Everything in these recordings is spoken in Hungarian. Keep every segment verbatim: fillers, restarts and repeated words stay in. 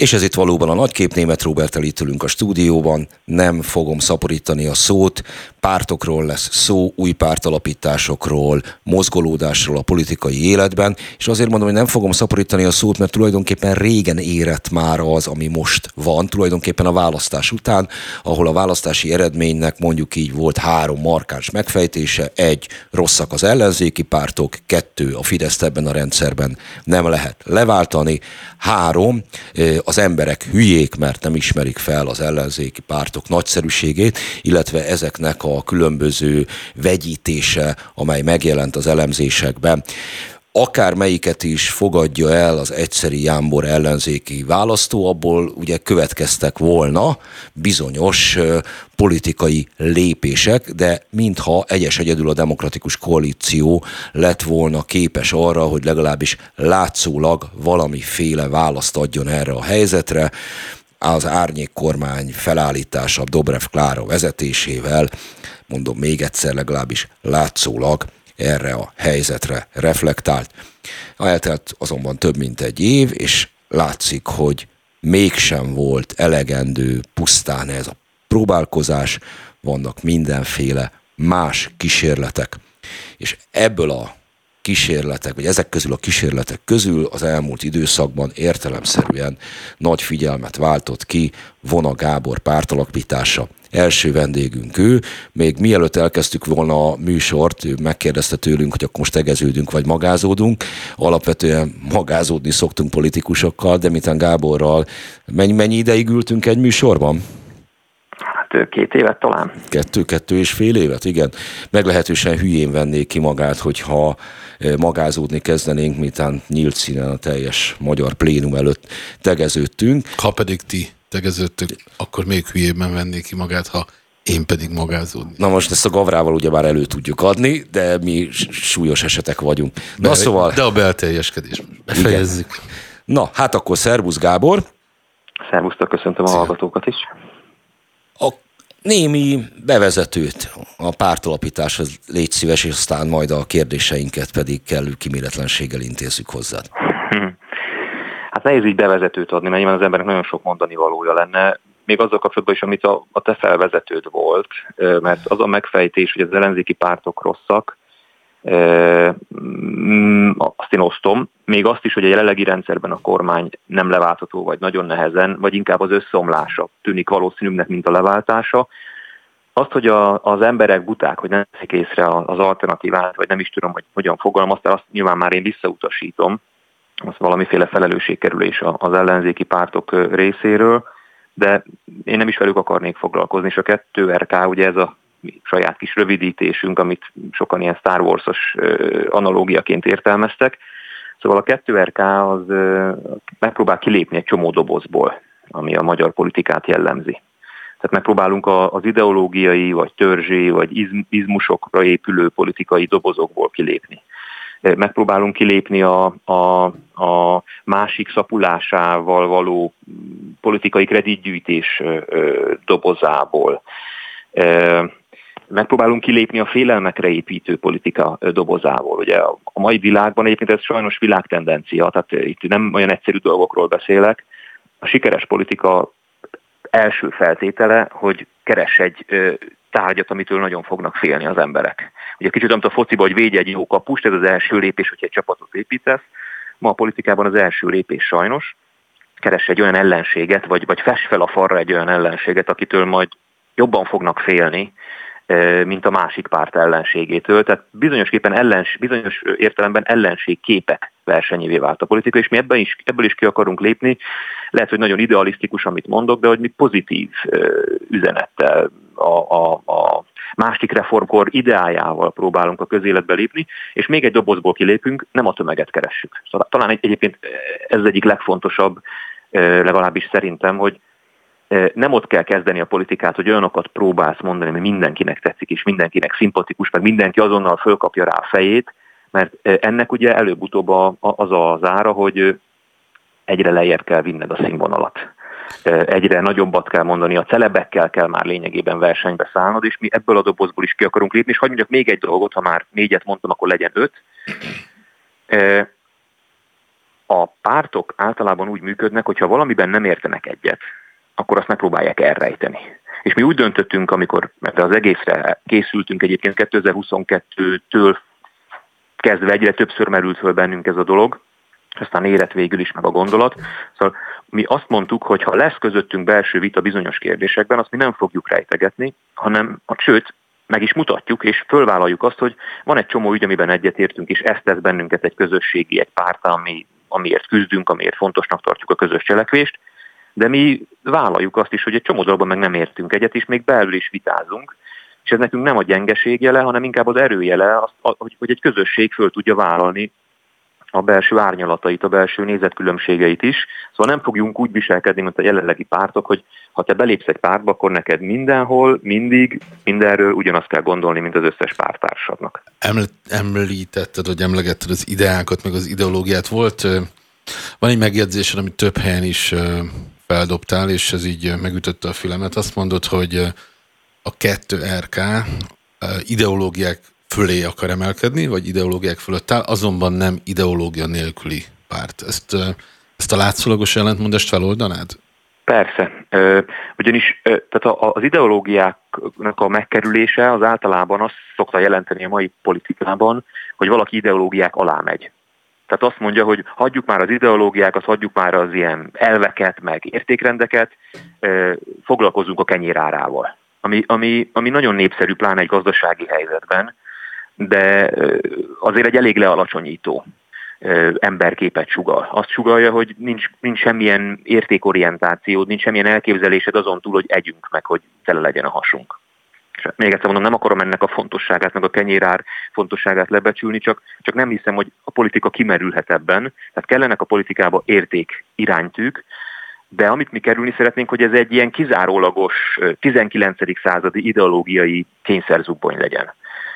És ez itt valóban a Nagykép, Németh Róberttel itt ülünk a stúdióban, nem fogom szaporítani a szót, pártokról lesz szó, új pártalapításokról, mozgolódásról a politikai életben, és azért mondom, hogy nem fogom szaporítani a szót, mert tulajdonképpen régen érett már az, ami most van, tulajdonképpen a választás után, ahol a választási eredménynek mondjuk így volt három markáns megfejtése, egy, rosszak az ellenzéki pártok, kettő, a Fideszt ebben a rendszerben nem lehet leváltani, három, az emberek hülyék, mert nem ismerik fel az ellenzéki pártok nagyszerűségét, illetve ezeknek a különböző vegyítése, amely megjelent az elemzésekben. Akármelyiket is fogadja el az egyszeri jámbor ellenzéki választó, abból ugye következtek volna bizonyos politikai lépések, de mintha egyes egyedül a demokratikus koalíció lett volna képes arra, hogy legalábbis látszólag valamiféle választ adjon erre a helyzetre. Az árnyék kormány felállítása Dobrev Klára vezetésével, mondom még egyszer, legalábbis látszólag erre a helyzetre reflektált. Eltelt azonban több mint egy év, és látszik, hogy mégsem volt elegendő pusztán ez a próbálkozás, vannak mindenféle más kísérletek. És ebből a kísérletek, vagy ezek közül a kísérletek közül az elmúlt időszakban értelemszerűen nagy figyelmet váltott ki Vona Gábor pártalakítása. Első vendégünk ő, még mielőtt elkezdtük volna a műsort, ő megkérdezte tőlünk, hogy akkor most tegeződünk vagy magázódunk. Alapvetően magázódni szoktunk politikusokkal, de miután Gáborral mennyi, mennyi ideig ültünk egy műsorban? Hát két évet talán. Kettő, kettő és fél évet, igen. Meglehetősen hülyén vennék ki magát, hogyha magázódni kezdenénk, miután nyílt színen a teljes magyar plénum előtt tegeződtünk. Ha pedig ti tegeződtök, akkor még hülyében vennék ki magát, ha én pedig magázódni. Na most ezt a Gavrával ugyebár elő tudjuk adni, de mi súlyos esetek vagyunk. Na Be, szóval... De a belteljeskedés befejezzük. Igen. Na, hát akkor szervusz Gábor. Szervusztok, köszöntöm a hallgatókat is. A némi bevezetőt a pártalapításhoz légy szíves, és aztán majd a kérdéseinket pedig kellő kiméletlenséggel intézzük hozzád. Hát nehéz így bevezetőt adni, mert nyilván az embernek nagyon sok mondani valója lenne. Még azzal kapcsolatban is, amit a, a te felvezetőd volt, mert az a megfejtés, hogy az ellenzéki pártok rosszak, azt én osztom. Még azt is, hogy a jelenlegi rendszerben a kormány nem leváltható, vagy nagyon nehezen, vagy inkább az összeomlása tűnik valószínűbbnek, mint a leváltása. Azt, hogy a, az emberek buták, hogy nem veszik észre az alternatívát, vagy nem is tudom, hogy hogyan fogalmaztál, azt nyilván már én visszautasítom. Az valamiféle felelősségkerülés az ellenzéki pártok részéről, de én nem is velük akarnék foglalkozni, és a kettő er ká, ugye ez a saját kis rövidítésünk, amit sokan ilyen Star Wars-os analógiaként értelmeztek. Szóval a kettő er ká az megpróbál kilépni egy csomó dobozból, ami a magyar politikát jellemzi. Tehát megpróbálunk az ideológiai, vagy törzsi, vagy izmusokra épülő politikai dobozokból kilépni. Megpróbálunk kilépni a, a, a másik szapulásával való politikai kreditgyűjtés dobozából. Megpróbálunk kilépni a félelmekre építő politika dobozából. Ugye a mai világban egyébként ez sajnos világtendencia, tehát itt nem olyan egyszerű dolgokról beszélek. A sikeres politika első feltétele, hogy keres egy tárgyat, amitől nagyon fognak félni az emberek. Ugye kicsit, amit a fociba, hogy védj egy jó kapust, ez az első lépés, hogyha egy csapatot építesz. Ma a politikában az első lépés sajnos, keres egy olyan ellenséget, vagy, vagy fess fel a falra egy olyan ellenséget, akitől majd jobban fognak félni, mint a másik párt ellenségétől. Tehát bizonyosképpen ellens, bizonyos értelemben ellenségképek versenyévé vált a politika, és mi ebből is, ebből is ki akarunk lépni. Lehet, hogy nagyon idealisztikus, amit mondok, de hogy mi pozitív üzenettel, a, a, a másik reformkor ideájával próbálunk a közéletbe lépni, és még egy dobozból kilépünk, nem a tömeget keressük. Szóval talán egy, egyébként ez az egyik legfontosabb, legalábbis szerintem, hogy nem ott kell kezdeni a politikát, hogy olyanokat próbálsz mondani, ami mindenkinek tetszik, és mindenkinek szimpatikus, meg mindenki azonnal fölkapja rá a fejét, mert ennek ugye előbb-utóbb az az ára, hogy egyre lejjebb kell vinned a színvonalat. Egyre nagyobbat kell mondani, a celebekkel kell már lényegében versenybe szállnod, és mi ebből a dobozból is ki akarunk lépni, és hadd mondjak még egy dolgot, ha már négyet mondtam, akkor legyen öt. a pártok általában úgy működnek, hogyha valamiben nem értenek egyet, akkor azt megpróbálják elrejteni. És mi úgy döntöttünk, amikor az egészre készültünk, egyébként kétezer-huszonkettőtől kezdve egyre többször merült föl bennünk ez a dolog, aztán érett végül is meg a gondolat. Szóval mi azt mondtuk, hogy ha lesz közöttünk belső vita bizonyos kérdésekben, azt mi nem fogjuk rejtegetni, hanem, sőt, meg is mutatjuk, és fölvállaljuk azt, hogy van egy csomó ügy, amiben egyetértünk, és ezt tesz bennünket egy közösségi, egy párt, ami, amiért küzdünk, amiért fontosnak tartjuk a közös cselekvést, de mi vállaljuk azt is, hogy egy csomó dologban meg nem értünk egyet, és még belül is vitázunk, és ez nekünk nem a gyengeség jele, hanem inkább az erőjele, azt, hogy, hogy egy közösség föl tudja vállalni a belső árnyalatait, a belső nézetkülönbségeit is. Szóval nem fogjunk úgy viselkedni, mint a jelenlegi pártok, hogy ha te belépsz egy pártba, akkor neked mindenhol, mindig, mindenről ugyanazt kell gondolni, mint az összes párttársadnak. Említetted, hogy emlegetted az ideákat, meg az ideológiát. Volt, van egy megjegyzésed, amit több helyen is feldobtál, és ez így megütötte a fülemet. Azt mondod, hogy a kettő er ká ideológiák fölé akar emelkedni, vagy ideológiák fölött áll, azonban nem ideológia nélküli párt. Ezt, ezt a látszólagos ellentmondást feloldanád? Persze. Ugyanis tehát az ideológiáknak a megkerülése az általában azt szokta jelenteni a mai politikában, hogy valaki ideológiák alá megy. Tehát azt mondja, hogy hagyjuk már az ideológiákat, hagyjuk már az ilyen elveket, meg értékrendeket, foglalkozzunk a kenyérárával. Ami, ami, ami nagyon népszerű, pláne egy gazdasági helyzetben, de azért egy elég lealacsonyító emberképet sugal. Azt sugalja, hogy nincs, nincs semmilyen értékorientációd, nincs semmilyen elképzelésed azon túl, hogy együnk meg, hogy tele legyen a hasunk. És még egyszer mondom, nem akarom ennek a fontosságát, meg a kenyérár fontosságát lebecsülni, csak, csak nem hiszem, hogy a politika kimerülhet ebben. Tehát kellenek a politikába érték iránytűk, de amit mi kerülni szeretnénk, hogy ez egy ilyen kizárólagos tizenkilencedik századi ideológiai kényszerzubbony legyen.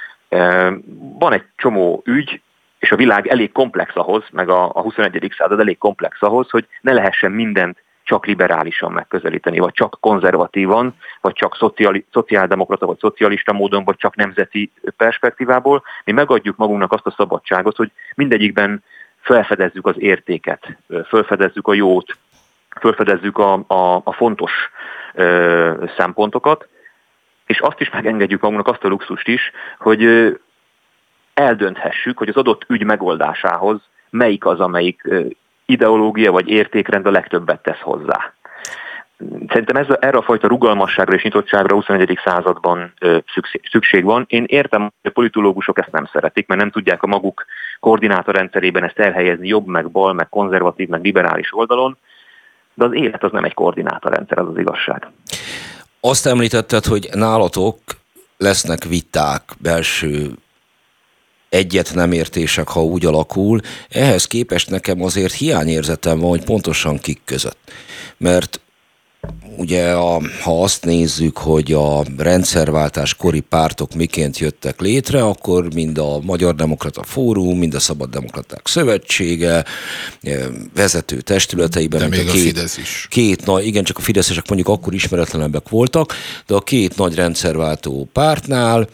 Van egy csomó ügy, és a világ elég komplex ahhoz, meg a, a huszonegyedik század elég komplex ahhoz, hogy ne lehessen mindent csak liberálisan megközelíteni, vagy csak konzervatívan, vagy csak szociali, szociáldemokrata, vagy szocialista módon, vagy csak nemzeti perspektívából. Mi megadjuk magunknak azt a szabadságot, hogy mindegyikben felfedezzük az értéket, felfedezzük a jót, felfedezzük a, a, a fontos ö, szempontokat, és azt is megengedjük magunknak, azt a luxust is, hogy ö, eldönthessük, hogy az adott ügy megoldásához melyik az, amelyik ö, ideológia vagy értékrend a legtöbbet tesz hozzá. Szerintem ez, erre a fajta rugalmasságra és nyitottságra a huszonegyedik században ö, szükség, szükség van. Én értem, hogy a politológusok ezt nem szeretik, mert nem tudják a maguk koordinátorrendszerében ezt elhelyezni jobb, meg bal, meg konzervatív, meg liberális oldalon, de az élet az nem egy koordinátorrendszer, az az igazság. Azt említetted, hogy nálatok lesznek viták, belső egyet nem értések, ha úgy alakul. Ehhez képest nekem azért hiányérzetem van, hogy pontosan kik között. Mert ugye, a, ha azt nézzük, hogy a rendszerváltás kori pártok miként jöttek létre, akkor mind a Magyar Demokrata Fórum, mind a Szabad Demokraták Szövetsége vezető testületeiben. De még a, a két, Fidesz is. Két nagy, igen, csak a fideszesek mondjuk akkor ismeretlenebbek voltak, de a két nagy rendszerváltó pártnál,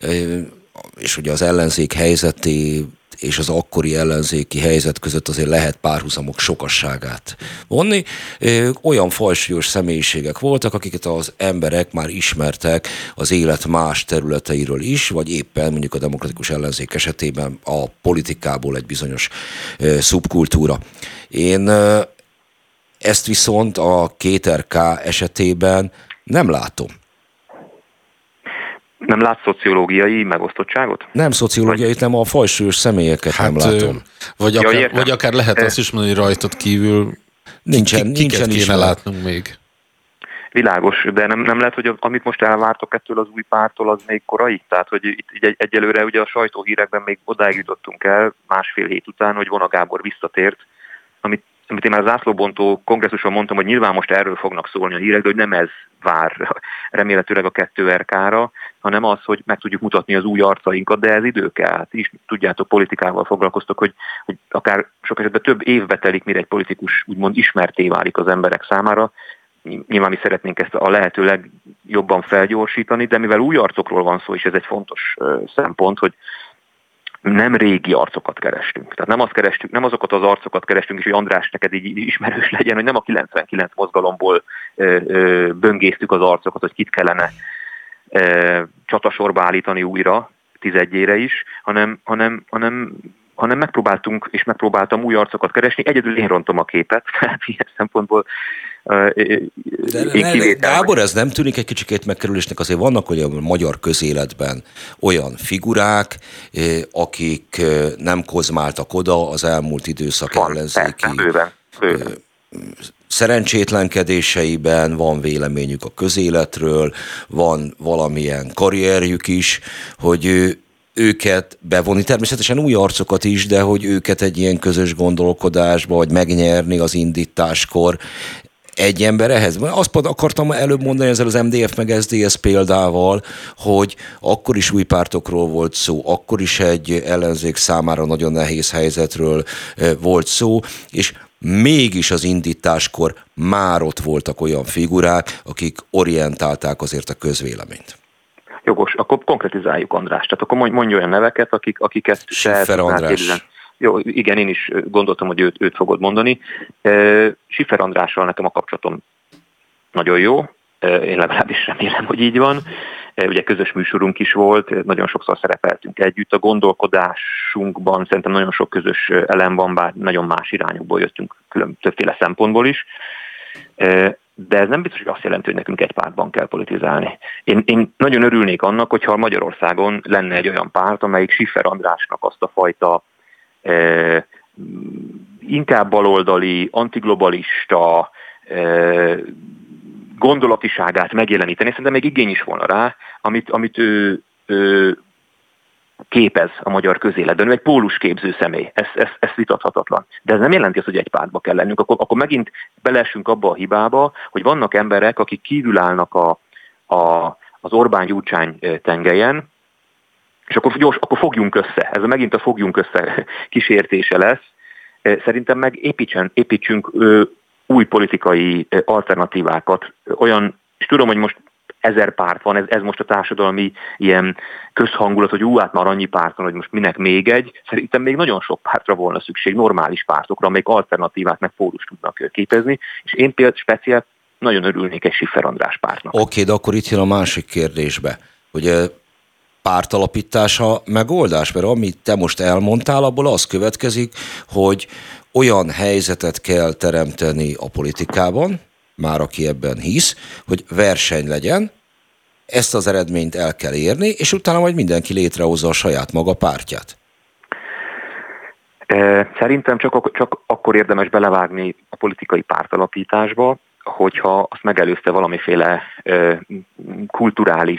és ugye az ellenzék helyzeté és az akkori ellenzéki helyzet között azért lehet párhuzamok sokasságát vonni. Olyan fajsúlyos személyiségek voltak, akiket az emberek már ismertek az élet más területeiről is, vagy éppen mondjuk a demokratikus ellenzék esetében a politikából egy bizonyos szubkultúra. Én ezt viszont a két er ká esetében nem látom. Nem lát szociológiai megosztottságot? Nem szociológiai, vagy... nem a fajsúlyos személyeket hát, nem látom. Vagy akár, ja, vagy akár lehet azt is mondani, hogy rajtad kívül nincsen, ki, nincsen kéne ismer. látnunk még. Világos, de nem, nem lehet, hogy amit most elvártok ettől az új pártól, az még korai? Tehát, hogy itt egy, egyelőre ugye a sajtóhírekben még odáig jutottunk el másfél hét után, hogy Vona Gábor visszatért, amit amit én már a zászlóbontó kongresszuson mondtam, hogy nyilván most erről fognak szólni a hírek, de hogy nem ez vár remélhetőleg a kettő er ká-ra, hanem az, hogy meg tudjuk mutatni az új arcainkat, de ez idő kell. Hát is tudjátok, politikával foglalkoztok, hogy, hogy akár sok esetben több évbe telik, mire egy politikus úgymond ismerté válik az emberek számára. Nyilván mi szeretnénk ezt a lehető legjobban felgyorsítani, de mivel új arcokról van szó, és ez egy fontos szempont, hogy nem régi arcokat kerestünk. Tehát nem azt kerestünk, nem azokat az arcokat kerestünk, és hogy András, neked így ismerős legyen, hogy nem a kilencvenkilenc mozgalomból ö, ö, böngésztük az arcokat, hogy kit kellene ö, csatasorba állítani újra, tizedjére is, hanem, hanem, hanem, hanem megpróbáltunk, és megpróbáltam új arcokat keresni. Egyedül én rontom a képet, tehát ilyen szempontból uh, én kivétel. Gábor, ez nem tűnik egy kicsikét megkerülésnek? Azért vannak olyan magyar közéletben olyan figurák, akik nem kozmáltak oda az elmúlt időszak van, ellenzéki bőven, bőven. szerencsétlenkedéseiben, van véleményük a közéletről, van valamilyen karrierjük is, hogy őket bevonni, természetesen új arcokat is, de hogy őket egy ilyen közös gondolkodásba, vagy megnyerni az indításkor egy ember ehhez. Azt akartam előbb mondani ezzel az em dé ef meg es zé dé es példával, hogy akkor is új pártokról volt szó, akkor is egy ellenzék számára nagyon nehéz helyzetről volt szó, és mégis az indításkor már ott voltak olyan figurák, akik orientálták azért a közvéleményt. Jogos, akkor konkretizáljuk András. Tehát akkor mondj olyan neveket, akik, akiket... Schiffer András. Jó, igen, én is gondoltam, hogy őt, őt fogod mondani. Schiffer Andrással nekem a kapcsolatom nagyon jó. Én legalábbis remélem, hogy így van. Ugye közös műsorunk is volt, nagyon sokszor szerepeltünk együtt. A gondolkodásunkban szerintem nagyon sok közös elem van, bár nagyon más irányokból jöttünk külön többféle szempontból is. De ez nem biztos, hogy azt jelenti, hogy nekünk egy pártban kell politizálni. Én, én nagyon örülnék annak, hogyha Magyarországon lenne egy olyan párt, amelyik Schiffer Andrásnak azt a fajta eh, inkább baloldali, antiglobalista eh, gondolatiságát megjeleníteni. Szerintem még igény is volna rá, amit, amit ő, ő képez a magyar közéletben. Ő egy pólusképző személy, ez, ez, ez vitathatatlan. De ez nem jelenti azt, hogy egy pártba kell lennünk. Akkor, akkor megint beleessünk abba a hibába, hogy vannak emberek, akik kívülállnak a, a, az Orbán-Gyurcsány tengelyen, és akkor gyors, akkor fogjunk össze. Ez megint a fogjunk össze kísértése lesz. Szerintem meg építsen, építsünk új politikai alternatívákat, olyan, és tudom, hogy most ezer párt van, ez, ez most a társadalmi ilyen közhangulat, hogy ú, hát már annyi párt van, hogy most minek még egy. Szerintem még nagyon sok pártra volna szükség, normális pártokra, amelyek alternatívát meg pólust tudnak képezni, és én például speciál nagyon örülnék egy Schiffer András pártnak. Oké, okay, de akkor itt jön a másik kérdésbe, hogy pártalapítása megoldás, mert amit te most elmondtál, abból az következik, hogy olyan helyzetet kell teremteni a politikában, már aki ebben hisz, hogy verseny legyen, ezt az eredményt el kell érni, és utána majd mindenki létrehozza a saját maga pártját. Szerintem csak, csak akkor érdemes belevágni a politikai pártalapításba, hogyha azt megelőzte valamiféle kulturális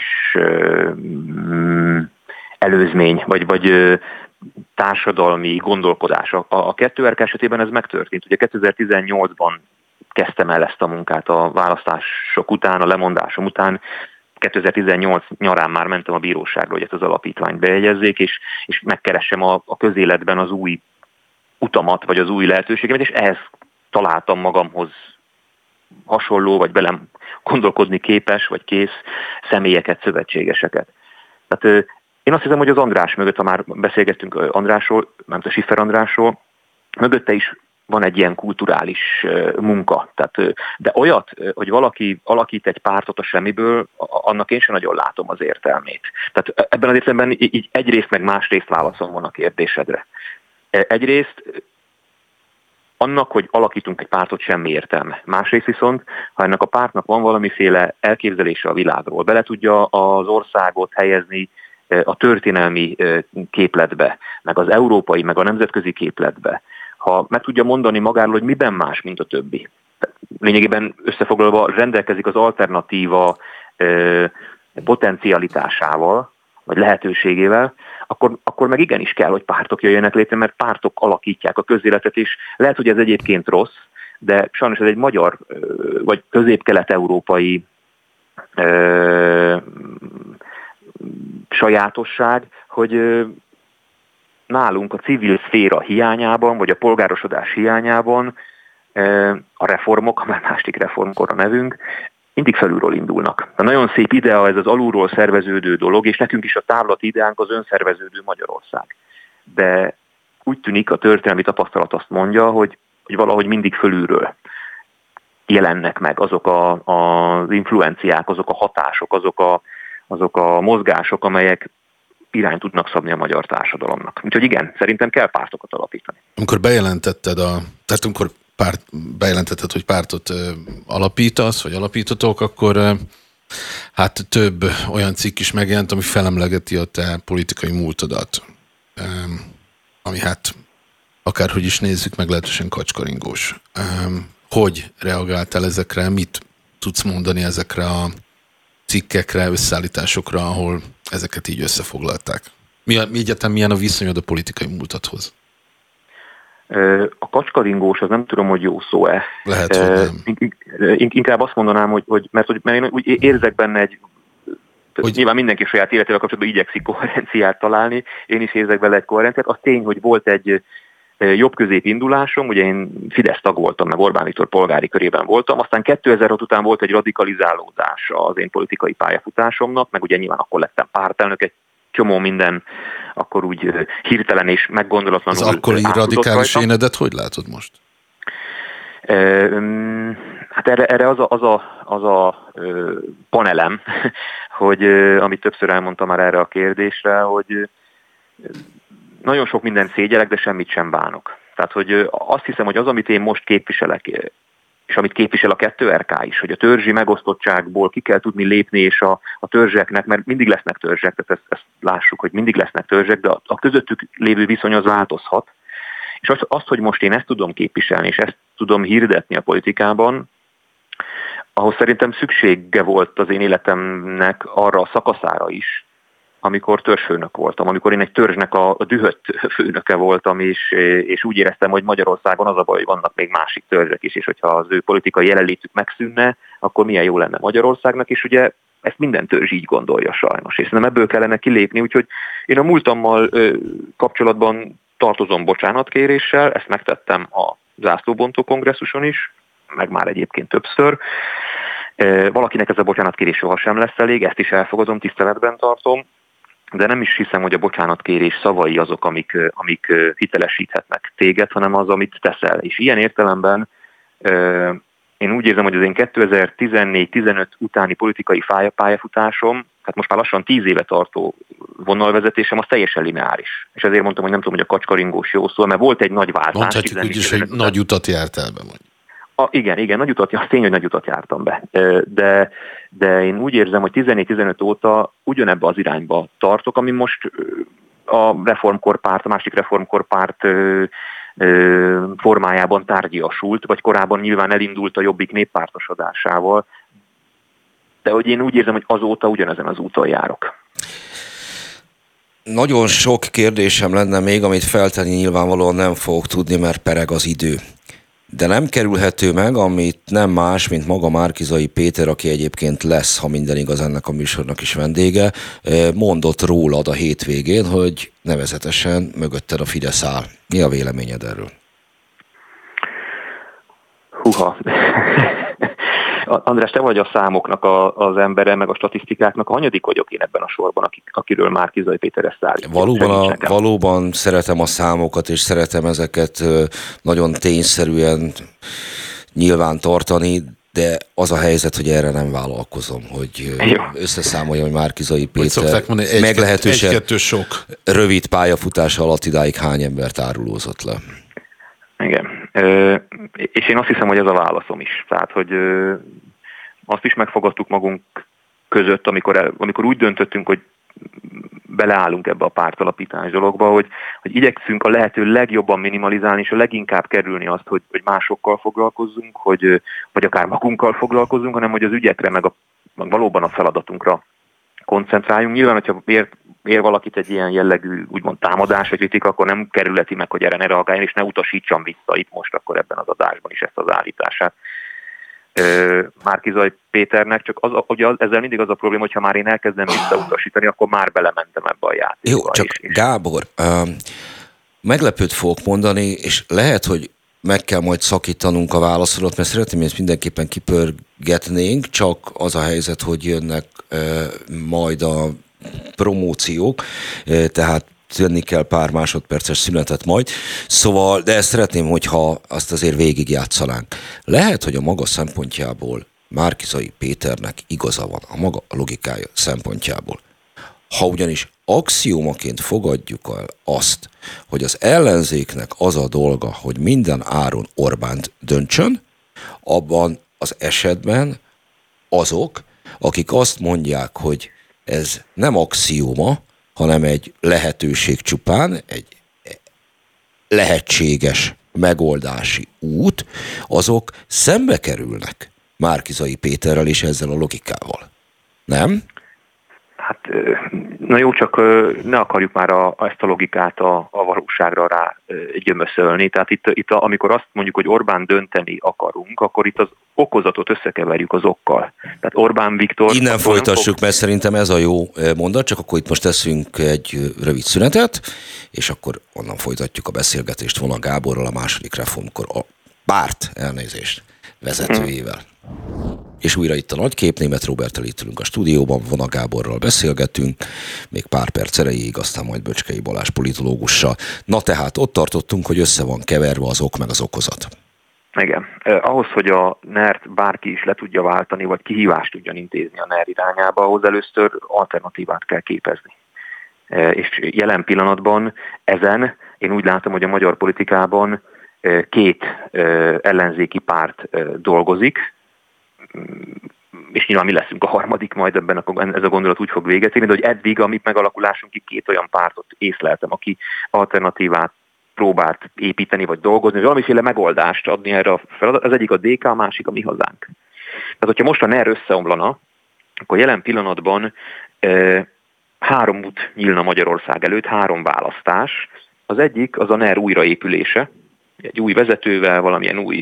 előzmény, vagy, vagy társadalmi gondolkodás. A, a kettő er ká esetében ez megtörtént. Ugye kétezer-tizennyolcban kezdtem el ezt a munkát a választások után, a lemondásom után. kétezer-tizennyolc nyarán már mentem a bíróságra, hogy ezt az alapítványt bejegyezzék, és, és megkeressem a, a közéletben az új utamat, vagy az új lehetőségemet, és ehhez találtam magamhoz hasonló, vagy velem gondolkodni képes, vagy kész személyeket, szövetségeseket. Tehát én azt hiszem, hogy az András mögött, ha már beszélgettünk Andrásról, nem a Schiffer Andrásról, mögötte is van egy ilyen kulturális munka. Tehát, de olyat, hogy valaki alakít egy pártot a semmiből, annak én sem nagyon látom az értelmét. Tehát ebben az értelemben így egyrészt meg másrészt válaszom van a kérdésedre. Egyrészt annak, hogy alakítunk egy pártot, semmi értelme. Másrészt viszont, ha ennek a pártnak van valamiféle elképzelése a világról, bele tudja az országot helyezni a történelmi képletbe, meg az európai, meg a nemzetközi képletbe, ha meg tudja mondani magáról, hogy miben más, mint a többi. Lényegében összefoglalva rendelkezik az alternatíva potencialitásával, vagy lehetőségével, akkor, akkor meg igenis kell, hogy pártok jöjjenek létre, mert pártok alakítják a közéletet, és lehet, hogy ez egyébként rossz, de sajnos ez egy magyar, vagy közép-kelet-európai ö, sajátosság, hogy ö, nálunk a civil szféra hiányában, vagy a polgárosodás hiányában ö, a reformok, ha már másik reformkor a nevünk, mindig felülről indulnak. A nagyon szép idea ez az alulról szerveződő dolog, és nekünk is a távlati ideánk az önszerveződő Magyarország. de úgy tűnik, a történelmi tapasztalat azt mondja, hogy, hogy valahogy mindig fölülről jelennek meg azok a, az influenciák, azok a hatások, azok a, azok a mozgások, amelyek irányt tudnak szabni a magyar társadalomnak. Úgyhogy igen, szerintem kell pártokat alapítani. Amikor bejelentetted a, tehát amikor párt, bejelentetted, hogy pártot ö, alapítasz, vagy alapítotok, akkor ö, hát több olyan cikk is megjelent, ami felemlegeti a te politikai múltodat. Ö, ami hát akárhogy is nézzük, meglehetősen kacskaringós. Ö, hogy reagáltál ezekre? Mit tudsz mondani ezekre a cikkekre, összeállításokra, ahol ezeket így összefoglalták? Mi, a, mi egyetem milyen a viszonyod a politikai múltadhoz? A kacskaringós, az nem tudom, hogy jó szó-e. Lehet, hogy nem. Inkább azt mondanám, hogy, hogy, mert, hogy mert én úgy érzek benne egy, hogy nyilván mindenki saját életével kapcsolatban igyekszik koherenciát találni, én is érzek bele egy koherenciát. Az tény, hogy volt egy jobb-közép indulásom, ugye én Fidesz tag voltam, meg Orbán Viktor polgári körében voltam, aztán kétezer-hat után volt egy radikalizálódás az én politikai pályafutásomnak, meg ugye nyilván akkor lettem pártelnök, egy csomó minden akkor úgy hirtelen és meggondolatlanul. Az akkori radikális rajta. Énedet hogy látod most? Hát erre, erre az a, az a, az a panelem, hogy amit többször elmondtam már erre a kérdésre, hogy nagyon sok mindent szégyelek, de semmit sem bánok. Tehát, hogy azt hiszem, hogy az, amit én most képviselek, és amit képvisel a kettő er ká is, hogy a törzsi megosztottságból ki kell tudni lépni, és a, a törzseknek, mert mindig lesznek törzsek, tehát ezt, ezt lássuk, hogy mindig lesznek törzsek, de a, a közöttük lévő viszony az változhat. És azt, azt, hogy most én ezt tudom képviselni, és ezt tudom hirdetni a politikában, ahhoz szerintem szüksége volt az én életemnek arra a szakaszára is, amikor törzsfőnök voltam, amikor én egy törzsnek a, a dühött főnöke voltam, és, és úgy éreztem, hogy Magyarországon az a baj, hogy vannak még másik törzsek is, és hogyha az ő politikai jelenlétük megszűnne, akkor milyen jó lenne Magyarországnak, és ugye ezt minden törzs így gondolja sajnos, és szerintem ebből kellene kilépni, úgyhogy én a múltammal ö, kapcsolatban tartozom bocsánatkéréssel, ezt megtettem a zászlóbontó kongresszuson is, meg már egyébként többször. Valakinek ez a bocsánatkérés sohasem lesz elég, ezt is elfogadom, tiszteletben tartom, de nem is hiszem, hogy a bocsánatkérés szavai azok, amik, amik hitelesíthetnek téged, hanem az, amit teszel. És ilyen értelemben én úgy érzem, hogy az én kétezer-tizennégy tizenöt utáni politikai pályafutásom, hát most már lassan tíz éve tartó vonalvezetésem, az teljesen lineáris. És ezért mondtam, hogy nem tudom, hogy a kacskaringós jó szó, mert volt egy nagy váltás. Mondhatjuk úgy is, hogy nagy utat jártál be, mondjuk. A, igen, igen, nagy utat, az tény, hogy nagy utat jártam be. De, de én úgy érzem, hogy tizennégy tizenöt óta ugyanebbe az irányba tartok, ami most a reformkorpárt, a másik reformkorpárt formájában tárgyasult, vagy korábban nyilván elindult a Jobbik néppártosodásával. De hogy én úgy érzem, hogy azóta ugyanezen az úton járok. Nagyon sok kérdésem lenne még, amit feltenni nyilvánvalóan nem fogok tudni, mert pereg az idő. De nem kerülhető meg, amit nem más, mint maga Márki-Zay Péter, aki egyébként lesz, ha minden igaz, ennek a műsornak is vendége, mondott rólad a hétvégén, hogy nevezetesen mögötted a Fidesz áll. Mi a véleményed erről? Húha! András, te vagy a számoknak a, az embere, meg a statisztikáknak. A hanyadik vagyok én ebben a sorban, akik, akiről Márki-Zay Péter ezt állítja. Valóban, a, valóban szeretem a számokat, és szeretem ezeket nagyon tényszerűen nyilván tartani, de az a helyzet, hogy erre nem vállalkozom, hogy Jó. összeszámoljam, hogy Márki-Zay Péter mondani, egy, meglehetősen egy, sok. rövid pályafutása alatt idáig hány embert árulózott le. Igen. Ö, és én azt hiszem, hogy ez a válaszom is. Tehát, hogy ö, azt is megfogadtuk magunk között, amikor, el, amikor úgy döntöttünk, hogy beleállunk ebbe a pártalapítás dologba, hogy, hogy igyekszünk a lehető legjobban minimalizálni, és a leginkább kerülni azt, hogy, hogy másokkal foglalkozzunk, hogy, vagy akár magunkkal foglalkozzunk, hanem hogy az ügyekre, meg, a, meg valóban a feladatunkra koncentráljunk. Nyilván, hogyha ér, ér valakit egy ilyen jellegű úgymond támadás vagy kritika, akkor nem kerülheti meg, hogy erre ne reagáljon, és ne utasítsam vissza itt most akkor ebben az adásban is ezt az állítását. Márki-Zay Péternek, csak az, ugye ezzel mindig az a probléma, hogyha már én elkezdem visszautasítani, akkor már belementem ebbe a játékba. Jó, csak is, Gábor, uh, meglepőt fogok mondani, és lehet, hogy meg kell majd szakítanunk a válaszodat, mert szeretném, hogy ezt mindenképpen kipörgetnénk, csak az a helyzet, hogy jönnek uh, majd a promóciók, uh, tehát tenni kell pár másodperces szünetet majd. Szóval, de ezt szeretném, hogyha azt azért végigjátszanánk. Lehet, hogy a maga szempontjából Márki-Zay Péternek igaza van, a maga logikája szempontjából. Ha ugyanis axiómaként fogadjuk el azt, hogy az ellenzéknek az a dolga, hogy minden áron Orbánt döntsön, abban az esetben azok, akik azt mondják, hogy ez nem axióma, hanem egy lehetőség csupán, egy lehetséges megoldási út, azok szembe kerülnek Márki-Zay Péterrel és ezzel a logikával. Nem? Hát, na jó, csak ne akarjuk már a, ezt a logikát a, a valóságra rá gyömöszölni. Tehát itt, itt a, amikor azt mondjuk, hogy Orbán dönteni akarunk, akkor itt az okozatot összekeverjük az okkal. Tehát Orbán Viktor... Innen folytassuk, fog... mert szerintem ez a jó mondat, csak akkor itt most teszünk egy rövid szünetet, és akkor onnan folytatjuk a beszélgetést Vona Gáborral, a második reformkor a párt elnézést vezetőjével. Hmm. És újra itt a Nagykép, Németh Róberttel itt ülünk a stúdióban, Vona Gáborral beszélgetünk, még pár perc erejéig, aztán majd Böcskei Balázs politológussal. Na tehát ott tartottunk, hogy össze van keverve az ok meg az okozat. Igen. Eh, ahhoz, hogy a NER-t bárki is le tudja váltani, vagy kihívást tudjon intézni a NER irányába, ahhoz először alternatívát kell képezni. Eh, és jelen pillanatban ezen, én úgy látom, hogy a magyar politikában eh, két eh, ellenzéki párt eh, dolgozik, és nyilván mi leszünk a harmadik, majd ebben a, ez a gondolat úgy fog véget érni, de hogy eddig, amit megalakulásunkig két olyan pártot észleltem, aki alternatívát próbált építeni, vagy dolgozni, valamiféle megoldást adni erre a feladat. Az egyik a dé ká, a másik a Mi Hazánk. Tehát, hogyha most a NER összeomlana, akkor jelen pillanatban e, három út nyílna Magyarország előtt, három választás. Az egyik az a NER újraépülése, egy új vezetővel, valamilyen új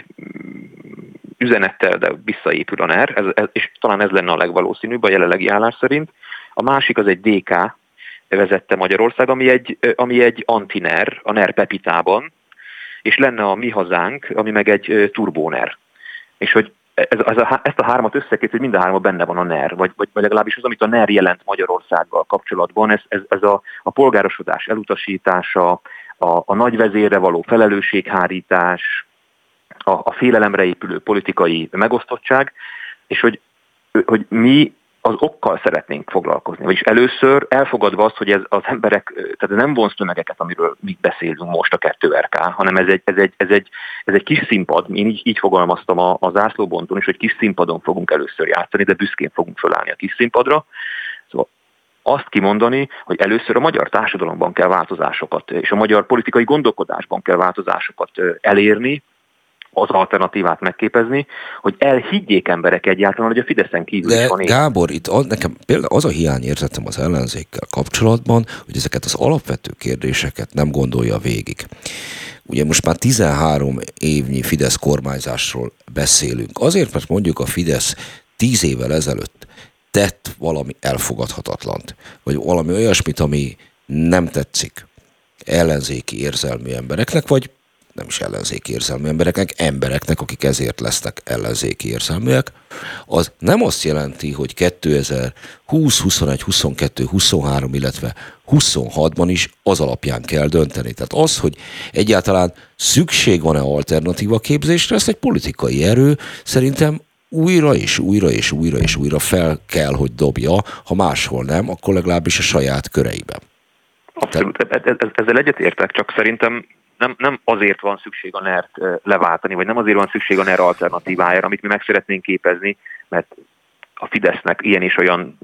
üzenettel, de visszaépül a NER, ez, ez, és talán ez lenne a legvalószínűbb a jelenlegi állás szerint. A másik az egy dé ká vezette Magyarország, ami egy, ami egy anti-NER, a NER Pepitában, és lenne a Mi Hazánk, ami meg egy turbó-NER. És hogy ez, ez a, ezt a hármat összekét, hogy mind a hárma benne van a NER, vagy, vagy, vagy legalábbis az, amit a NER jelent Magyarországgal kapcsolatban, ez, ez, ez a, a polgárosodás elutasítása, a, a nagyvezérre való felelősséghárítás, a, a félelemre épülő politikai megosztottság, és hogy, hogy mi az okkal szeretnénk foglalkozni. Vagyis először elfogadva azt, hogy ez az emberek, tehát nem vonz tömegeket, amiről mi beszélünk most a kettő er ká, hanem ez egy, ez egy, ez egy, ez egy kis színpad, én így, így fogalmaztam a, a zászlóbontón is, hogy kis színpadon fogunk először játszani, de büszkén fogunk fölállni a kis színpadra. Szóval azt kimondani, hogy először a magyar társadalomban kell változásokat, és a magyar politikai gondolkodásban kell változásokat elérni, az alternatívát megképezni, hogy elhiggyék emberek egyáltalán, hogy a Fideszen kívül de is van. Gábor, itt az, nekem például az a hiányérzetem az ellenzékkel kapcsolatban, hogy ezeket az alapvető kérdéseket nem gondolja végig. Ugye most már tizenhárom évnyi Fidesz kormányzásról beszélünk. Azért, mert mondjuk a Fidesz tíz évvel ezelőtt tett valami elfogadhatatlant, vagy valami olyasmit, ami nem tetszik ellenzéki érzelmű embereknek, vagy nem is ellenzéki érzelmű embereknek, embereknek, akik ezért lesznek ellenzéki érzelműek, az nem azt jelenti, hogy kétezer-húsz, huszonegy, huszonkettő, huszonhárom, illetve huszonhatban is az alapján kell dönteni. Tehát az, hogy egyáltalán szükség van-e alternatíva képzésre, ezt egy politikai erő szerintem újra és újra és újra és újra fel kell, hogy dobja, ha máshol nem, akkor legalábbis a saját köreiben. Abszolút, Te... ezzel egyetértek, csak szerintem Nem, nem azért van szükség a NER-t leváltani, vagy nem azért van szükség a NER alternatívájára, amit mi meg szeretnénk képezni, mert a Fidesznek ilyen és olyan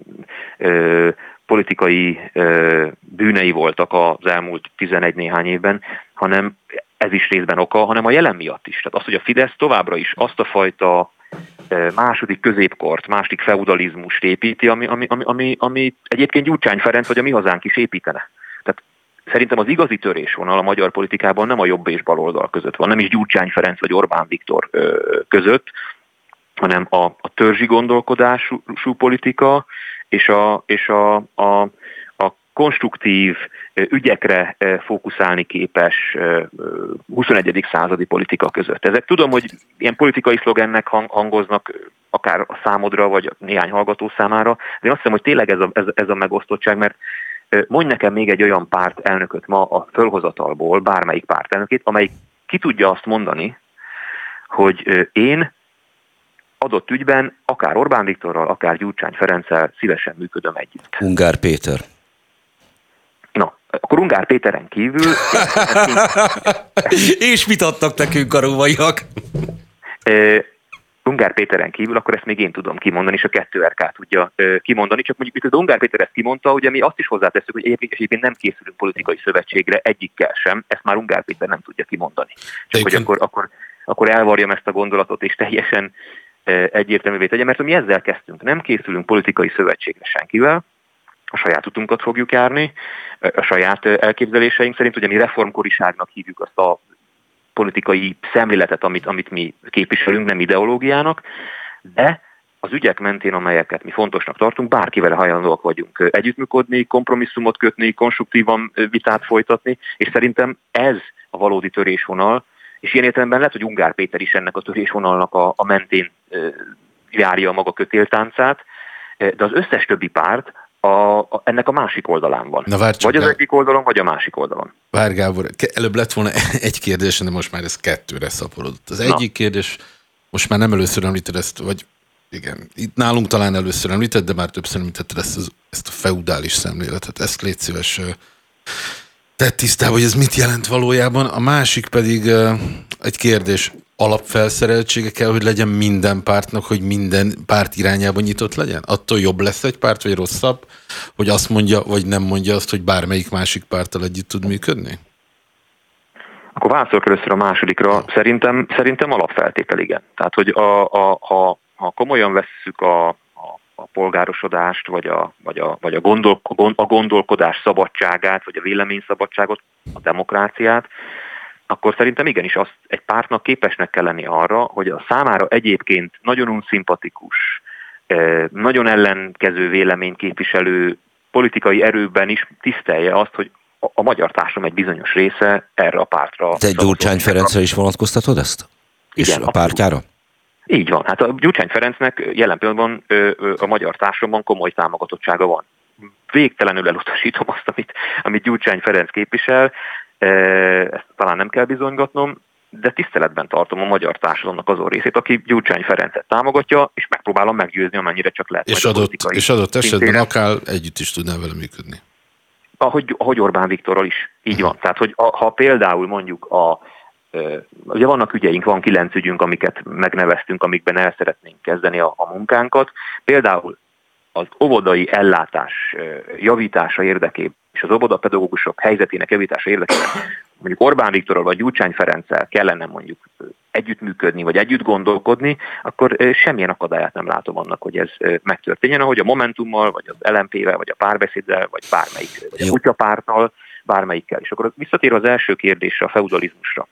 ö, politikai ö, bűnei voltak az elmúlt tizenegy néhány évben, hanem ez is részben oka, hanem a jelen miatt is. Tehát az, hogy a Fidesz továbbra is azt a fajta ö, második középkort, második feudalizmust építi, ami, ami, ami, ami, ami egyébként Gyurcsány Ferenc vagy a Mi Hazánk is építene. Tehát szerintem az igazi törésvonal a magyar politikában nem a jobb és baloldal között van, nem is Gyurcsány Ferenc vagy Orbán Viktor ö, között, hanem a, a törzsi gondolkodású politika és a, és a, a, a konstruktív ügyekre fókuszálni képes huszonegyedik századi politika között. Ezek tudom, hogy ilyen politikai szlogennek hangoznak akár a számodra, vagy néhány hallgató számára, de én azt hiszem, hogy tényleg ez a, ez, ez a megosztottság, mert Mondj nekem még egy olyan pártelnököt ma a fölhozatalból, bármelyik pártelnökét, amelyik ki tudja azt mondani, hogy én adott ügyben akár Orbán Viktorral, akár Gyurcsány Ferenccel szívesen működöm együtt. Ungár Péter. Na, akkor Ungár Péteren kívül... És mit adtak nekünk a rómaiak? Ungár Péteren kívül, akkor ezt még én tudom kimondani, és a kettő er ká tudja kimondani, csak mondjuk itt az Ungár Péter ezt kimondta, ugye mi azt is hozzáteszünk, hogy egyébként, egyébként nem készülünk politikai szövetségre egyikkel sem, ezt már Ungár Péter nem tudja kimondani. Csak hogy akkor, akkor, akkor elvarjam ezt a gondolatot, és teljesen egyértelművé tegye, mert mi ezzel kezdtünk. Nem készülünk politikai szövetségre senkivel, a saját utunkat fogjuk járni, a saját elképzeléseink szerint, ugye mi reformkoriságnak hívjuk azt a politikai szemléletet, amit, amit mi képviselünk, nem ideológiának, de az ügyek mentén, amelyeket mi fontosnak tartunk, bárkivel hajlandóak vagyunk együttműködni, kompromisszumot kötni, konstruktívan vitát folytatni, és szerintem ez a valódi törésvonal, és ilyen értelemben lehet, hogy Ungár Péter is ennek a törésvonalnak a, a mentén járja a maga kötéltáncát, de az összes többi párt A, a, ennek a másik oldalán van. Na, vagy az Gá... egyik oldalon, vagy a másik oldalon. Várj Gábor, előbb lett volna egy kérdés, de most már ez kettőre szaporodott. Az Na. egyik kérdés, most már nem először említed ezt, vagy igen, itt nálunk talán először említed, de már többször említetted ezt, ezt a feudális szemléletet. Ezt légy szíves tedd tisztába, hogy ez mit jelent valójában. A másik pedig egy kérdés, alapfelszereltsége kell, hogy legyen minden pártnak, hogy minden párt irányába nyitott legyen? Attól jobb lesz egy párt, vagy rosszabb, hogy azt mondja, vagy nem mondja azt, hogy bármelyik másik párttal együtt tud működni? Akkor válaszolok először a másodikra. Szerintem, szerintem alapfeltétel, igen. Tehát, hogy a, a, ha, ha komolyan vesszük a, a, a polgárosodást, vagy, a, vagy, a, vagy a, gondol, a gondolkodás szabadságát, vagy a véleményszabadságot, a demokráciát, akkor szerintem igenis azt egy pártnak képesnek kell lenni arra, hogy a számára egyébként nagyon unszimpatikus, nagyon ellenkező véleményt képviselő politikai erőben is tisztelje azt, hogy a magyar társadalom egy bizonyos része erre a pártra... Te egy Gyurcsány Ferencre is vonatkoztatod ezt? És igen, a pártjára? Így van. Hát a Gyurcsány Ferencnek jelen pillanatban a magyar társadalomban komoly támogatottsága van. Végtelenül elutasítom azt, amit, amit Gyurcsány Ferenc képvisel, ezt talán nem kell bizonygatnom, de tiszteletben tartom a magyar társadalomnak azon részét, aki Gyurcsány Ferencet támogatja, és megpróbálom meggyőzni, amennyire csak lehet. És adott, és adott esetben akár együtt is tudnál vele működni. Ahogy, ahogy Orbán Viktorral is. Így van. Tehát, hogy a, ha például mondjuk a ugye vannak ügyeink, van kilenc ügyünk, amiket megneveztünk, amikben el szeretnénk kezdeni a, a munkánkat. Például az óvodai ellátás javítása érdekében, és az óvodapedagógusok helyzetének javítása érdekében mondjuk Orbán Viktorral vagy Gyurcsány Ferenccel kellene mondjuk együttműködni, vagy együtt gondolkodni, akkor semmilyen akadályát nem látom annak, hogy ez megtörténjen, ahogy a Momentummal, vagy az el em pé-vel, vagy a Párbeszéddel, vagy bármelyik, vagy a Kutyapárttal, bármelyikkel. És akkor visszatérve az első kérdésre, a feudalizmusra.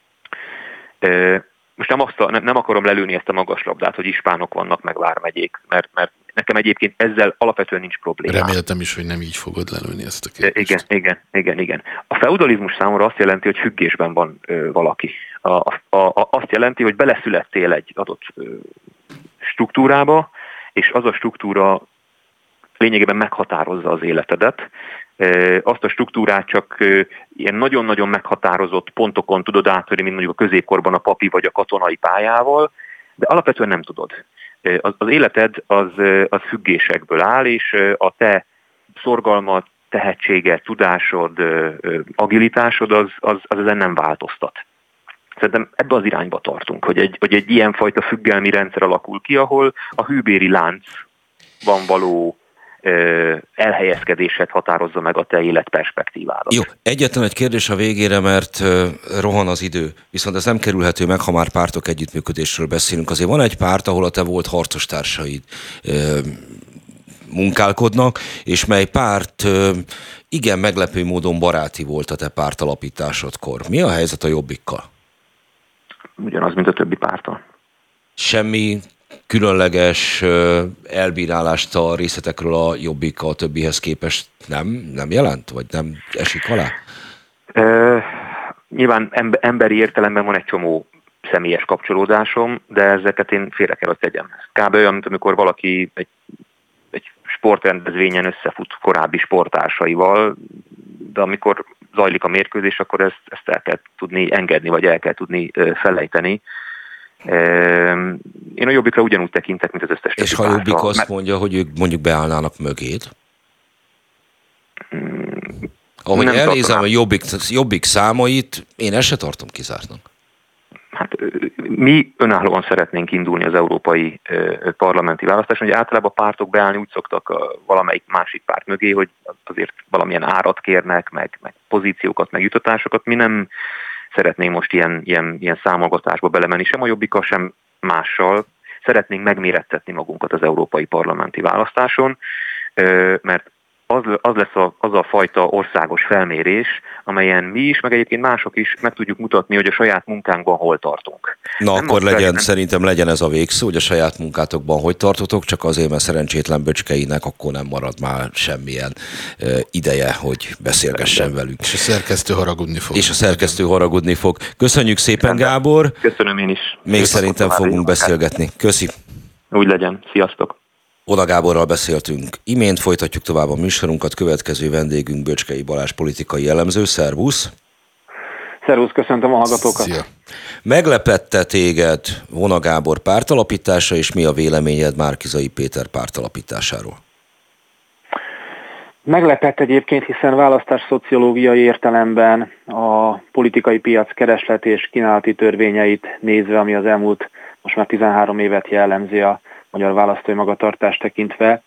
Most nem, azt a, nem, nem akarom lelőni ezt a magaslabdát, hogy ispánok vannak, meg vármegyék, mert, mert nekem egyébként ezzel alapvetően nincs probléma. Reméltem is, hogy nem így fogod lelőni ezt a kérdést. Igen, igen, igen, igen. A feudalizmus számomra azt jelenti, hogy függésben van ö, valaki. A, a, a, azt jelenti, hogy beleszülettél egy adott ö, struktúrába, és az a struktúra lényegében meghatározza az életedet. Azt a struktúrát csak ilyen nagyon-nagyon meghatározott pontokon tudod átörni, mint mondjuk a középkorban a papi vagy a katonai pályával, de alapvetően nem tudod. Az, az életed az, az függésekből áll, és a te szorgalmad, tehetséged, tudásod, agilitásod az, az, az ezen nem változtat. Szerintem ebbe az irányba tartunk, hogy egy, hogy egy ilyenfajta függelmi rendszer alakul ki, ahol a hűbéri láncban való elhelyezkedésed határozza meg a te életperspektívádat. Jó, egyetlen egy kérdés a végére, mert rohan az idő, viszont ez nem kerülhető meg, ha már pártok együttműködésről beszélünk. Azért van egy párt, ahol a te volt harcostársaid munkálkodnak, és mely párt igen meglepő módon baráti volt a te párt alapításodkor. Mi a helyzet a Jobbikkal? Ugyanaz, mint a többi párttal. Semmi különleges elbírálást a részletekről a Jobbik a többihez képest nem, nem jelent? Vagy nem esik alá? E, nyilván emberi értelemben van egy csomó személyes kapcsolódásom, de ezeket én félre kell, hogy tegyem. Kb. Olyan, mint amikor valaki egy, egy sportrendezvényen összefut korábbi sporttársaival, de amikor zajlik a mérkőzés, akkor ezt, ezt el kell tudni engedni, vagy el kell tudni felejteni. Én a Jobbikra ugyanúgy tekintek, mint az összes többi És ha Jobbik pártra, azt mert... mondja, hogy ők mondjuk beállnának mögét? Hmm, Ahogy elnézem a Jobbik, Jobbik számait, én ezt se tartom kizártnak. Hát mi önállóan szeretnénk indulni az európai parlamenti választáson, hogy általában a pártok beállni úgy szoktak a valamelyik másik párt mögé, hogy azért valamilyen árat kérnek, meg, meg pozíciókat, meg jutatásokat. Mi nem szeretnénk most ilyen, ilyen, ilyen számolgatásba belemenni, sem a Jobbikkal, sem mással. Szeretnénk megmérettetni magunkat az európai parlamenti választáson, mert az, az lesz a, az a fajta országos felmérés, amelyen mi is, meg egyébként mások is meg tudjuk mutatni, hogy a saját munkánkban hol tartunk. Na nem akkor legyen, nem... szerintem legyen ez a végszó, hogy a saját munkátokban hogy tartotok, csak azért, mert szerencsétlen böcskeinek akkor nem marad már semmilyen uh, ideje, hogy beszélgessen velük. És a szerkesztő haragudni fog. És a szerkesztő haragudni fog. Köszönjük szépen, Gábor! Köszönöm én is. Még szerintem fogunk beszélgetni. Köszi! Úgy legyen. Sziasztok! Oda Gáborral beszéltünk. Imént folytatjuk tovább a műsorunkat. Következő vendégünk Böcskei Balázs politikai elemző. Szervusz! Szervusz, köszöntöm a hallgatókat! Szia. Meglepette téged Vona Gábor pártalapítása, és mi a véleményed Márki-Zay Péter pártalapításáról? Meglepett egyébként, hiszen választás szociológiai értelemben a politikai piac kereslet és kínálati törvényeit nézve, ami az elmúlt most már tizenhárom évet jellemzi a magyar választói magatartást tekintve,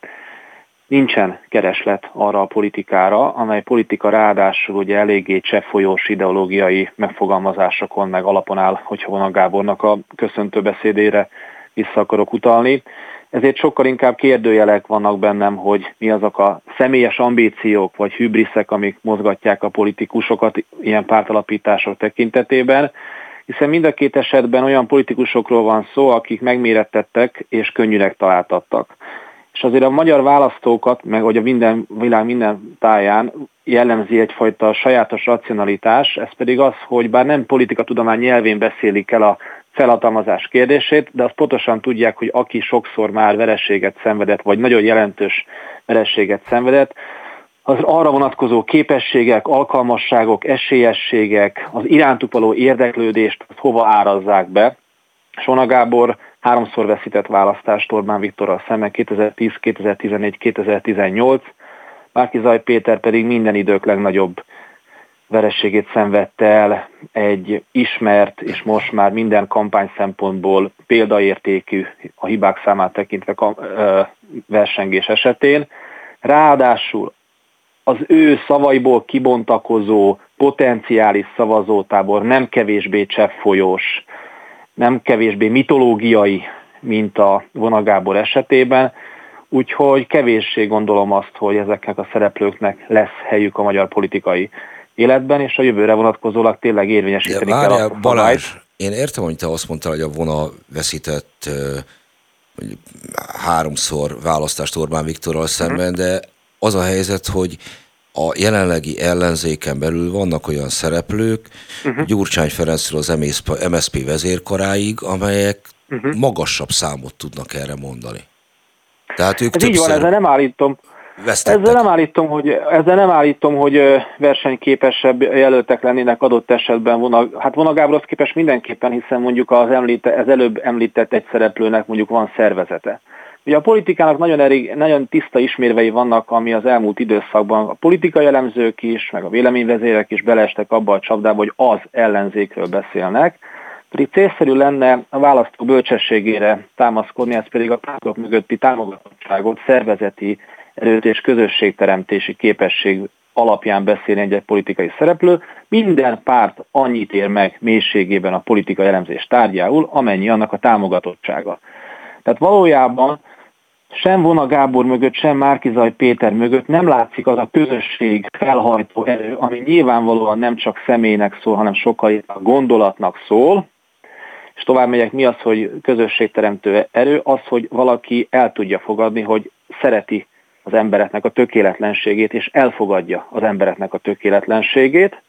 nincsen kereslet arra a politikára, amely politika ráadásul ugye eléggé cseppfolyós ideológiai megfogalmazásokon meg alapon áll, hogyha Vona Gábornak a köszöntő beszédére vissza akarok utalni. Ezért sokkal inkább kérdőjelek vannak bennem, hogy mi azok a személyes ambíciók vagy hübriszek, amik mozgatják a politikusokat ilyen pártalapítások tekintetében, hiszen mind a két esetben olyan politikusokról van szó, akik megmérettettek és könnyűnek találtattak. És azért a magyar választókat, meg hogy a minden, világ minden táján jellemzi egyfajta sajátos racionalitás, ez pedig az, hogy bár nem politikatudomány nyelvén beszélik el a felhatalmazás kérdését, de azt pontosan tudják, hogy aki sokszor már vereséget szenvedett, vagy nagyon jelentős vereséget szenvedett, az arra vonatkozó képességek, alkalmasságok, esélyességek, az irántuk való érdeklődést hova árazzák be. Vona Gábor háromszor veszített választást Orbán Viktorral szemben, kétezer-tíz, kétezer-tizenegy, kétezer-tizennyolc, Márki-Zay Péter pedig minden idők legnagyobb vereségét szenvedte el egy ismert és most már minden kampány szempontból példaértékű, a hibák számát tekintve versengés esetén. Ráadásul az ő szavaiból kibontakozó potenciális szavazótábor nem kevésbé cseppfolyós, nem kevésbé mitológiai, mint a Vona Gábor esetében, úgyhogy kevéssé gondolom azt, hogy ezeknek a szereplőknek lesz helyük a magyar politikai életben, és a jövőre vonatkozólag tényleg érvényesíteni kell a Balázs, én értem, hogy te azt mondtál, hogy a Vona veszített uh, háromszor választást Orbán Viktorral szemben, de az a helyzet, hogy a jelenlegi ellenzéken belül vannak olyan szereplők, uh-huh. Gyurcsány Ferencről az em es zé pé vezérkaráig, amelyek uh-huh. magasabb számot tudnak erre mondani. Tehát ők Ez így van, ezzel nem állítom. Vesztettek. Ezzel nem állítom, hogy, ezzel nem állítom, hogy versenyképesebb jelöltek lennének adott esetben. Vona, hát Vona Gáborhoz képest mindenképpen, hiszen mondjuk az, említett, az előbb említett egy szereplőnek mondjuk van szervezete. Ugye a politikának nagyon, elég, nagyon tiszta ismérvei vannak, ami az elmúlt időszakban a politikai elemzők is, meg a véleményvezérek is beleestek abba a csapdába, hogy az ellenzékről beszélnek. Pedig célszerű lenne a választó bölcsességére támaszkodni, ez pedig a pártok mögötti támogatottságot, szervezeti erőt és közösségteremtési képesség alapján beszélni egy, egy politikai szereplő. Minden párt annyit ér meg mélységében a politikai elemzés tárgyául, amennyi annak a támogatottsága. Tehát valójában sem Vona Gábor mögött, sem Márki-Zay Péter mögött nem látszik az a közösség felhajtó erő, ami nyilvánvalóan nem csak személynek szól, hanem sokkal a gondolatnak szól, és tovább megyek, mi az, hogy közösségteremtő erő? Az, hogy valaki el tudja fogadni, hogy szereti az embereknek a tökéletlenségét, és elfogadja az embereknek a tökéletlenségét,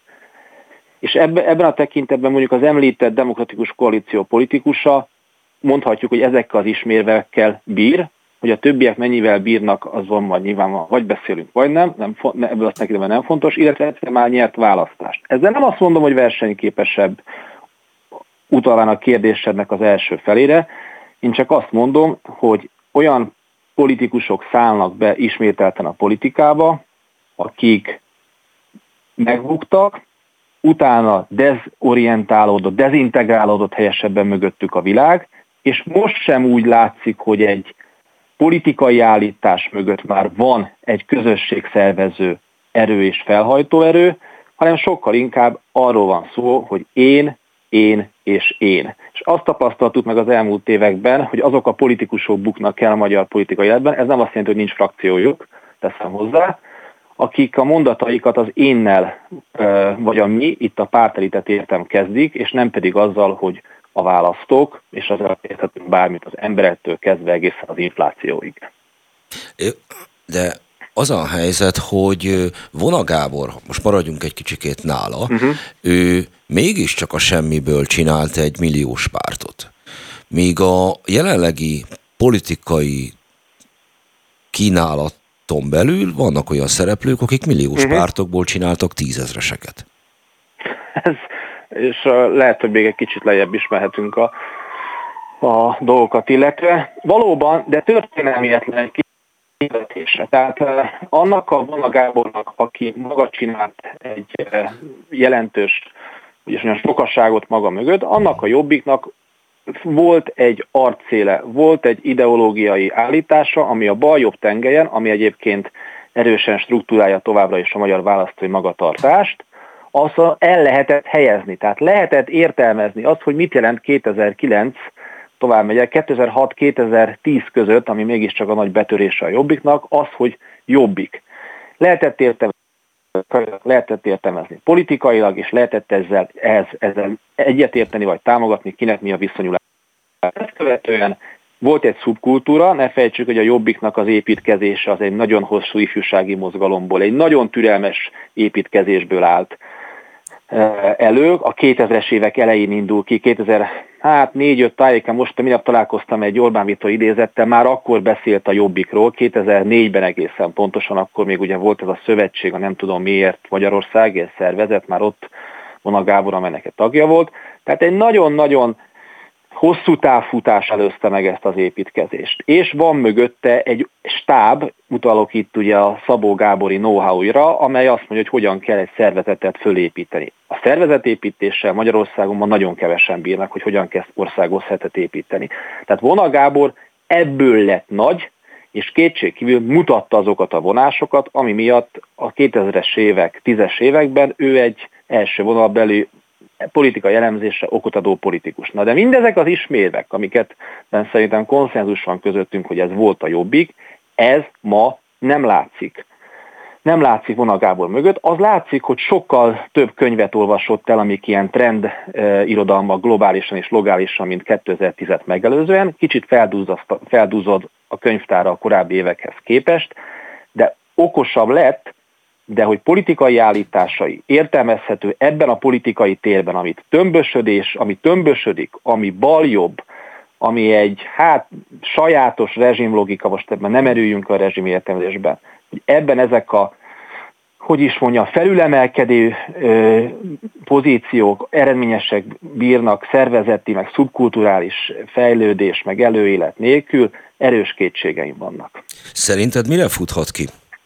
és ebben a tekintetben mondjuk az említett demokratikus koalíció politikusa, mondhatjuk, hogy ezekkel az ismérvekkel bír, hogy a többiek mennyivel bírnak, azon majd nyilván vagy beszélünk, vagy nem, nem ebből azt neki nem fontos, illetve már nyert választást. Ezzel nem azt mondom, hogy versenyképesebb, utalván a kérdésednek az első felére, én csak azt mondom, hogy olyan politikusok szállnak be ismételten a politikába, akik megbuktak, utána dezorientálódott, dezintegrálódott helyesebben mögöttük a világ, és most sem úgy látszik, hogy egy politikai állítás mögött már van egy közösségszervező erő és felhajtó erő, hanem sokkal inkább arról van szó, hogy én, én és én. És azt tapasztaltuk meg az elmúlt években, hogy azok a politikusok buknak el a magyar politikai életben, ez nem azt jelenti, hogy nincs frakciójuk, teszem hozzá, akik a mondataikat az énnel, vagy a mi, itt a pártelitet értem kezdik, és nem pedig azzal, hogy a választók, és az érthetünk bármit az emberektől kezdve egészen az inflációig. De az a helyzet, hogy Vona Gábor, most maradjunk egy kicsikét nála, uh-huh. ő mégiscsak a semmiből csinált egy milliós pártot. Míg a jelenlegi politikai kínálaton belül vannak olyan szereplők, akik milliós uh-huh. pártokból csináltak tízezreseket. Ez, és lehet, hogy még egy kicsit lejjebb is mehetünk a, a dolgokat illetve. Valóban, de történelmietlen egy kicsit életésre. Tehát uh, annak a Vona Gábornak, aki maga csinált egy uh, jelentős, úgyis olyan sokasságot maga mögött, annak a Jobbiknak volt egy arcéle, volt egy ideológiai állítása, ami a bal-jobb tengelyen, ami egyébként erősen struktúrálja továbbra is a magyar választói magatartást, azt el lehetett helyezni. Tehát lehetett értelmezni azt, hogy mit jelent kétezer-kilenc, tovább megyek, kétezer-hat-kétezer-tíz között, ami mégiscsak a nagy betörése a Jobbiknak, az, hogy Jobbik. Lehetett értelmezni, lehetett értelmezni politikailag, és lehetett ezzel, ehhez, ezzel egyetérteni, vagy támogatni, kinek mi a viszonyulás. Ezt követően volt egy szubkultúra, ne fejtsük, hogy a Jobbiknak az építkezése az egy nagyon hosszú ifjúsági mozgalomból, egy nagyon türelmes építkezésből állt elő. A kétezres évek elején indul ki, kétezer-négy-öt tájéken, most minap találkoztam egy Orbán Viktor idézettel, már akkor beszélt a Jobbikról, kétezer-négyben egészen pontosan, akkor még ugye volt ez a szövetség, a nem tudom miért Magyarország, ez szervezet, már ott Vona Gábor, amelynek tagja volt. Tehát egy nagyon-nagyon hosszú távfutás előzte meg ezt az építkezést. És van mögötte egy stáb, utalok itt ugye a Szabó Gábori know-how-ra, amely azt mondja, hogy hogyan kell egy szervezetet fölépíteni. A szervezetépítéssel Magyarországon ma nagyon kevesen bírnak, hogy hogyan kell országos szervezetet építeni. Tehát Vona Gábor ebből lett nagy, és kétségkívül mutatta azokat a vonásokat, ami miatt a kétezres évek, tízes években ő egy első vonalbeli politikai elemzésre okot adó politikus. Na de mindezek az ismérvek, amiket szerintem konszenzus van közöttünk, hogy ez volt a Jobbik, ez ma nem látszik. Nem látszik Vona Gábor mögött, az látszik, hogy sokkal több könyvet olvasott el, amik ilyen trend e, irodalmak globálisan és logálisan, mint kétezer-tízet megelőzően. Kicsit feldúzod a könyvtára a korábbi évekhez képest, de okosabb lett, de hogy politikai állításai értelmezhető ebben a politikai térben, amit tömbösödés, ami tömbösödik, ami baljobb, ami egy hát sajátos rezsimlogika, most ebben nem erüljünk a rezsim értelmezésben, hogy ebben ezek a, hogy is mondja, felülemelkedő ö, pozíciók, eredményesek bírnak szervezeti, meg szubkulturális fejlődés, meg előélet nélkül, erős kétségeim vannak. Szerinted mire futhat ki?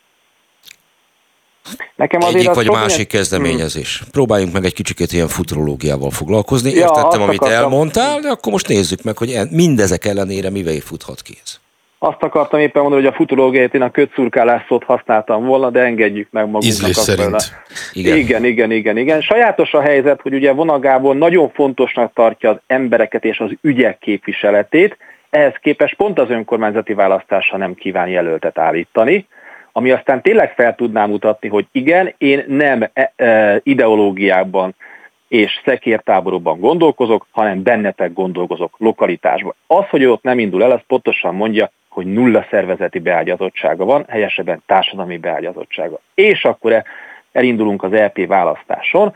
Nekem Egyik vagy másik kezdeményezés. Hmm. Próbáljunk meg egy kicsikét ilyen futurológiával foglalkozni. Ja, Értettem, amit akartam... elmondtál, de akkor most nézzük meg, hogy mindezek ellenére mivel futhat ki ez. Azt akartam éppen mondani, hogy a futurológiát én a kötszurkálás szót használtam volna, de engedjük meg magunknak. Ízlés szerint. Igen. igen, igen, igen, igen. Sajátos a helyzet, hogy ugye Vona Gábor nagyon fontosnak tartja az embereket és az ügyek képviseletét, ehhez képest pont az önkormányzati választásra nem kíván jelöltet állítani, ami aztán tényleg fel tudná mutatni, hogy igen, én nem ideológiában és szekértáborokban gondolkozok, hanem bennetek gondolkozok lokalitásban. Az, hogy ő ott nem indul el, az pontosan mondja, hogy nulla szervezeti beágyazottsága van, helyesebben társadalmi beágyazottsága. És akkor elindulunk az é pé választáson.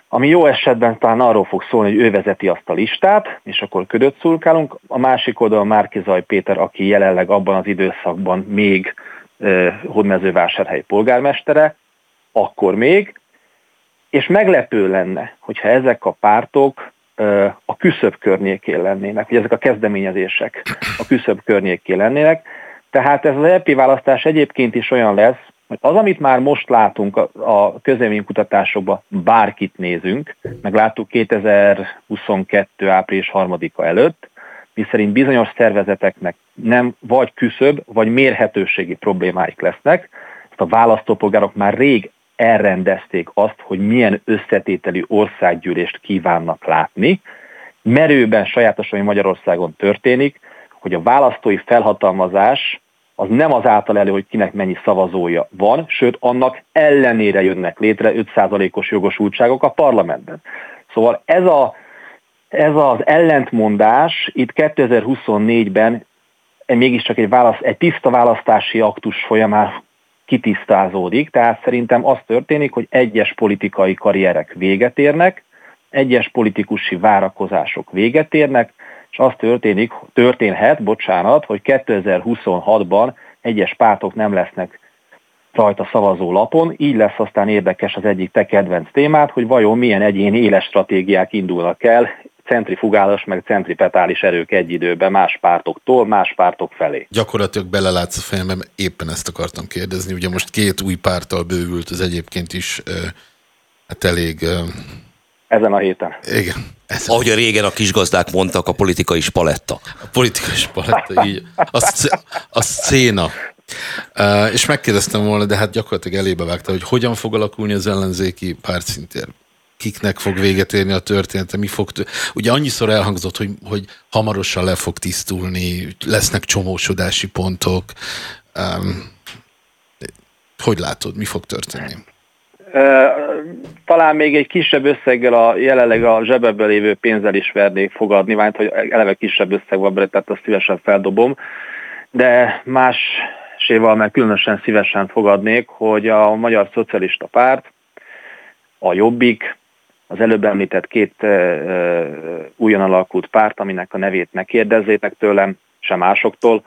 ami jó esetben talán arról fog szólni, hogy ő vezeti azt a listát, és akkor ködöt szurkálunk. A másik oldalon Márki-Zay Péter, aki jelenleg abban az időszakban még eh, Hódmezővásárhely polgármestere, akkor még, és meglepő lenne, hogyha ezek a pártok eh, a küszöb környékén lennének, vagy ezek a kezdeményezések a küszöb környékén lennének. Tehát ez az é pé választás egyébként is olyan lesz, hogy az, amit már most látunk a közvéleménykutatásokban, bárkit nézünk, meg láttuk kétezer-huszonkettő. április harmadika előtt, miszerint bizonyos szervezeteknek nem vagy küszöb, vagy mérhetőségi problémáik lesznek. Ezt a választópolgárok már rég elrendezték azt, hogy milyen összetételű országgyűlést kívánnak látni. Merőben sajátosan, ami Magyarországon történik, hogy a választói felhatalmazás az nem az által elő, hogy kinek mennyi szavazója van, sőt, annak ellenére jönnek létre öt százalékos jogosultságok a parlamentben. Szóval ez, a, ez az ellentmondás itt kétezer-huszonnégyben mégiscsak egy, válasz, egy tiszta választási aktus folyamán kitisztázódik, tehát szerintem az történik, hogy egyes politikai karrierek véget érnek, egyes politikusi várakozások véget érnek, és az történik, történhet, bocsánat, hogy kétezer-huszonhatban egyes pártok nem lesznek rajta szavazólapon, így lesz aztán érdekes az egyik te kedvenc témát, hogy vajon milyen egyéni éles stratégiák indulnak el, centrifugális meg centripetális erők egy időben más pártoktól, más pártok felé. Gyakorlatilag belelátsz a fejembe, mert éppen ezt akartam kérdezni. Ugye most két új párttal bővült az egyébként is hát elég... Ezen a héten. Igen. Ezen. Ahogy a régen a kisgazdák mondtak, a politikai spaletta. A politikai spaletta, így. A, sz, a széna. Uh, és megkérdeztem volna, de hát gyakorlatilag elébe vágta, hogy hogyan fog alakulni az ellenzéki pártszintér. Kiknek fog véget érni a története, mi fog... Tő... Ugye annyiszor elhangzott, hogy, hogy hamarosan le fog tisztulni, lesznek csomósodási pontok. Um, hogy látod, mi fog történni? Talán még egy kisebb összeggel a jelenleg a zsebebben lévő pénzzel is vernék fogadni, mert hogy eleve kisebb összeg van bele, tehát azt szívesen feldobom, de máséval meg különösen szívesen fogadnék, hogy a Magyar Szocialista Párt, a Jobbik, az előbb említett két uh, újon alakult párt, aminek a nevét ne kérdezzétek tőlem, sem másoktól,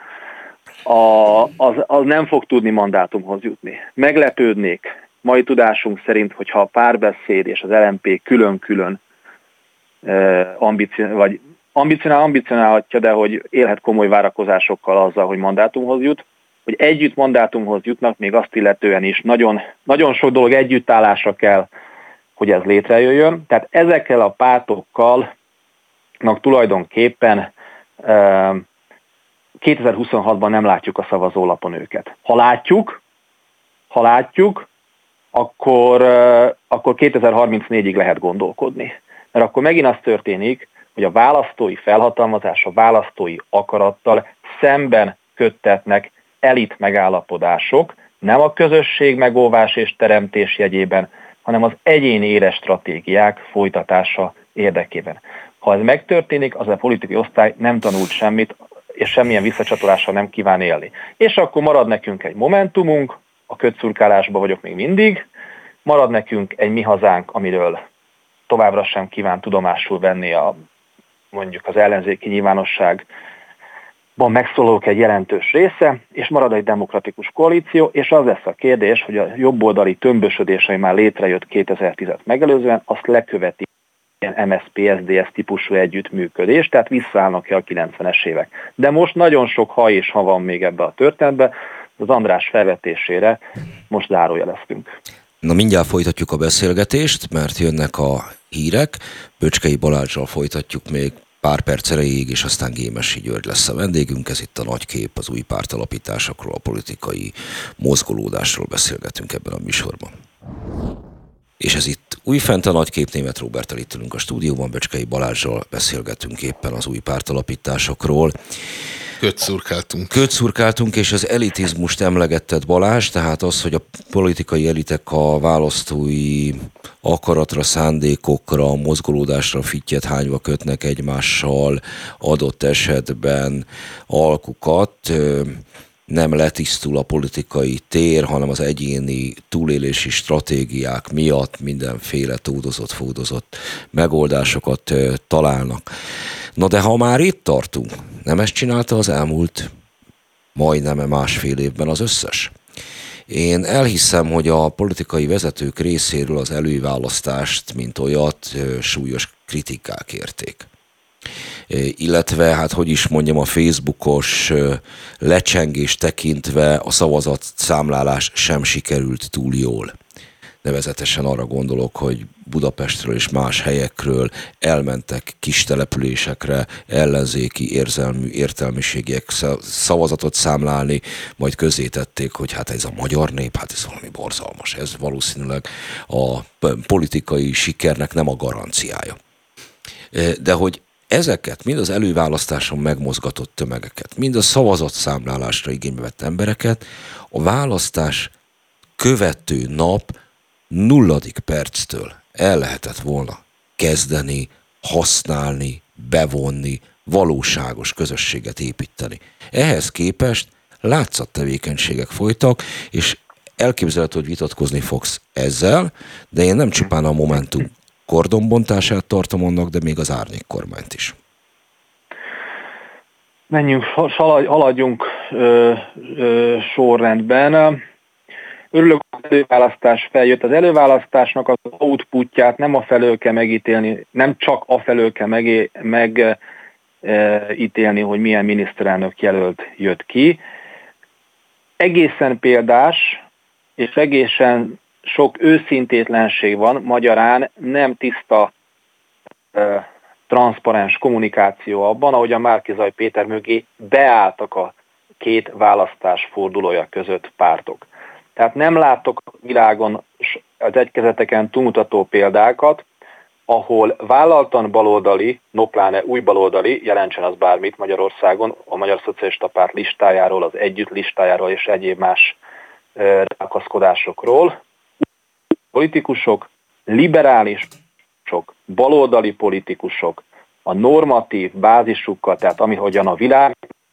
a, az, az nem fog tudni mandátumhoz jutni. Meglepődnék, mai tudásunk szerint, hogyha a Párbeszéd és az el em pé külön-külön uh, ambici- vagy ambicionál, ambicionálhatja, de hogy élhet komoly várakozásokkal azzal, hogy mandátumhoz jut, hogy együtt mandátumhoz jutnak, még azt illetően is nagyon, nagyon sok dolog együttállásra kell, hogy ez létrejöjjön. Tehát ezekkel a pártokkal tulajdonképpen uh, kétezer-huszonhatban nem látjuk a szavazólapon őket. Ha látjuk, ha látjuk, akkor, uh, akkor kétezer-harmincnégyig lehet gondolkodni. Mert akkor megint az történik, hogy a választói felhatalmazás, a választói akarattal szemben köttetnek elit megállapodások, nem a közösség megóvás és teremtés jegyében, hanem az egyéni éles stratégiák folytatása érdekében. Ha ez megtörténik, az a politikai osztály nem tanult semmit, és semmilyen visszacsatolással nem kíván élni. És akkor marad nekünk egy momentumunk, a kötszurkálásban vagyok még mindig, marad nekünk egy mi hazánk, amiről továbbra sem kíván tudomásul venni a, mondjuk az ellenzéki nyilvánosságban megszólalók egy jelentős része, és marad egy demokratikus koalíció, és az lesz a kérdés, hogy a jobboldali tömbösödés, ami már létrejött kétezer-tízet megelőzően, azt leköveti ilyen em es zé pé es dé es típusú együttműködés, tehát visszaállnak-e a kilencvenes évek. De most nagyon sok ha és ha van még ebbe a történetbe, az András felvetésére most zárójeleztünk. Na mindjárt folytatjuk a beszélgetést, mert jönnek a hírek. Böcskei Balázssal folytatjuk még pár perc erejéig, és aztán Gémesi György lesz a vendégünk. Ez itt a Nagy Kép, az új pártalapításokról, a politikai mozgolódásról beszélgetünk ebben a műsorban. És ez itt újfent a Nagy Kép, Németh Róberttel itt ülünk a stúdióban, Böcskei Balázssal beszélgetünk éppen az új pártalapításokról. Kötszurkáltunk. Kötszurkáltunk, és az elitizmust emlegetted, Balázs, tehát az, hogy a politikai elitek a választói akaratra, szándékokra, mozgolódásra fittyet hányva kötnek egymással adott esetben alkukat. nem letisztul a politikai tér, hanem az egyéni túlélési stratégiák miatt mindenféle tódozott, fódozott megoldásokat találnak. Na de ha már itt tartunk, nem ezt csinálta az elmúlt majdnem másfél évben az összes? Én elhiszem, hogy a politikai vezetők részéről az előválasztást, mint olyat, súlyos kritikák érték. Illetve, hát hogy is mondjam, a Facebookos lecsengés tekintve a szavazatszámlálás sem sikerült túl jól. Nevezetesen arra gondolok, hogy Budapestről és más helyekről elmentek kis településekre ellenzéki érzelmű értelmiségiek szavazatot számlálni, majd közzétették, hogy hát ez a magyar nép, hát ez valami borzalmas. Ez valószínűleg a politikai sikernek nem a garanciája. De hogy ezeket, mind az előválasztáson megmozgatott tömegeket, mind a szavazatszámlálásra igénybe vett embereket, a választás követő nap nulladik perctől el lehetett volna kezdeni, használni, bevonni, valóságos közösséget építeni. Ehhez képest látszattevékenységek folytak, és elképzelhető, hogy vitatkozni fogsz ezzel, de én nem csupán a Momentum kordonbontását tartom annak, de még az árnyék kormányt is. Menjünk, haladjunk ö, ö, sorrendben. Örülök, hogy az előválasztás feljött. Az előválasztásnak az outputját nem a felől kell megítélni, nem csak a felől kell megítélni, hogy milyen miniszterelnök jelölt jött ki. Egészen példás, és egészen sok őszintétlenség van, magyarán nem tiszta, transzparens kommunikáció abban, ahogy a Márki-Zay Péter mögé beálltak a két választás fordulója között pártok. Tehát nem láttok a világon az egykezeteken túlmutató példákat, ahol vállaltan baloldali, no pláne új baloldali, jelentsen az bármit Magyarországon, a Magyar Szocialista Párt listájáról, az Együtt listájáról és egyéb más rákaszkodásokról, politikusok, liberálisok, baloldali politikusok, a normatív bázisukkal, tehát amihogyan a világnak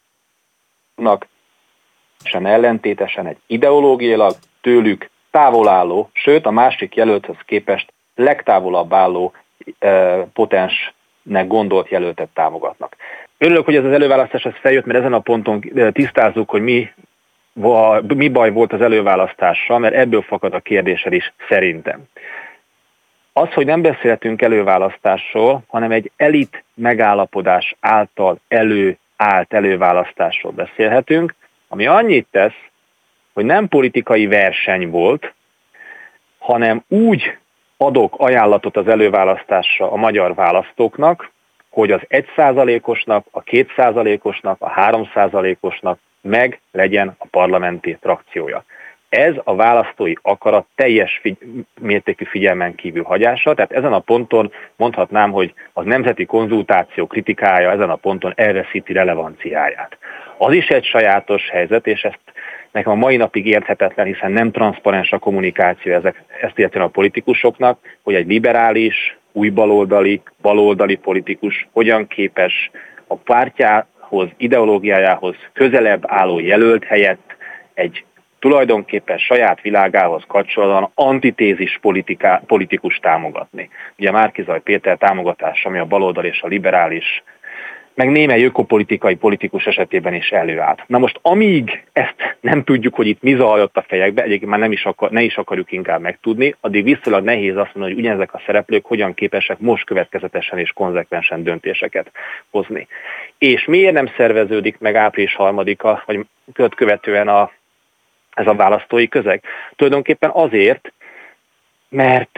sem ellentétesen egy ideológiailag tőlük távol álló, sőt a másik jelölthez képest legtávolabb álló e, potensnek gondolt jelöltet támogatnak. Örülök, hogy ez az előválasztás ez feljött, mert ezen a ponton tisztázzuk, hogy mi, mi baj volt az előválasztással, mert ebből fakad a kérdésed is szerintem. Az, hogy nem beszélhetünk előválasztásról, hanem egy elit megállapodás által előállt előválasztásról beszélhetünk, ami annyit tesz, hogy nem politikai verseny volt, hanem úgy adok ajánlatot az előválasztásra a magyar választóknak, hogy az egy százalékosnak, a két százalékosnak, a három százalékosnak meg legyen a parlamenti trakciója. Ez a választói akarat teljes figy- mértékű figyelmen kívül hagyása, tehát ezen a ponton mondhatnám, hogy az nemzeti konzultáció kritikája ezen a ponton elveszíti relevanciáját. Az is egy sajátos helyzet, és ezt nekem a mai napig érthetetlen, hiszen nem transzparens a kommunikáció ezek, ezt illetően a politikusoknak, hogy egy liberális, új baloldali, baloldali politikus hogyan képes a pártjához, ideológiájához közelebb álló jelölt helyett egy tulajdonképpen saját világához kapcsolatban antitézis politika, politikus támogatni. Ugye Márki-Zay Péter támogatása, ami a baloldal és a liberális, meg némely ökopolitikai politikus esetében is előállt. Na most amíg ezt nem tudjuk, hogy itt mi zajlott a fejekbe, egyébként már nem is akar, ne is akarjuk inkább megtudni, addig viszonylag nehéz azt mondani, hogy ugyanezek a szereplők hogyan képesek most következetesen és konzekvensen döntéseket hozni. És miért nem szerveződik meg április harmadika, vagy követően a ez a választói közeg? Tulajdonképpen azért, mert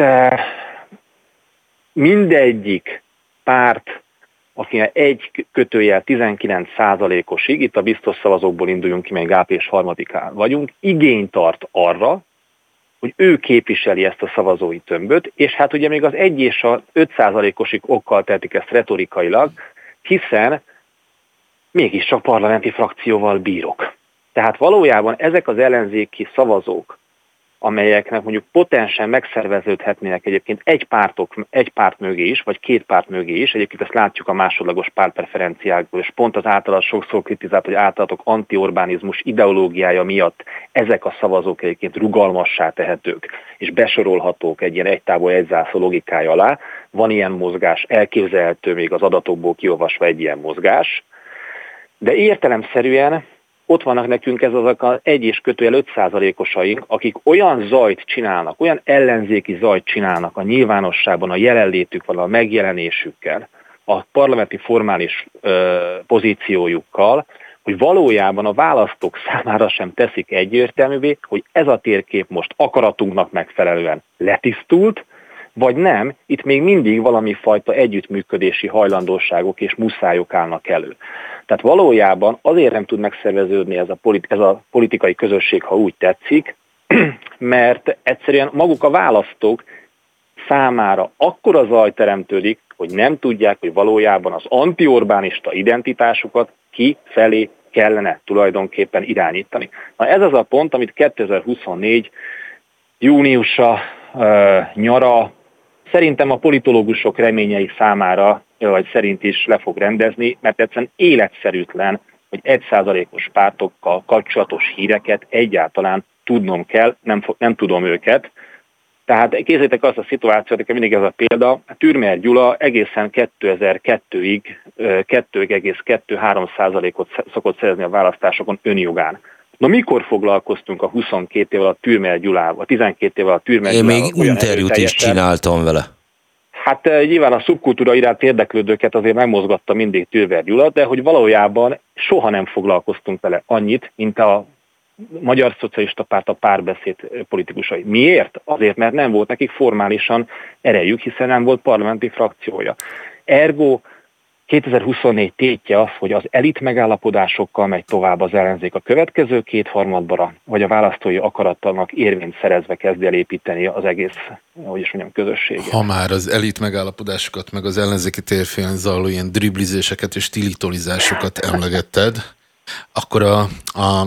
mindegyik párt, akinek egy kötőjel tizenkilenc százalékosig, itt a biztos szavazókból induljunk ki, még április harmadikán vagyunk, igény tart arra, hogy ő képviseli ezt a szavazói tömböt, és hát ugye még az egy és a öt százalékosig okkal tehetik ezt retorikailag, hiszen mégiscsak parlamenti frakcióval bírok. Tehát valójában ezek az ellenzéki szavazók amelyeknek mondjuk potensen megszerveződhetnének egyébként egy, pártok, egy párt mögé is, vagy két párt mögé is. Egyébként ezt látjuk a másodlagos pártpreferenciákból, és pont az általad sokszor kritizált, hogy általatok anti-orbánizmus ideológiája miatt ezek a szavazók egyébként rugalmassá tehetők, és besorolhatók egy ilyen egytávol egyzászló logikája alá. Van ilyen mozgás, elképzelhető még az adatokból kiolvasva egy ilyen mozgás, de értelemszerűen ott vannak nekünk ez azok az egy és kötőjel öt százalékosaink, akik olyan zajt csinálnak, olyan ellenzéki zajt csinálnak a nyilvánosságban, a jelenlétükkel, a megjelenésükkel, a parlamenti formális ö, pozíciójukkal, hogy valójában a választók számára sem teszik egyértelművé, hogy ez a térkép most akaratunknak megfelelően letisztult, vagy nem, itt még mindig valami fajta együttműködési hajlandóságok és muszályok állnak elő. Tehát valójában azért nem tud megszerveződni ez a, politi- ez a politikai közösség, ha úgy tetszik, mert egyszerűen maguk a választók számára akkora zaj teremtődik, hogy nem tudják, hogy valójában az anti-orbánista identitásukat kifelé kellene tulajdonképpen irányítani. Na ez az a pont, amit kétezer-huszonnégy júniusa, nyara, szerintem a politológusok reményei számára, vagy szerint is le fog rendezni, mert egyszerűen életszerűtlen, hogy egy százalékos pártokkal kapcsolatos híreket egyáltalán tudnom kell, nem, nem tudom őket. Tehát képzeljétek azt a szituációt, hogy mindig ez a példa, Türmer Gyula egészen kétezer-kettőig kettő egész kettő-három százalékot szokott szerezni a választásokon önjogán. Na mikor foglalkoztunk a huszonkét év alatt Türmer Gyulával, a tizenkét év alatt Türmer Én Gyulával? még interjút is csináltam vele. Hát nyilván a szubkultúra iránt érdeklődőket azért megmozgatta mindig Türmer Gyula, de hogy valójában soha nem foglalkoztunk vele annyit, mint a Magyar Szocialista Párt, a Párbeszéd politikusai. Miért? Azért, mert nem volt nekik formálisan erejük, hiszen nem volt parlamenti frakciója. Ergo kétezer-huszonnégy tétje az, hogy az elit megállapodásokkal megy tovább az ellenzék a következő kétharmadra, vagy a választói akarattalnak érvényt szerezve kezdi el építeni az egész, hogy is mondjam, közösséget. Ha már az elit megállapodásokat, meg az ellenzéki térfélen zajló ilyen driblizéseket és tilitolizásokat emlegetted, akkor a, a,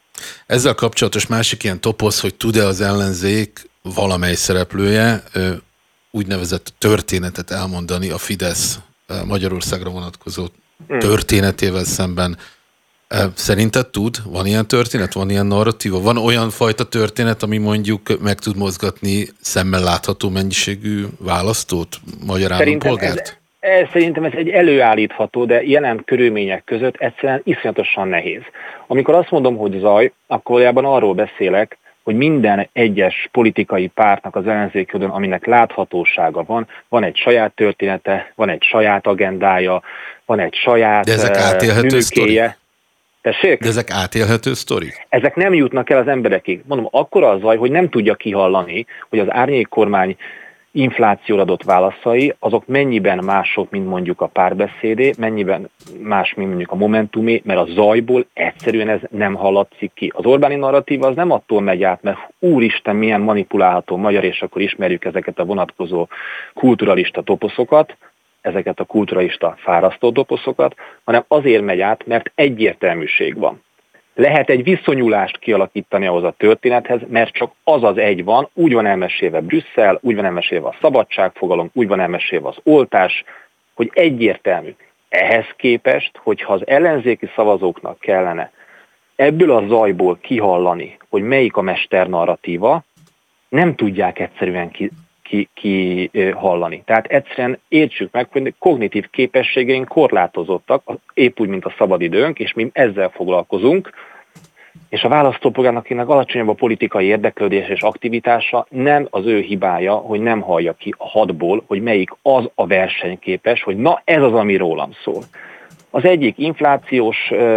ezzel kapcsolatos másik ilyen toposz, hogy tud-e az ellenzék valamely szereplője úgynevezett történetet elmondani a Fidesz Magyarországra vonatkozó történetével szemben. Szerinted tud? Van ilyen történet? Van ilyen narratíva? Van olyan fajta történet, ami mondjuk meg tud mozgatni szemmel látható mennyiségű választót, magyar állampolgárt? Ez, ez, szerintem ez egy előállítható, de jelen körülmények között egyszerűen iszonyatosan nehéz. Amikor azt mondom, hogy zaj, akkor valójában arról beszélek, hogy minden egyes politikai pártnak az ellenzékködön, aminek láthatósága van, van egy saját története, van egy saját agendája, van egy saját De ezek átélhető sztori? Tessék? De ezek átélhető sztori? Ezek nem jutnak el az emberekig. Mondom, akkora az zaj, hogy nem tudja kihallani, hogy az árnyék kormány inflációra adott válaszai, azok mennyiben mások, mint mondjuk a Párbeszédé, mennyiben más, mint mondjuk a Momentumé, mert a zajból egyszerűen ez nem hallatszik ki. Az Orbáni narratíva az nem attól megy át, mert úristen, milyen manipulálható magyar, és akkor ismerjük ezeket a vonatkozó kulturalista toposzokat, ezeket a kulturalista fárasztó toposzokat, hanem azért megy át, mert egyértelműség van. Lehet egy viszonyulást kialakítani ahhoz a történethez, mert csak az az egy van, úgy van elmesélve Brüsszel, úgy van elmesélve a szabadságfogalom, úgy van elmesélve az oltás, hogy egyértelmű. Ehhez képest, hogyha az ellenzéki szavazóknak kellene ebből a zajból kihallani, hogy melyik a mester narratíva, nem tudják egyszerűen ki, ki, ki hallani. Tehát egyszerűen értsük meg, hogy kognitív képességeink korlátozottak, épp úgy, mint a szabadidőnk, és mi ezzel foglalkozunk, és a választópolgárnak, akinek alacsonyabb a politikai érdeklődés és aktivitása, nem az ő hibája, hogy nem hallja ki a hatból, hogy melyik az a versenyképes, hogy na ez az, ami rólam szól. Az egyik inflációs,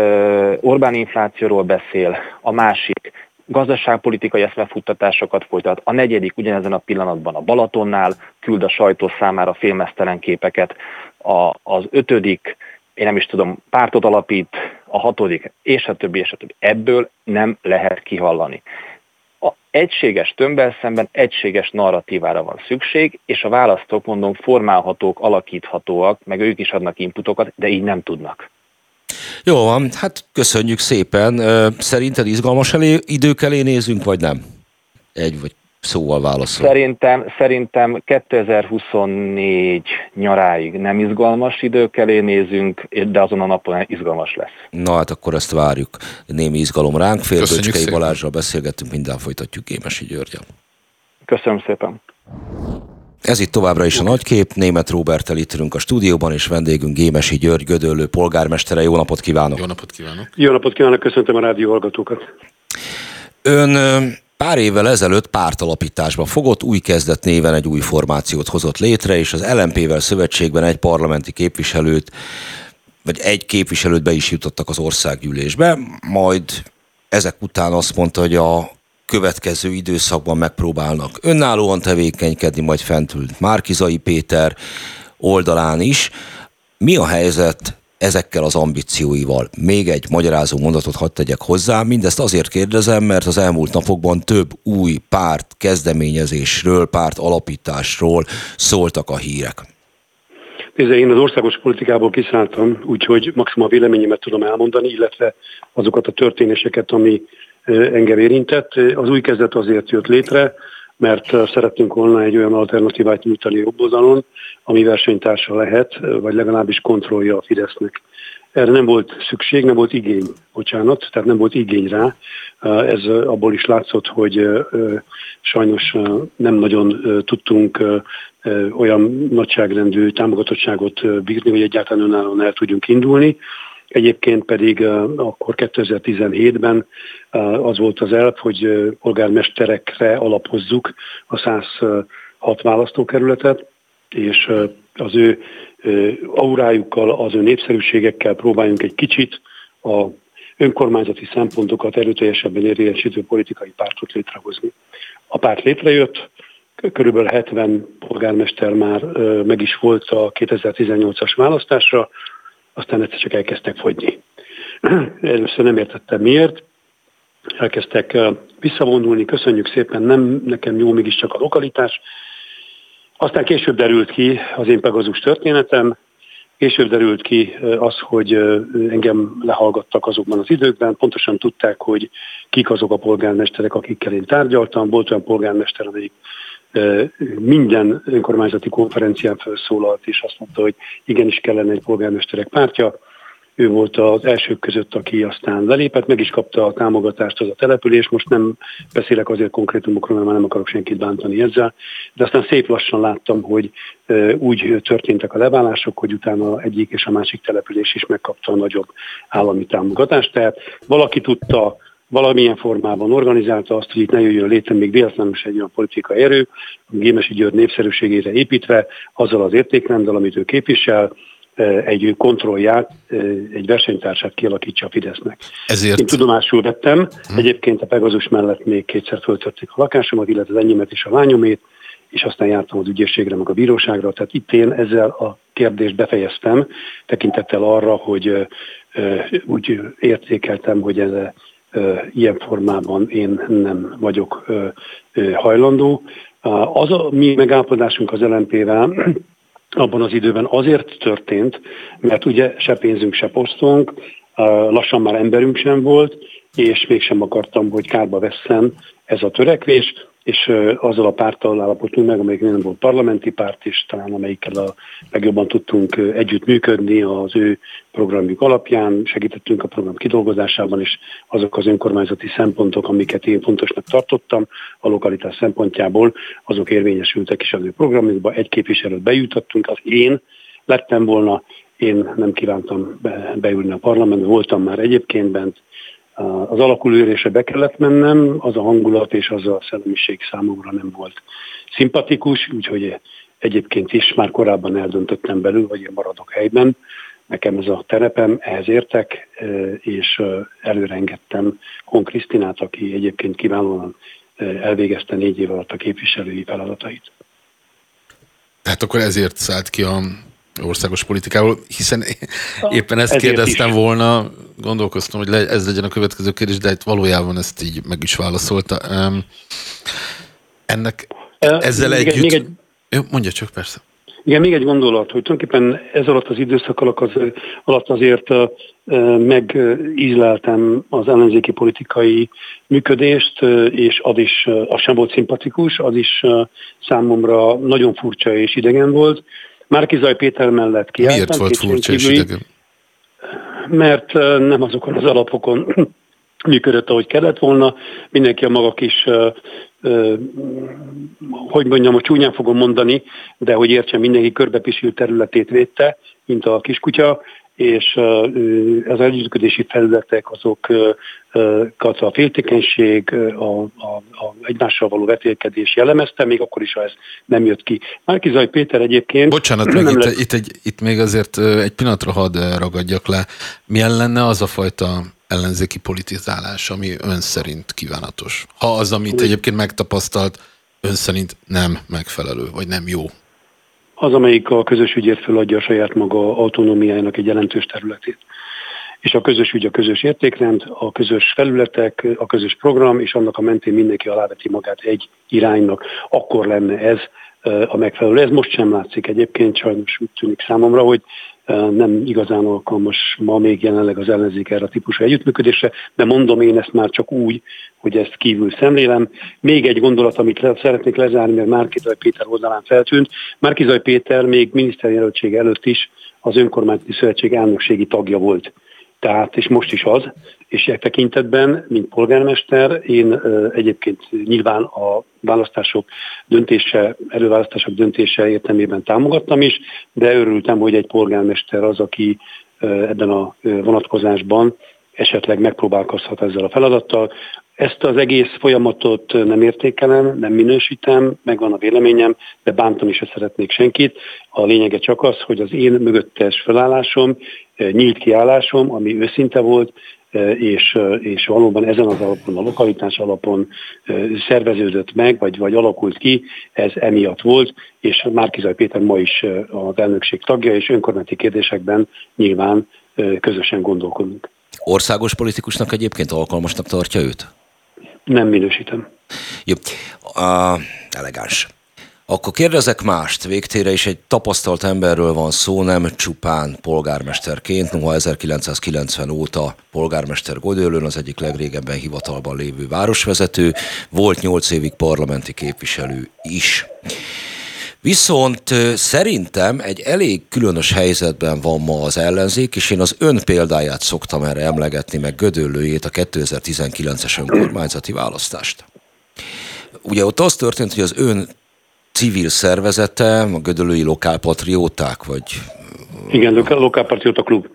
Orbán inflációról beszél, a másik gazdaságpolitikai eszmefuttatásokat folytat, a negyedik ugyanezen a pillanatban a Balatonnál küld a sajtó számára félmeztelen képeket, a, az ötödik, én nem is tudom, pártot alapít, a hatodik, és a többi, és a többi. Ebből nem lehet kihallani. A egységes tömbbel szemben egységes narratívára van szükség, és a választók, mondom, formálhatók, alakíthatóak, meg ők is adnak inputokat, de így nem tudnak. Jó van, hát köszönjük szépen. Szerinted izgalmas elé, idők elé nézünk, vagy nem? egy vagy szóval válaszol. Szerintem, szerintem kétezer-huszonnégy nyaráig nem izgalmas idők elé nézünk, de azon a napon izgalmas lesz. Na hát akkor ezt várjuk. Némi izgalom ránk fél. Böcskei szépen. Balázsral beszélgettünk, minden folytatjuk Gémesi Györgyel. Köszönöm szépen. Ez itt továbbra is a Nagykép. Németh Róberttel itt ülünk a stúdióban, és vendégünk Gémesi György Gödöllő polgármestere. Jó napot kívánok! Jó napot kívánok! Jó napot kívánok, köszöntöm a rádió hallgatókat! Ön pár évvel ezelőtt pártalapításba fogott, Új Kezdet néven egy új formációt hozott létre, és az el en pé-vel szövetségben egy parlamenti képviselőt, vagy egy képviselőt be is jutottak az országgyűlésbe, majd ezek után azt mondta, hogy a következő időszakban megpróbálnak önállóan tevékenykedni, majd fentült Márki-Zay Péter oldalán is. Mi a helyzet ezekkel az ambícióival? Még egy magyarázó mondatot hadd tegyek hozzá. Mindezt azért kérdezem, mert az elmúlt napokban több új párt kezdeményezésről, párt alapításról szóltak a hírek. Nézze, én az országos politikából kiszálltam, úgyhogy maximum a véleményemet tudom elmondani, illetve azokat a történéseket, ami engem érintett. Az Új Kezdet azért jött létre, mert szerettünk volna egy olyan alternatívát nyújtani jobb oldalon, ami versenytársa lehet, vagy legalábbis kontrollja a Fidesznek. Erre nem volt szükség, nem volt igény, bocsánat, tehát nem volt igény rá. Ez abból is látszott, hogy sajnos nem nagyon tudtunk olyan nagyságrendű támogatottságot bírni, hogy egyáltalán önállóan el tudjunk indulni. Egyébként pedig akkor kétezer-tizenhétben az volt az elv, hogy polgármesterekre alapozzuk a száz hat választókerületet, és az ő aurájukkal, az ő népszerűségekkel próbáljunk egy kicsit a önkormányzati szempontokat erőteljesebben érvényesítő politikai pártot létrehozni. A párt létrejött, körülbelül hetven polgármester már meg is volt a kétezer-tizennyolcas választásra, aztán egyszer csak elkezdtek fogyni. Először nem értettem miért, elkezdtek visszavonulni, köszönjük szépen, nem nekem jó mégiscsak a lokalitás. Aztán később derült ki az én Pegazus történetem, később derült ki az, hogy engem lehallgattak azokban az időkben, pontosan tudták, hogy kik azok a polgármesterek, akikkel én tárgyaltam. Volt olyan polgármester, amelyik minden önkormányzati konferencián felszólalt, és azt mondta, hogy igenis kellene egy polgármesterek pártja. Ő volt az elsők között, aki aztán lelépett, meg is kapta a támogatást az a település. Most nem beszélek azért konkrétumokról, mert már nem akarok senkit bántani ezzel, de aztán szép lassan láttam, hogy úgy történtek a leválások, hogy utána egyik és a másik település is megkapta a nagyobb állami támogatást. Tehát valaki tudta, valamilyen formában organizálta azt, hogy itt ne jöjjön létre még véletlenül egy olyan politikai erő, Gémesi György népszerűségére építve, azzal az értékrenddel, amit ő képvisel, egy kontrollját, egy versenytársát kialakítsa a Fidesznek. Ezért... Én tudomásul vettem, hm. egyébként a Pegazus mellett még kétszer föltörték a lakásomat, illetve az enyémet és a lányomét, és aztán jártam az ügyészségre, meg a bíróságra, tehát itt én ezzel a kérdést befejeztem, tekintettel arra, hogy úgy értékeltem, hogy ez ilyen formában én nem vagyok hajlandó. Az a mi megállapodásunk az el en pé-vel abban az időben azért történt, mert ugye se pénzünk, se posztunk, lassan már emberünk sem volt, és mégsem akartam, hogy kárba vesszen ez a törekvés, és azzal a párttal állapodtunk meg, amelyik nem volt parlamenti párt, és talán amelyikkel a legjobban tudtunk együtt működni az ő programjuk alapján, segítettünk a program kidolgozásában, és azok az önkormányzati szempontok, amiket én fontosnak tartottam a lokalitás szempontjából, azok érvényesültek is az ő programjukba. Egy képviselőt bejutottunk, az én lettem volna, én nem kívántam be, beülni a parlamentbe, voltam már egyébként bent. Az alakulőrésre be kellett mennem, az a hangulat és az a szellemiség számomra nem volt szimpatikus, úgyhogy egyébként is már korábban eldöntöttem belül, hogy én maradok helyben. Nekem ez a terepem, ehhez értek, és előre engedtem Hon Krisztinát, aki egyébként kiválóan elvégezte négy év alatt a képviselői feladatait. Tehát akkor ezért szállt ki a országos politikából, hiszen éppen ezt ezért kérdeztem is. volna, gondolkoztam, hogy ez legyen a következő kérdés, de itt valójában ezt így meg is válaszolta. Ennek ezzel még együtt... Egy, még egy, Jó, mondja csak, persze. Igen, még egy gondolat, hogy tulajdonképpen ez alatt az időszak alatt azért megízleltem az ellenzéki politikai működést, és az is, az sem volt szimpatikus, az is számomra nagyon furcsa és idegen volt. Márki-Zay Péter mellett kiálltam. Miért volt furcsa és idegen? Mert nem azokon az alapokon működött, ahogy kellett volna. Mindenki a maga kis, hogy mondjam, a csúnyán fogom mondani, de hogy értsem, mindenki körbepisült területét védte, mint a kiskutya, és az együttműködési felületek azokat a féltékenység, a, a, a egymással való vetélkedés jellemezte, még akkor is, ha ez nem jött ki. Márki-Zay Péter egyébként... Bocsánat, meg itt, itt, egy, itt még azért egy pillanatra hadd ragadjak le. Milyen lenne az a fajta ellenzéki politizálás, ami ön szerint kívánatos? Ha az, amit egyébként megtapasztalt, ön szerint nem megfelelő, vagy nem jó? Az, amelyik a közös ügyért feladja a saját maga autonómiájának egy jelentős területét. És a közös ügy a közös értékrend, a közös felületek, a közös program, és annak a mentén mindenki aláveti magát egy iránynak. Akkor lenne ez a megfelelő. Ez most sem látszik egyébként, sajnos úgy tűnik számomra, hogy nem igazán alkalmas ma még jelenleg az ellenzék erre a típusú együttműködésre, de mondom én ezt már csak úgy, hogy ezt kívül szemlélem. Még egy gondolat, amit le, szeretnék lezárni, mert Márki-Zay Péter oldalán feltűnt. Márki-Zay Péter még miniszterjelöltsége előtt is az Önkormányzati Szövetség elnökségi tagja volt. Tehát, és most is az, és e tekintetben, mint polgármester, én egyébként nyilván a választások döntése, előválasztások döntése értelmében támogattam is, de örültem, hogy egy polgármester az, aki ebben a vonatkozásban esetleg megpróbálkozhat ezzel a feladattal. Ezt az egész folyamatot nem értékelem, nem minősítem, megvan a véleményem, de bántam is, hogy szeretnék senkit. A lényege csak az, hogy az én mögöttes felállásom, nyílt kiállásom, ami őszinte volt, és, és valóban ezen az alapon, a lokalitás alapon szerveződött meg, vagy, vagy alakult ki, ez emiatt volt, és Márki-Zay Péter ma is az elnökség tagja, és önkormányzati kérdésekben nyilván közösen gondolkodunk. Országos politikusnak egyébként alkalmasnak tartja őt? Nem minősítem. Jó, uh, elegáns. Akkor kérdezek mást, végtére is egy tapasztalt emberről van szó, nem csupán polgármesterként, noha ezerkilencszázkilencven óta polgármester Gödöllőn, az egyik legrégebben hivatalban lévő városvezető, volt nyolc évig parlamenti képviselő is. Viszont szerintem egy elég különös helyzetben van ma az ellenzék, és én az ön példáját szoktam erre emlegetni, meg Gödöllőjét, a kétezer-tizenkilences önkormányzati választást. Ugye ott az történt, hogy az ön civil szervezete, a gödöllői lokálpatrióták, vagy... Igen, lokálpatrióta klub.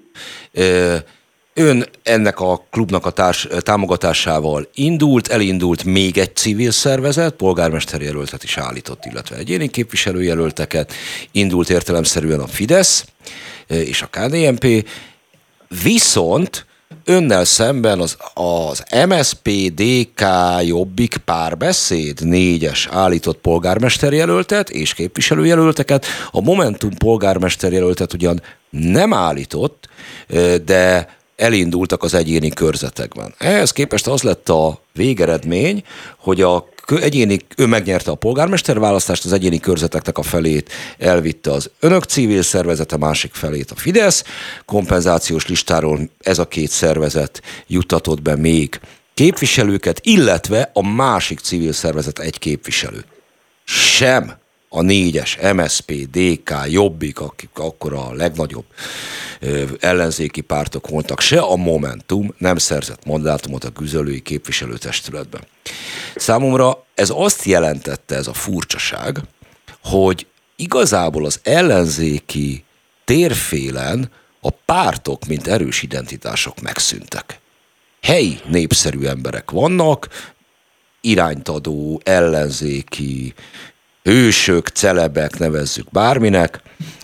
Ön ennek a klubnak a társ, támogatásával indult, elindult még egy civil szervezet, polgármesterjelöltet is állított, illetve egyéni képviselőjelölteket, indult értelemszerűen a Fidesz és a ká dé en pé, viszont önnel szemben az, az em es zé pé dé ká Jobbik Párbeszéd négyes állított polgármesterjelöltet és képviselőjelölteket, a Momentum polgármesterjelöltet ugyan nem állított, de elindultak az egyéni körzetekben. Ehhez képest az lett a végeredmény, hogy a egyéni, ő megnyerte a polgármesterválasztást, az egyéni körzeteknek a felét elvitte az önök civil szervezete, másik felét a Fidesz. Kompenzációs listáról ez a két szervezet juttatott be még képviselőket, illetve a másik civil szervezet egy képviselő. Sem a négyes em es zé pé dé ká Jobbik, akik akkor a legnagyobb ö, ellenzéki pártok voltak, se a Momentum nem szerzett mandátumot a gödöllői képviselőtestületben. Számomra ez azt jelentette, ez a furcsaság, hogy igazából az ellenzéki térfélen a pártok, mint erős identitások megszűntek. Helyi népszerű emberek vannak, irányt adó ellenzéki hősök, celebek, nevezzük bárminek,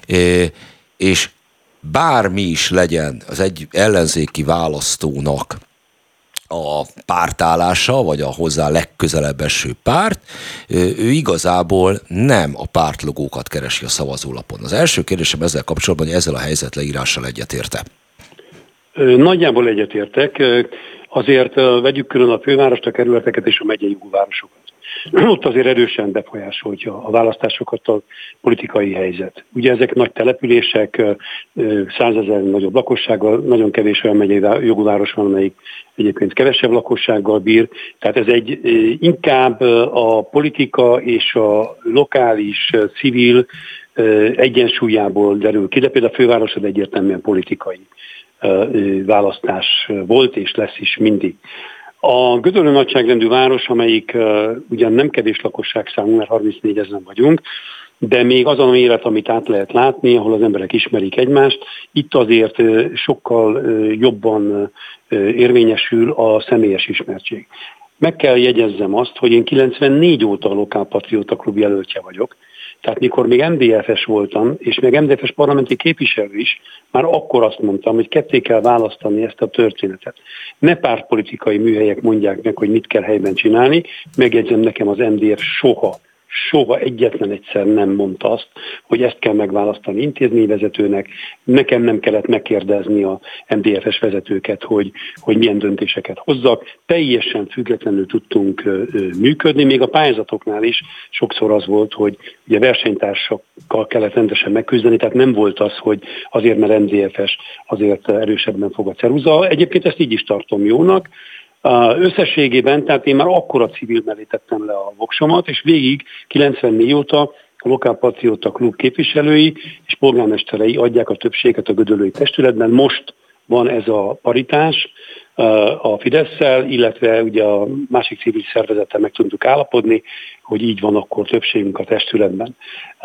és bármi is legyen az egy ellenzéki választónak a pártállása, vagy a hozzá legközelebb eső párt, ő igazából nem a pártlogókat keresi a szavazólapon. Az első kérdésem ezzel kapcsolatban, hogy ezzel a helyzet leírással egyetérte. Nagyjából egyetértek. Azért vegyük külön a fővárost, a kerületeket és a megyei jogú városokat. Ott azért erősen befolyásolja a választásokat a politikai helyzet. Ugye ezek nagy települések, százezer nagyobb lakossággal, nagyon kevés olyan megyei jogúváros van, amelyik egyébként kevesebb lakossággal bír. Tehát ez egy inkább a politika és a lokális, civil egyensúlyából derül ki, de például a főváros az egyértelműen politikai választás volt és lesz is mindig. A Gödöllő nagyságrendű város, amelyik uh, ugyan nem kevés lakosság számú, mert harmincnégyezren vagyunk, de még azon a méret, amit át lehet látni, ahol az emberek ismerik egymást, itt azért uh, sokkal uh, jobban uh, érvényesül a személyes ismertség. Meg kell jegyezzem azt, hogy én kilencvennégy óta a Lokálpatrióta Klub jelöltje vagyok, tehát mikor még em dé ef-es voltam, és még em dé ef-es parlamenti képviselő is, már akkor azt mondtam, hogy ketté kell választani ezt a történetet. Ne pártpolitikai műhelyek mondják meg, hogy mit kell helyben csinálni, megjegyzem, nekem az em dé ef soha, soha egyetlen egyszer nem mondta azt, hogy ezt kell megválasztani intézményvezetőnek. Nekem nem kellett megkérdezni a em dé ef-es vezetőket, hogy, hogy milyen döntéseket hozzak. Teljesen függetlenül tudtunk működni, még a pályázatoknál is sokszor az volt, hogy ugye versenytársakkal kellett rendesen megküzdeni, tehát nem volt az, hogy azért, mert em dé ef-es, azért erősebben fog a ceruza. Egyébként ezt így is tartom jónak. Összességében, tehát én már akkora civil mellé tettem le a voksomat, és végig kilencvennégy óta a Lokálpatrióta Klub képviselői és polgármesterei adják a többséget a gödöllői testületben. Most van ez a paritás a Fidesszel, illetve ugye a másik civil szervezettel meg tudtuk állapodni, hogy így van akkor többségünk a testületben.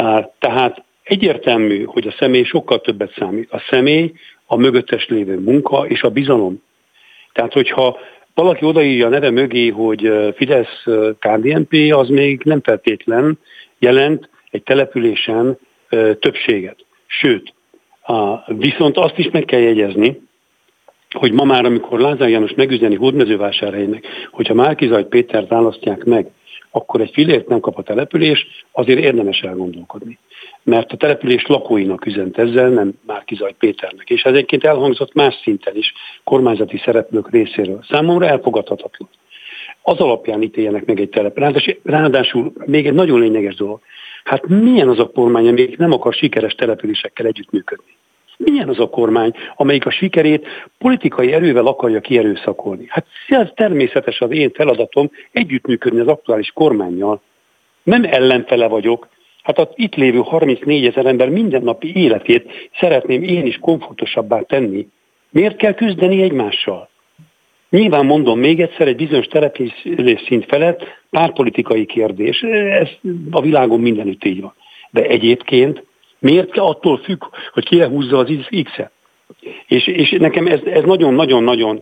Tehát egyértelmű, hogy a személy sokkal többet számít. A személy, a mögöttes lévő munka és a bizalom. Tehát, hogyha valaki odaírja a neve mögé, hogy Fidesz ká dé en pé, az még nem feltétlen jelent egy településen többséget. Sőt, viszont azt is meg kell jegyezni, hogy ma már, amikor Lázár János megüzeni Hódmezővásárhelynek, hogyha Márki-Zay Pétert választják meg, akkor egy fillért nem kap a település, azért érdemes elgondolkodni. Mert a település lakóinak üzent ezzel, nem Márki-Zay Péternek. És ez egyébként elhangzott más szinten is, kormányzati szereplők részéről. Számomra elfogadhatatlan. Az alapján ítéljenek meg egy telep. Ráadásul, ráadásul még egy nagyon lényeges dolog. Hát milyen az a kormány, amelyik nem akar sikeres településekkel együttműködni? Milyen az a kormány, amelyik a sikerét politikai erővel akarja kierőszakolni? Hát ez természetes az én feladatom együttműködni az aktuális kormánnyal. Nem ellenfele vagyok. Hát az itt lévő harmincnégy ezer ember mindennapi életét szeretném én is komfortosabbá tenni. Miért kell küzdeni egymással? Nyilván mondom még egyszer, egy bizonyos település szint felett pártpolitikai kérdés. Ez a világon mindenütt így van. De egyébként miért kell attól függ, hogy ki lehúzza az X-et? És, és nekem ez, ez nagyon-nagyon-nagyon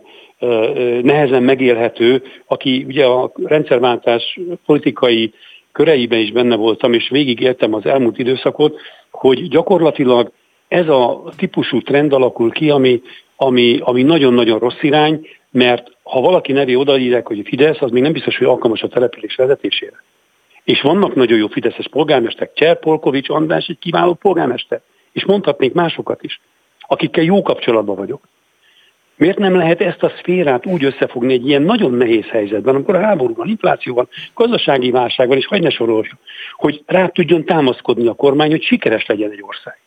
nehezen megélhető, aki ugye a rendszerváltás politikai köreiben is benne voltam, és végigéltem az elmúlt időszakot, hogy gyakorlatilag ez a típusú trend alakul ki, ami, ami, ami nagyon-nagyon rossz irány, mert ha valaki nevé odaírják, hogy Fidesz, az még nem biztos, hogy alkalmas a település vezetésére. És vannak nagyon jó fideszes polgármesterek, Cserpolkovics András egy kiváló polgármester, és mondhatnék másokat is, akikkel jó kapcsolatban vagyok. Miért nem lehet ezt a szférát úgy összefogni egy ilyen nagyon nehéz helyzetben, amikor a háború van, infláció van, gazdasági válság van, és hagyj ne sorolja, hogy rá tudjon támaszkodni a kormány, hogy sikeres legyen egy ország.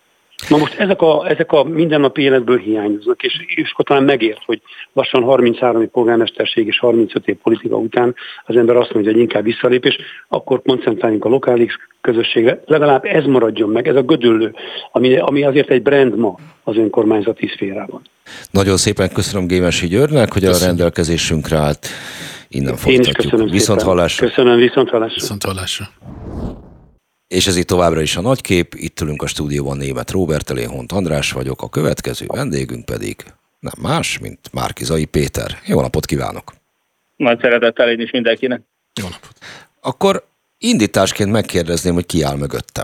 Na most ezek a, ezek a mindennapi életből hiányoznak, és, és talán megért, hogy lassan harminchárom év polgármesterség és harmincöt év politika után az ember azt mondja, hogy inkább visszalép, és akkor koncentráljunk a lokális közösségre. Legalább ez maradjon meg, ez a Gödöllő, ami, ami azért egy brand ma az önkormányzati szférában. Nagyon szépen köszönöm Gémesi Györgynek, hogy köszönöm. A rendelkezésünkre állt. Innen folytatjuk. Viszont hallásra. Köszönöm, viszont hallásra. Viszont hallásra. És ez itt továbbra is a Nagykép, itt ülünk a stúdióban Németh Róberttel, én Hont András vagyok, a következő vendégünk pedig nem más, mint Márki-Zay Péter. Jó napot kívánok! Nagy szeretettel én is mindenkinek. Jó napot! Akkor indításként megkérdezném, hogy ki áll mögöttem.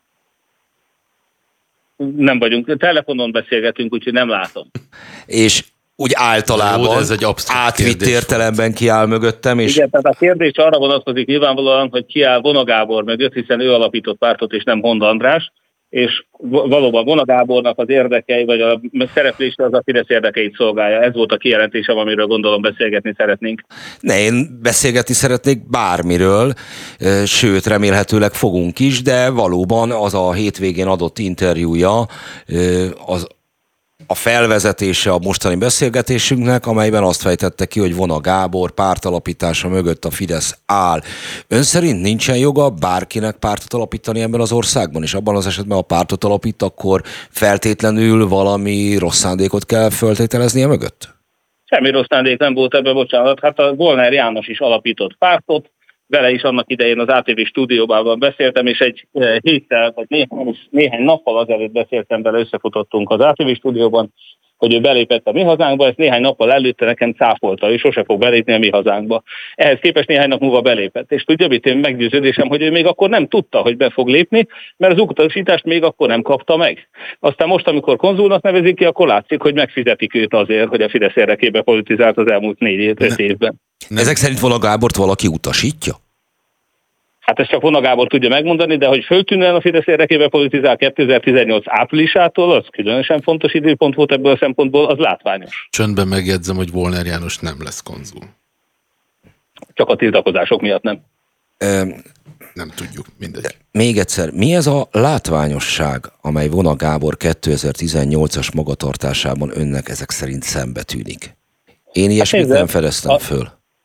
Nem vagyunk, telefonon beszélgetünk, úgyhogy nem látom. És úgy általában jó, ez egy átvitt értelemben ki áll mögöttem. És... Igen, tehát a kérdés arra vonatkozik nyilvánvalóan, hogy ki áll Vona Gábor mögött, hiszen ő alapított pártot, és nem Hont András. és valóban Vona Gábornak az érdekei, vagy a szereplése az a Fidesz érdekeit szolgálja. Ez volt a kijelentésem, amiről gondolom beszélgetni szeretnénk. Ne, én beszélgetni szeretnék bármiről, sőt, remélhetőleg fogunk is, de valóban az a hétvégén adott interjúja, az a felvezetése a mostani beszélgetésünknek, amelyben azt fejtette ki, hogy Vona Gábor pártalapítása mögött a Fidesz áll. Ön szerint nincsen joga bárkinek pártot alapítani ebben az országban, és abban az esetben, ha pártot alapít, akkor feltétlenül valami rossz szándékot kell föltételeznie mögött? Semmi rossz szándék nem volt ebben, bocsánat. Hát a Volner János is alapított pártot, vele is annak idején az á té vé stúdióban beszéltem, és egy héttel, vagy néhány, néhány nappal azelőtt beszéltem vele, összefutottunk az á té vé stúdióban, hogy ő belépett a Mi Hazánkba, ezt néhány nappal előtte nekem cáfolta, ő sose fog belépni a Mi Hazánkba. Ehhez képest néhány nap múlva belépett. És tudja, mit én meggyőződésem, hogy ő még akkor nem tudta, hogy be fog lépni, mert az utasítást még akkor nem kapta meg. Aztán most, amikor konzulnak nevezik ki, akkor látszik, hogy megfizetik őt azért, hogy a Fidesz érdekébe politizált az elmúlt négy-öt évben. Nem. Ezek szerint Vona Gábort valaki utasítja? Hát ezt csak Vona Gábor tudja megmondani, de hogy föltűnően a Fidesz érdekébe politizál kétezer-tizennyolc áprilisától, az különösen fontos időpont volt ebből a szempontból, az látványos. Csöndben megjegyzem, hogy Volner János nem lesz konzul. Csak a tiltakozások miatt nem. Um, nem tudjuk, mindegy. Még egyszer, mi ez a látványosság, amely Vona Gábor kétezer-tizennyolcas magatartásában önnek ezek szerint szembe tűnik? Én ilyesmit hát nem fedeztem a... föl.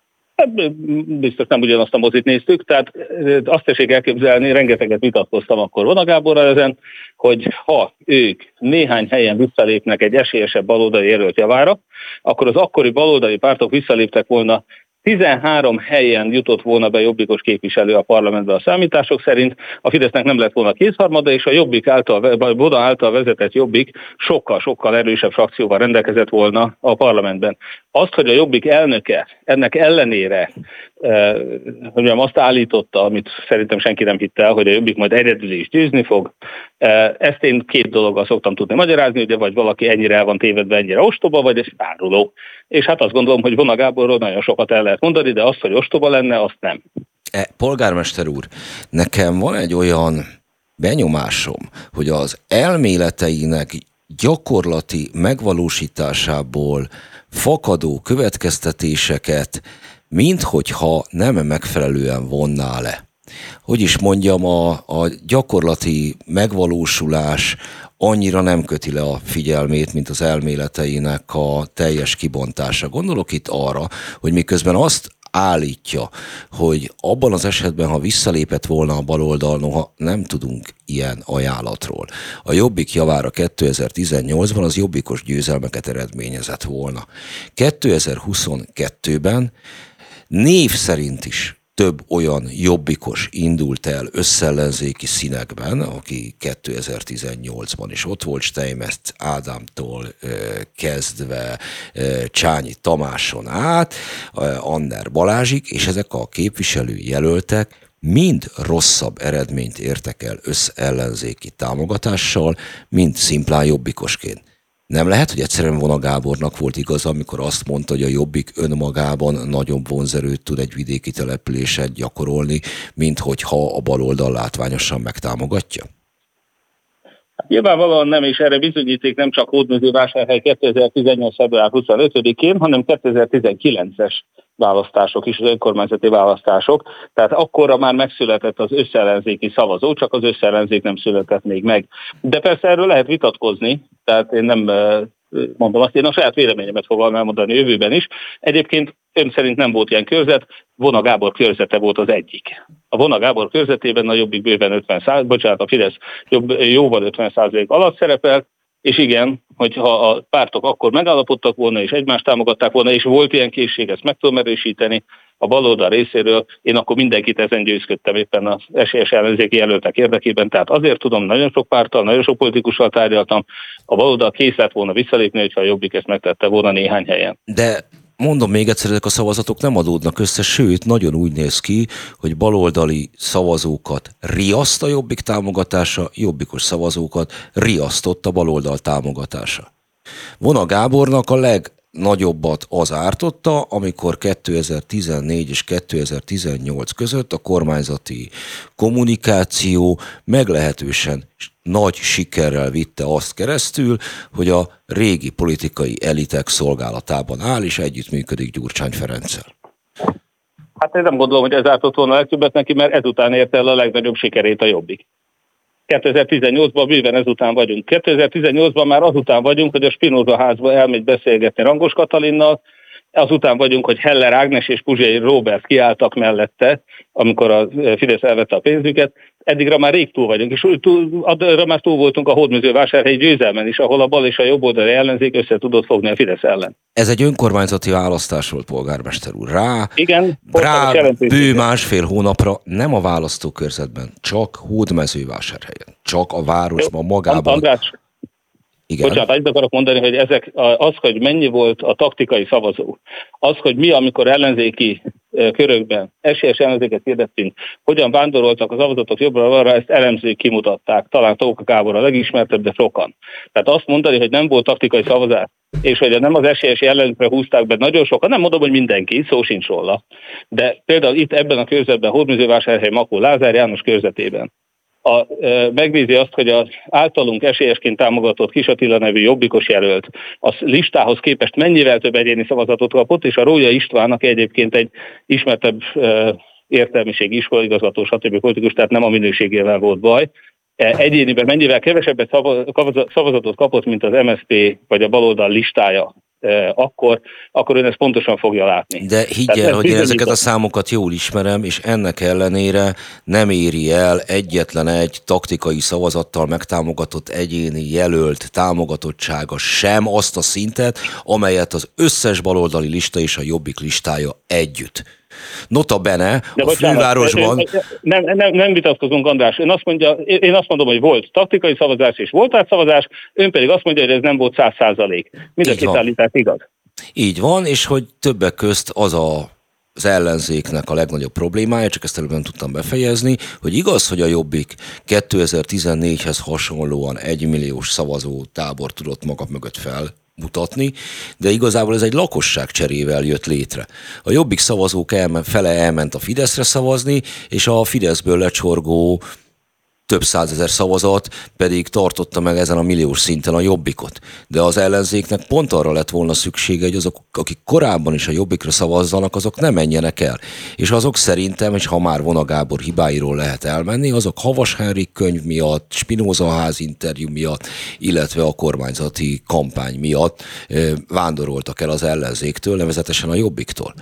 Biztos nem ugyanazt a mozit néztük, tehát azt tessék elképzelni, rengeteget vitatkoztam akkor Vona Gáborral ezen, hogy ha ők néhány helyen visszalépnek egy esélyesebb baloldali jelölt javára, akkor az akkori baloldali pártok visszaléptek volna, tizenhárom helyen jutott volna be jobbikos képviselő a parlamentbe a számítások szerint, a Fidesznek nem lett volna kétharmada, és a Jobbik által, vagy Vona által vezetett Jobbik sokkal-sokkal erősebb frakcióval rendelkezett volna a parlamentben. Azt, hogy a Jobbik elnöke ennek ellenére eh, hogy mondjam, azt állította, amit szerintem senki nem hitte el, hogy a Jobbik majd egyedül is győzni fog, eh, ezt én két dologgal szoktam tudni magyarázni, ugye, vagy valaki ennyire el van tévedve, ennyire ostoba, vagy ez áruló. És hát azt gondolom, hogy Vona Gáborról nagyon sokat el lehet mondani, de azt, hogy ostoba lenne, azt nem. E, polgármester úr, nekem van egy olyan benyomásom, hogy az elméleteinek gyakorlati megvalósításából fakadó következtetéseket minthogyha nem megfelelően vonná le. Hogy is mondjam, a, a gyakorlati megvalósulás annyira nem köti le a figyelmét, mint az elméleteinek a teljes kibontása. Gondolok itt arra, hogy miközben azt állítja, hogy abban az esetben, ha visszalépett volna a baloldal, noha nem tudunk ilyen ajánlatról. A Jobbik javára kétezer-tizennyolcban az jobbikos győzelmeket eredményezett volna. kétezer-huszonkettőben név szerint is több olyan jobbikos indult el összellenzéki színekben, aki kétezer-tizennyolcban is ott volt, Steinmetz Ádámtól kezdve Csányi Tamáson át, Anner Balázsig, és ezek a képviselőjelöltek mind rosszabb eredményt értek el összellenzéki támogatással, mint szimplán jobbikosként. Nem lehet, hogy egyszerűen Vona Gábornak volt igaza, amikor azt mondta, hogy a Jobbik önmagában nagyobb vonzerőt tud egy vidéki településen gyakorolni, mint hogyha a baloldal látványosan megtámogatja? Nyilvánvalóan nem, és erre bizonyíték nem csak Hódmezővásárhely kétezer-tizennyolc február huszonötödikén, hanem kétezer-tizenkilences választások is, az önkormányzati választások. Tehát akkorra már megszületett az összellenzéki szavazó, csak az összellenzék nem született még meg. De persze erről lehet vitatkozni, tehát én nem mondom azt, én a saját véleményemet fogom elmondani jövőben is. Egyébként ön szerint nem volt ilyen körzet, Vona Gábor körzete volt az egyik. A Vona Gábor körzetében a Jobbik bőven ötven százalék, bocsánat, a Fidesz jobb, jóval ötven százalék alatt szerepel, és igen, hogyha a pártok akkor megállapodtak volna, és egymást támogatták volna, és volt ilyen készség, ezt meg tudom erősíteni a baloldal részéről, én akkor mindenkit ezen győzködtem éppen az esélyes ellenzéki jelöltek érdekében, tehát azért tudom, nagyon sok párttal, nagyon sok politikussal tárgyaltam, a baloldal kész lett volna visszalépni, hogyha a Jobbik ezt megtette volna néhány helyen. De mondom még egyszer, ezek a szavazatok nem adódnak össze, sőt, nagyon úgy néz ki, hogy baloldali szavazókat riaszt a Jobbik támogatása, jobbikos szavazókat riasztott a baloldal támogatása. Vona Gábornak a nagyobbat az ártotta, amikor kétezer-tizennégy és kétezer-tizennyolc között a kormányzati kommunikáció meglehetősen nagy sikerrel vitte azt keresztül, hogy a régi politikai elitek szolgálatában áll, és együttműködik Gyurcsány Ferenccel. Hát én nem gondolom, hogy ez ártott volna a legtöbbet neki, mert ezután ért el a legnagyobb sikerét a Jobbik. kétezer-tizennyolcban bőven ezután vagyunk. kétezer-tizennyolcban már azután vagyunk, hogy a Spinoza házba elmegy beszélgetni Rangos Katalinnal, azután vagyunk, hogy Heller Ágnes és Puzsér Róbert kiálltak mellette, amikor a Fidesz elvette a pénzüket. Eddigra már rég túl vagyunk, és túl, addigra már túl voltunk a Hódmezővásárhelyi győzelmen is, ahol a bal és a jobb oldali ellenzék össze tudott fogni a Fidesz ellen. Ez egy önkormányzati választás volt, polgármester úr. Rá, Igen, rá bő másfél hónapra nem a választókörzetben, csak Hódmezővásárhelyen, csak a városban magában. András, igen. Bocsánat, annyit akarok mondani, hogy ezek, az, hogy mennyi volt a taktikai szavazó, az, hogy mi, amikor ellenzéki körökben esélyes ellenzéket hirdettünk, hogyan vándoroltak az szavazatok jobbra-balra, ezt elemzők kimutatták, talán Tóka Gábor a legismertebb, de sokan. Tehát azt mondani, hogy nem volt taktikai szavazás, és hogy nem az esélyes ellenzékre húzták be nagyon sokan, nem mondom, hogy mindenki, szó sincs róla, de például itt ebben a körzetben, Hódmezővásárhely, Makó Lázár János körzetében, A, e, megnézi azt, hogy az általunk esélyesként támogatott Kis Attila nevű jobbikos jelölt az listához képest mennyivel több egyéni szavazatot kapott, és a Rója István, aki egyébként egy ismertebb e, értelmiség, iskolaigazgató, stb. Politikus, tehát nem a minőségével volt baj, e, egyéniben mennyivel kevesebbet szavazatot kapott, mint az em es zé pé vagy a baloldal listája, Akkor, akkor ön ezt pontosan fogja látni. De higgyel, hogy én ezeket a számokat jól ismerem, és ennek ellenére nem éri el egyetlen egy taktikai szavazattal megtámogatott egyéni jelölt támogatottsága sem azt a szintet, amelyet az összes baloldali lista és a Jobbik listája együtt. Nota bene, de a bocsánat, fővárosban... Nem, nem, nem vitatkozunk, András. Ön azt mondja, én azt mondom, hogy volt taktikai szavazás és volt átszavazás, ön pedig azt mondja, hogy ez nem volt száz százalék. Mind a két állítás igaz. Így van, és hogy többek közt az a az ellenzéknek a legnagyobb problémája, csak ezt előbb nem tudtam befejezni, hogy igaz, hogy a Jobbik kétezer-tizennégyhez hasonlóan egymilliós szavazó tábor tudott maga mögött fel mutatni, de igazából ez egy lakosságcserével jött létre. A Jobbik szavazók elmen, fele elment a Fideszre szavazni, és a Fideszből lecsorgó több százezer szavazat pedig tartotta meg ezen a milliós szinten a Jobbikot. De az ellenzéknek pont arra lett volna szüksége, hogy azok, akik korábban is a Jobbikra szavazzanak, azok ne menjenek el. És azok szerintem, és ha már Vona Gábor hibáiról lehet elmenni, azok Havas Henrik könyv miatt, Spinoza ház interjú miatt, illetve a kormányzati kampány miatt vándoroltak el az ellenzéktől, nevezetesen a Jobbiktól.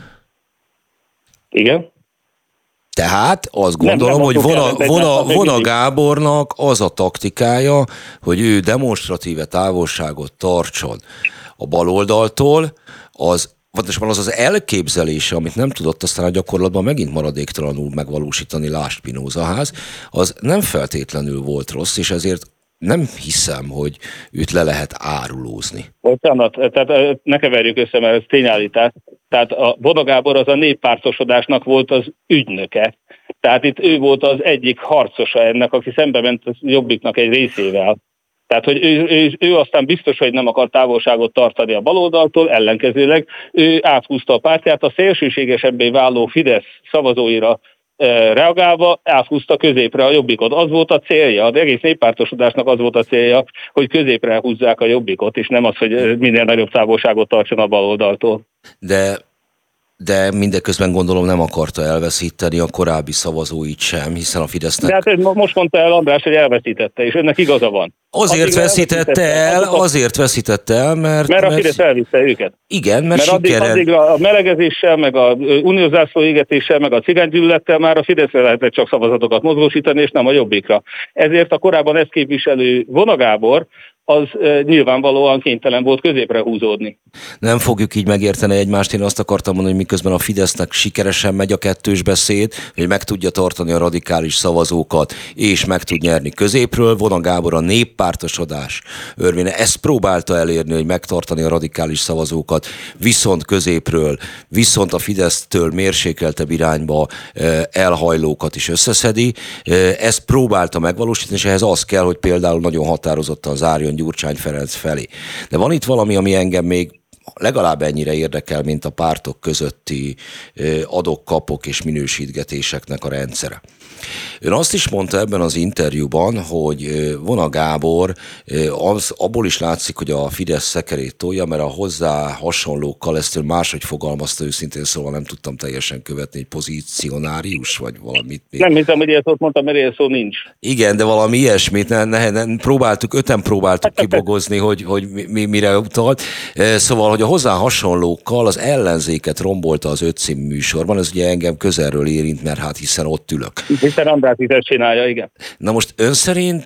Igen. Tehát azt gondolom, nem, nem hogy Vona, Vona, Vona Gábornak az a taktikája, hogy ő demonstratíve távolságot tartson a baloldaltól, az pontosan az az elképzelése, amit nem tudott aztán a gyakorlatban megint maradéktalanul megvalósítani, lásd Spinoza ház, az nem feltétlenül volt rossz, és ezért nem hiszem, hogy őt le lehet árulózni. Bocsánat, tehát ne keverjük össze, mert ez tényállítás. Tehát a Vona Gábor az a néppártosodásnak volt az ügynöke. Tehát itt ő volt az egyik harcosa ennek, aki szembe ment a Jobbiknak egy részével. Tehát, hogy ő, ő, ő aztán biztos, hogy nem akar távolságot tartani a baloldaltól, ellenkezőleg ő áthúzta a pártját, a szélsőségesebbé váló Fidesz szavazóira reagálva áthúzta középre a Jobbikot. Az volt a célja, az egész néppártosodásnak az volt a célja, hogy középre húzzák a Jobbikot, és nem az, hogy minél nagyobb távolságot tartson a baloldaltól. De, de mindeközben gondolom nem akarta elveszíteni a korábbi szavazóit sem, hiszen a Fidesznek... De hát most mondta el András, hogy elveszítette, és önnek igaza van. Azért addig veszítette el, azért veszítette el, mert... Mert a Fidesz elvitte őket. Igen, mert, mert sikeren... addig, addig a melegezéssel, meg a uniózászló égetéssel, meg a cigánygyűlölettel már a Fideszre lehetett csak szavazatokat mozgósítani, és nem a Jobbikra. Ezért a korábban ezt képviselő Vona Gábor az e, nyilvánvalóan kénytelen volt középre húzódni. Nem fogjuk így megérteni egymást. Én azt akartam mondani, hogy miközben a Fidesznek sikeresen megy a kettős beszéd, hogy meg tudja tartani a radikális szavazókat, és meg tud nyerni középről. Vona Gábor a néppártosodás örvéne ezt próbálta elérni, hogy megtartani a radikális szavazókat, viszont középről, viszont a Fidesztől mérsékeltebb irányba e, elhajlókat is összeszedi. E, ezt próbálta megvalósítani, és ehhez az kell, hogy például nagyon határozottan zárjon Gyurcsány Ferenc felé. De van itt valami, ami engem még legalább ennyire érdekel, mint a pártok közötti adok-kapok és minősítgetéseknek a rendszere. Ön azt is mondta ebben az interjúban, hogy Vona Gábor az, abból is látszik, hogy a Fidesz szekerét tolja, mert a hozzá hasonlókkal ezt ön máshogy fogalmazta, őszintén szóval nem tudtam teljesen követni, egy pozícionárius, vagy valamit. Nem hiszem, hogy ilyet ott mondtam, mert ilyen szó nincs. Igen, de valami ilyesmit, ne, ne, ne, próbáltuk, öten próbáltuk kibogozni, hogy, hogy mi, mire utalt. Szóval, hogy a hozzá hasonlókkal az ellenzéket rombolta az öt című műsorban, ez ugye engem közelről érint, mert hát hiszen ott ülök. Hiszen András is ezt csinálja, igen. Na most ön szerint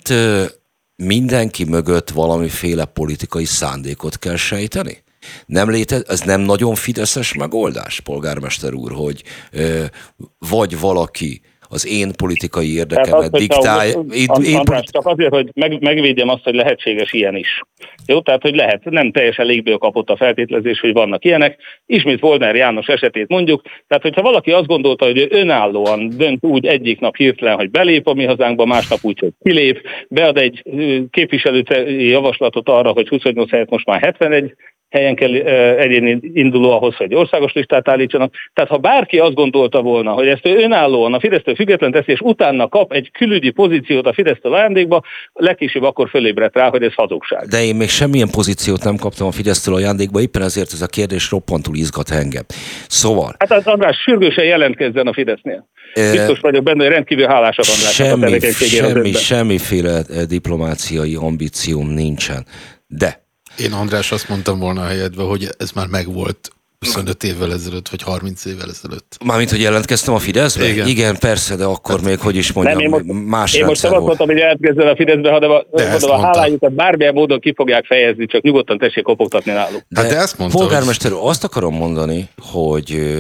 mindenki mögött valamiféle politikai szándékot kell sejteni? Nem létez, ez nem nagyon fideszes megoldás, polgármester úr, hogy ö, vagy valaki az én politikai érdekemet diktálja. András, csak azért, hogy meg, megvédjem azt, hogy lehetséges ilyen is. Jó, tehát, hogy lehet, nem teljesen légből kapott a feltételezés, hogy vannak ilyenek. Ismét Volner János esetét mondjuk. Tehát, hogyha valaki azt gondolta, hogy ő önállóan dönt úgy egyik nap hirtelen, hogy belép a mi hazánkba, másnap úgy, hogy kilép, bead egy képviselői javaslatot arra, hogy huszonnyolc helyett most már hetvenegy helyen kell egyéni induló ahhoz, hogy országos listát állítsanak. Tehát ha bárki azt gondolta volna, hogy ezt ő önállóan a Fidesztől független teszi, és utána kap egy külügyi pozíciót a Fidesztől ajándékba, legkésőbb akkor fölébredt rá, hogy ez hazugság. De én még semmilyen pozíciót nem kaptam a Fidesztől ajándékba, éppen ezért ez a kérdés roppantul izgat engem. Szóval... Hát az András sürgősen jelentkezzen a Fidesznél. Biztos vagyok benne, hogy rendkívül hálásak András. Semmi, semmi, semmiféle diplomáciai ambícióm nincsen. De én András azt mondtam volna a helyedbe, hogy ez már megvolt huszonöt évvel ezelőtt, vagy harminc évvel ezelőtt. Mármint, hogy jelentkeztem a Fideszbe? Igen. Igen, persze, de akkor még, hogy is mondjam, nem, én most, más én most nem azt mondtam, hogy jelentkezzen a Fideszbe, hanem a, a hálájukat bármilyen módon ki fogják fejezni, csak nyugodtan tessék kopogtatni náluk. De, hát de ezt mondta, polgármester, hogy... azt akarom mondani, hogy ö,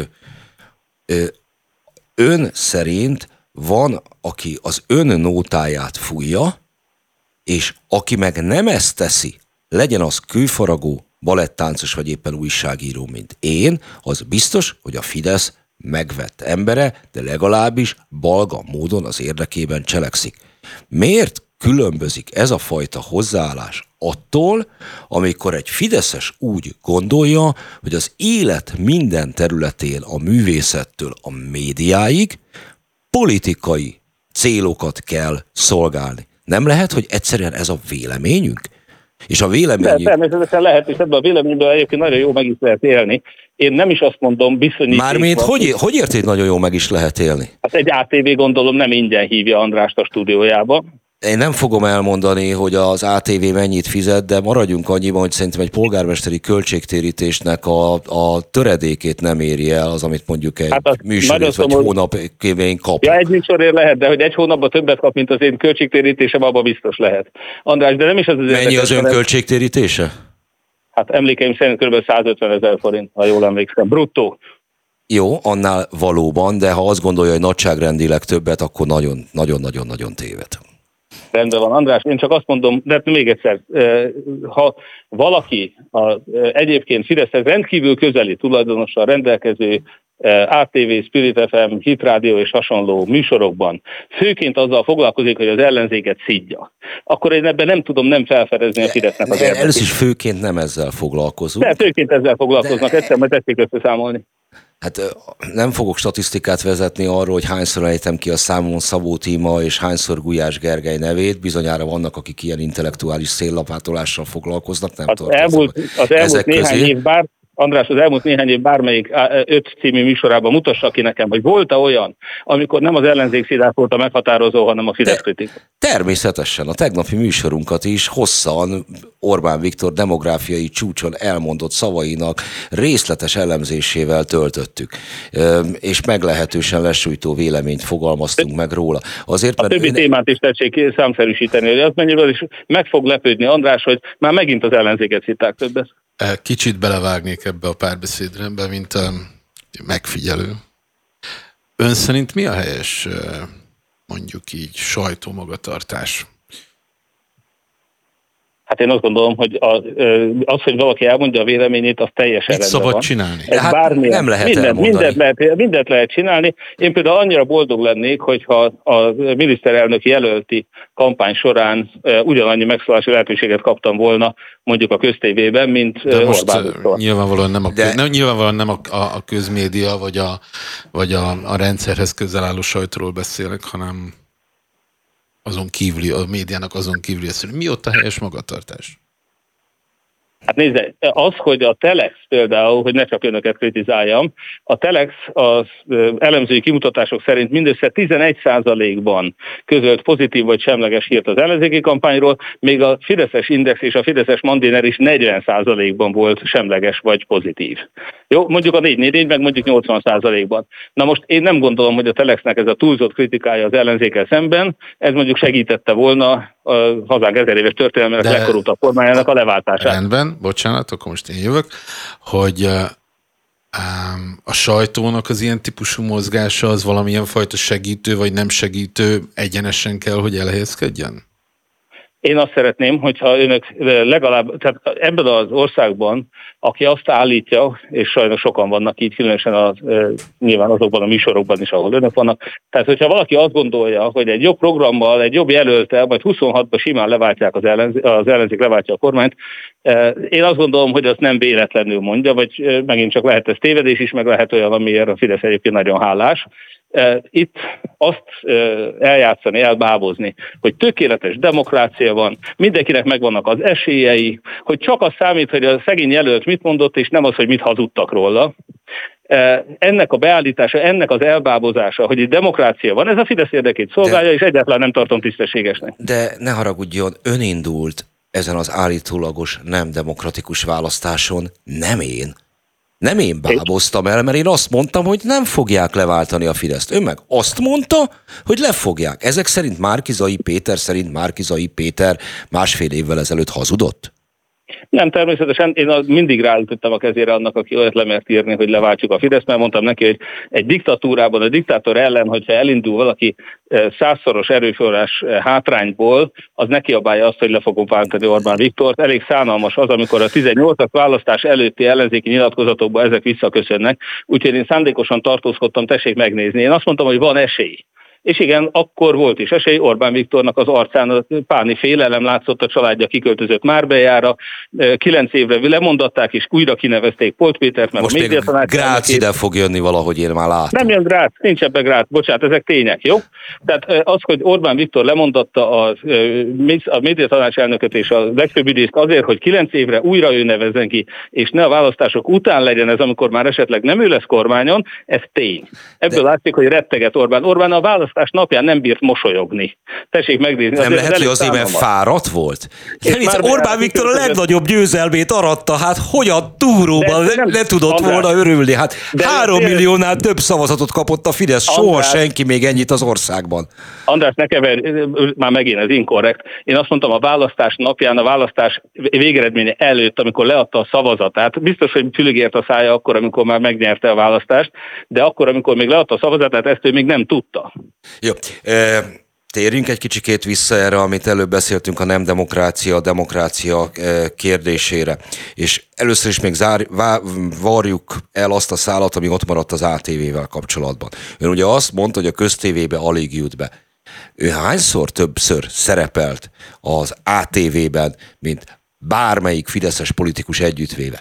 ö, ön szerint van, aki az ön nótáját fújja, és aki meg nem ezt teszi, legyen az kőfaragó, balettáncos vagy éppen újságíró, mint én, az biztos, hogy a Fidesz megvett embere, de legalábbis balga módon az érdekében cselekszik. Miért különbözik ez a fajta hozzáállás attól, amikor egy fideszes úgy gondolja, hogy az élet minden területén, a művészettől a médiáig politikai célokat kell szolgálni? Nem lehet, hogy egyszerűen ez a véleményünk? És a véleményünk... De természetesen lehet, és ebben a véleményből egyébként nagyon jó meg is lehet élni. Én nem is azt mondom, bizonyíték... Mármint, hogy, hogy érted, nagyon jó meg is lehet élni? Hát egy á té vé gondolom nem ingyen hívja Andrást a stúdiójába. Én nem fogom elmondani, hogy az á té vé mennyit fizet, de maradjunk annyiban, hogy szerintem egy polgármesteri költségtérítésnek a, a töredékét nem éri el az, amit mondjuk egy hát műsorért vagy hónap évén kap. Ja, egy műsorért lehet, de hogy egy hónapban többet kap, mint az én költségtérítésem, abban biztos lehet. András, de nem is az az Mennyi az ön költségtérítése? Hát emlékeim szerint kb. százötven ezer forint, ha jól emlékszem. Bruttó. Jó, annál valóban, de ha azt gondolja, hogy nagyságrendileg többet, akkor nagyon-nagyon-nagyon téved. Rendben van, András, én csak azt mondom, de még egyszer, ha valaki a, egyébként Fideszhez rendkívül közeli tulajdonossal rendelkező á té vé, Spirit ef em, Hit Rádió és hasonló műsorokban főként azzal foglalkozik, hogy az ellenzéket szidja, akkor én ebben nem tudom nem felfedezni a Fidesznek az érdekét. Először is főként nem ezzel foglalkozunk. De főként ezzel foglalkoznak, de... egyszer majd tessék összeszámolni. Hát nem fogok statisztikát vezetni arról, hogy hányszor ejtem ki a számon Szabó Tíma és hányszor Gulyás Gergely nevét. Bizonyára vannak, akik ilyen intellektuális széllapátolással foglalkoznak. Nem az elmúlt, az elmúlt néhány év bár, András, az elmúlt néhány év bármelyik öt című műsorában mutassa ki nekem, hogy volt-e olyan, amikor nem az ellenzék szidás volt a meghatározó, hanem a Fidesz kritika. Természetesen. A tegnapi műsorunkat is hosszan Orbán Viktor demográfiai csúcson elmondott szavainak részletes elemzésével töltöttük. És meglehetősen lesújtó véleményt fogalmaztunk meg róla. Azért, a többi ön... témát is tessék számszerűsíteni, hogy az mennyivel is meg fog lepődni, András, hogy már megint az ellenzéket szitták többet. Kicsit belevágnék ebbe a párbeszédre, mint a megfigyelő. Ön szerint mi a helyes, mondjuk így, sajtómagatartás? Hát én azt gondolom, hogy az, az, hogy valaki elmondja a véleményét, az teljesen rendben van. szabad csinálni? Hát bármilyen, nem lehet mindent, mindent, lehet, mindent lehet csinálni. Én például annyira boldog lennék, hogyha a miniszterelnök jelölti kampány során ugyanannyi megszólalási lehetőséget kaptam volna mondjuk a köztévében, mint de most Orbán Viktor. Nyilvánvalóan nem a, De... nem, nyilvánvalóan nem a, a, a közmédia vagy, a, vagy a, a rendszerhez közel álló sajtóról beszélek, hanem azon kívüli, a médiának azon kívüli, mi ott a helyes magatartás? Hát nézze, az, hogy a Telex például, hogy ne csak önöket kritizáljam, a Telex az elemzői kimutatások szerint mindössze tizenegy százalékban közölt pozitív vagy semleges hírt az ellenzéki kampányról, még a Fideszes Index és a Fideszes Mandiner is negyven százalékban volt semleges vagy pozitív. Jó, mondjuk a négy négy négy meg mondjuk nyolcvan százalékban. Na most én nem gondolom, hogy a Telexnek ez a túlzott kritikája az ellenzékkel szemben, ez mondjuk segítette volna a hazánk ezer éves történelmének legkorruptabb formájának a leváltását. Rendben, bocsánat, akkor most én jövök, hogy a sajtónak az ilyen típusú mozgása az valamilyen fajta segítő vagy nem segítő egyenesen kell, hogy elhelyezkedjen? Én azt szeretném, hogyha önök legalább, tehát ebben az országban, aki azt állítja, és sajnos sokan vannak így, különösen az, nyilván azokban a műsorokban is, ahol önök vannak, tehát hogyha valaki azt gondolja, hogy egy jobb programmal, egy jobb jelöltel, vagy huszonhatban simán leváltják az ellenzék, az ellenzék leváltja a kormányt, én azt gondolom, hogy azt nem véletlenül mondja, vagy megint csak lehet ez tévedés is, meg lehet olyan, amiért a Fidesz egyébként nagyon hálás. Itt azt eljátszani, elbábozni, hogy tökéletes demokrácia van, mindenkinek megvannak az esélyei, hogy csak az számít, hogy a szegény jelölt mit mondott, és nem az, hogy mit hazudtak róla. Ennek a beállítása, ennek az elbábozása, hogy itt demokrácia van, ez a Fidesz érdekét szolgálja, de, és egyáltalán nem tartom tisztességesnek. De ne haragudjon, ön indult ezen az állítólagos nem demokratikus választáson, nem én. Nem én báboztam el, mert én azt mondtam, hogy nem fogják leváltani a Fideszt. Ön meg azt mondta, hogy le fogják. Ezek szerint Márki-Zay Péter szerint Márki-Zay Péter másfél évvel ezelőtt hazudott? Nem, természetesen én mindig ráütöttem a kezére annak, aki olyat lemert írni, hogy leváltsuk a Fideszt, mert mondtam neki, hogy egy diktatúrában, a diktátor ellen, hogyha elindul valaki százszoros erőforrás hátrányból, az ne kiabálja azt, hogy le fogom váltani Orbán Viktort. Elég szánalmas az, amikor a tizennyolcas választás előtti ellenzéki nyilatkozatokban ezek visszaköszönnek, úgyhogy én szándékosan tartózkodtam, tessék megnézni. Én azt mondtam, hogy van esély. És igen, akkor volt is esély, Orbán Viktornak az arcán a páni félelem látszott, a családja kiköltözött Márbejára, kilenc évre lemondatták, és újra kinevezték Polt Pétert, mert most a médiatanács... Most még Grácz ide fog jönni valahogy, én már látom. Nem jön Grácz, nincs ebben Grácz, bocsánat, ezek tények, jó? Tehát az, hogy Orbán Viktor lemondatta a, a médiatanács elnököt és a legfőbb ügyészt azért, hogy kilenc évre újra ő nevezzen ki, és ne a választások után legyen ez, amikor már esetleg nem ő lesz kormányon, ez tény. Ebből De... látszik, hogy retteget Orbán. Orbán a választás napján nem bírt mosolyogni. Tessék megnézni. Nem lehet, hogy azért, mert fáradt volt? Nem hisz, Orbán Viktor a legnagyobb győzelmét aratta, hát hogy a túróban le, le tudott András, volna örülni? Hát három milliónál több szavazatot kapott a Fidesz, soha András, senki még ennyit az országban. András, ne kever, már megint ez inkorrekt. Én azt mondtam, a választás napján, a választás végeredménye előtt, amikor leadta a szavazatát, biztos, hogy fülögért a szája akkor, amikor már megnyerte a választást, de akkor, amikor még leadta a szavazatát, ezt ő még nem tudta. Jó, térjünk egy kicsikét vissza erre, amit előbb beszéltünk, a nem demokrácia, a demokrácia kérdésére. És először is még zár, vá, varjuk el azt a szálat, ami ott maradt az á té vé-vel kapcsolatban. Ön ugye azt mondta, hogy a köztévébe alig jut be. Ő hányszor többször szerepelt az á té vé-ben, mint bármelyik fideszes politikus együttvéve?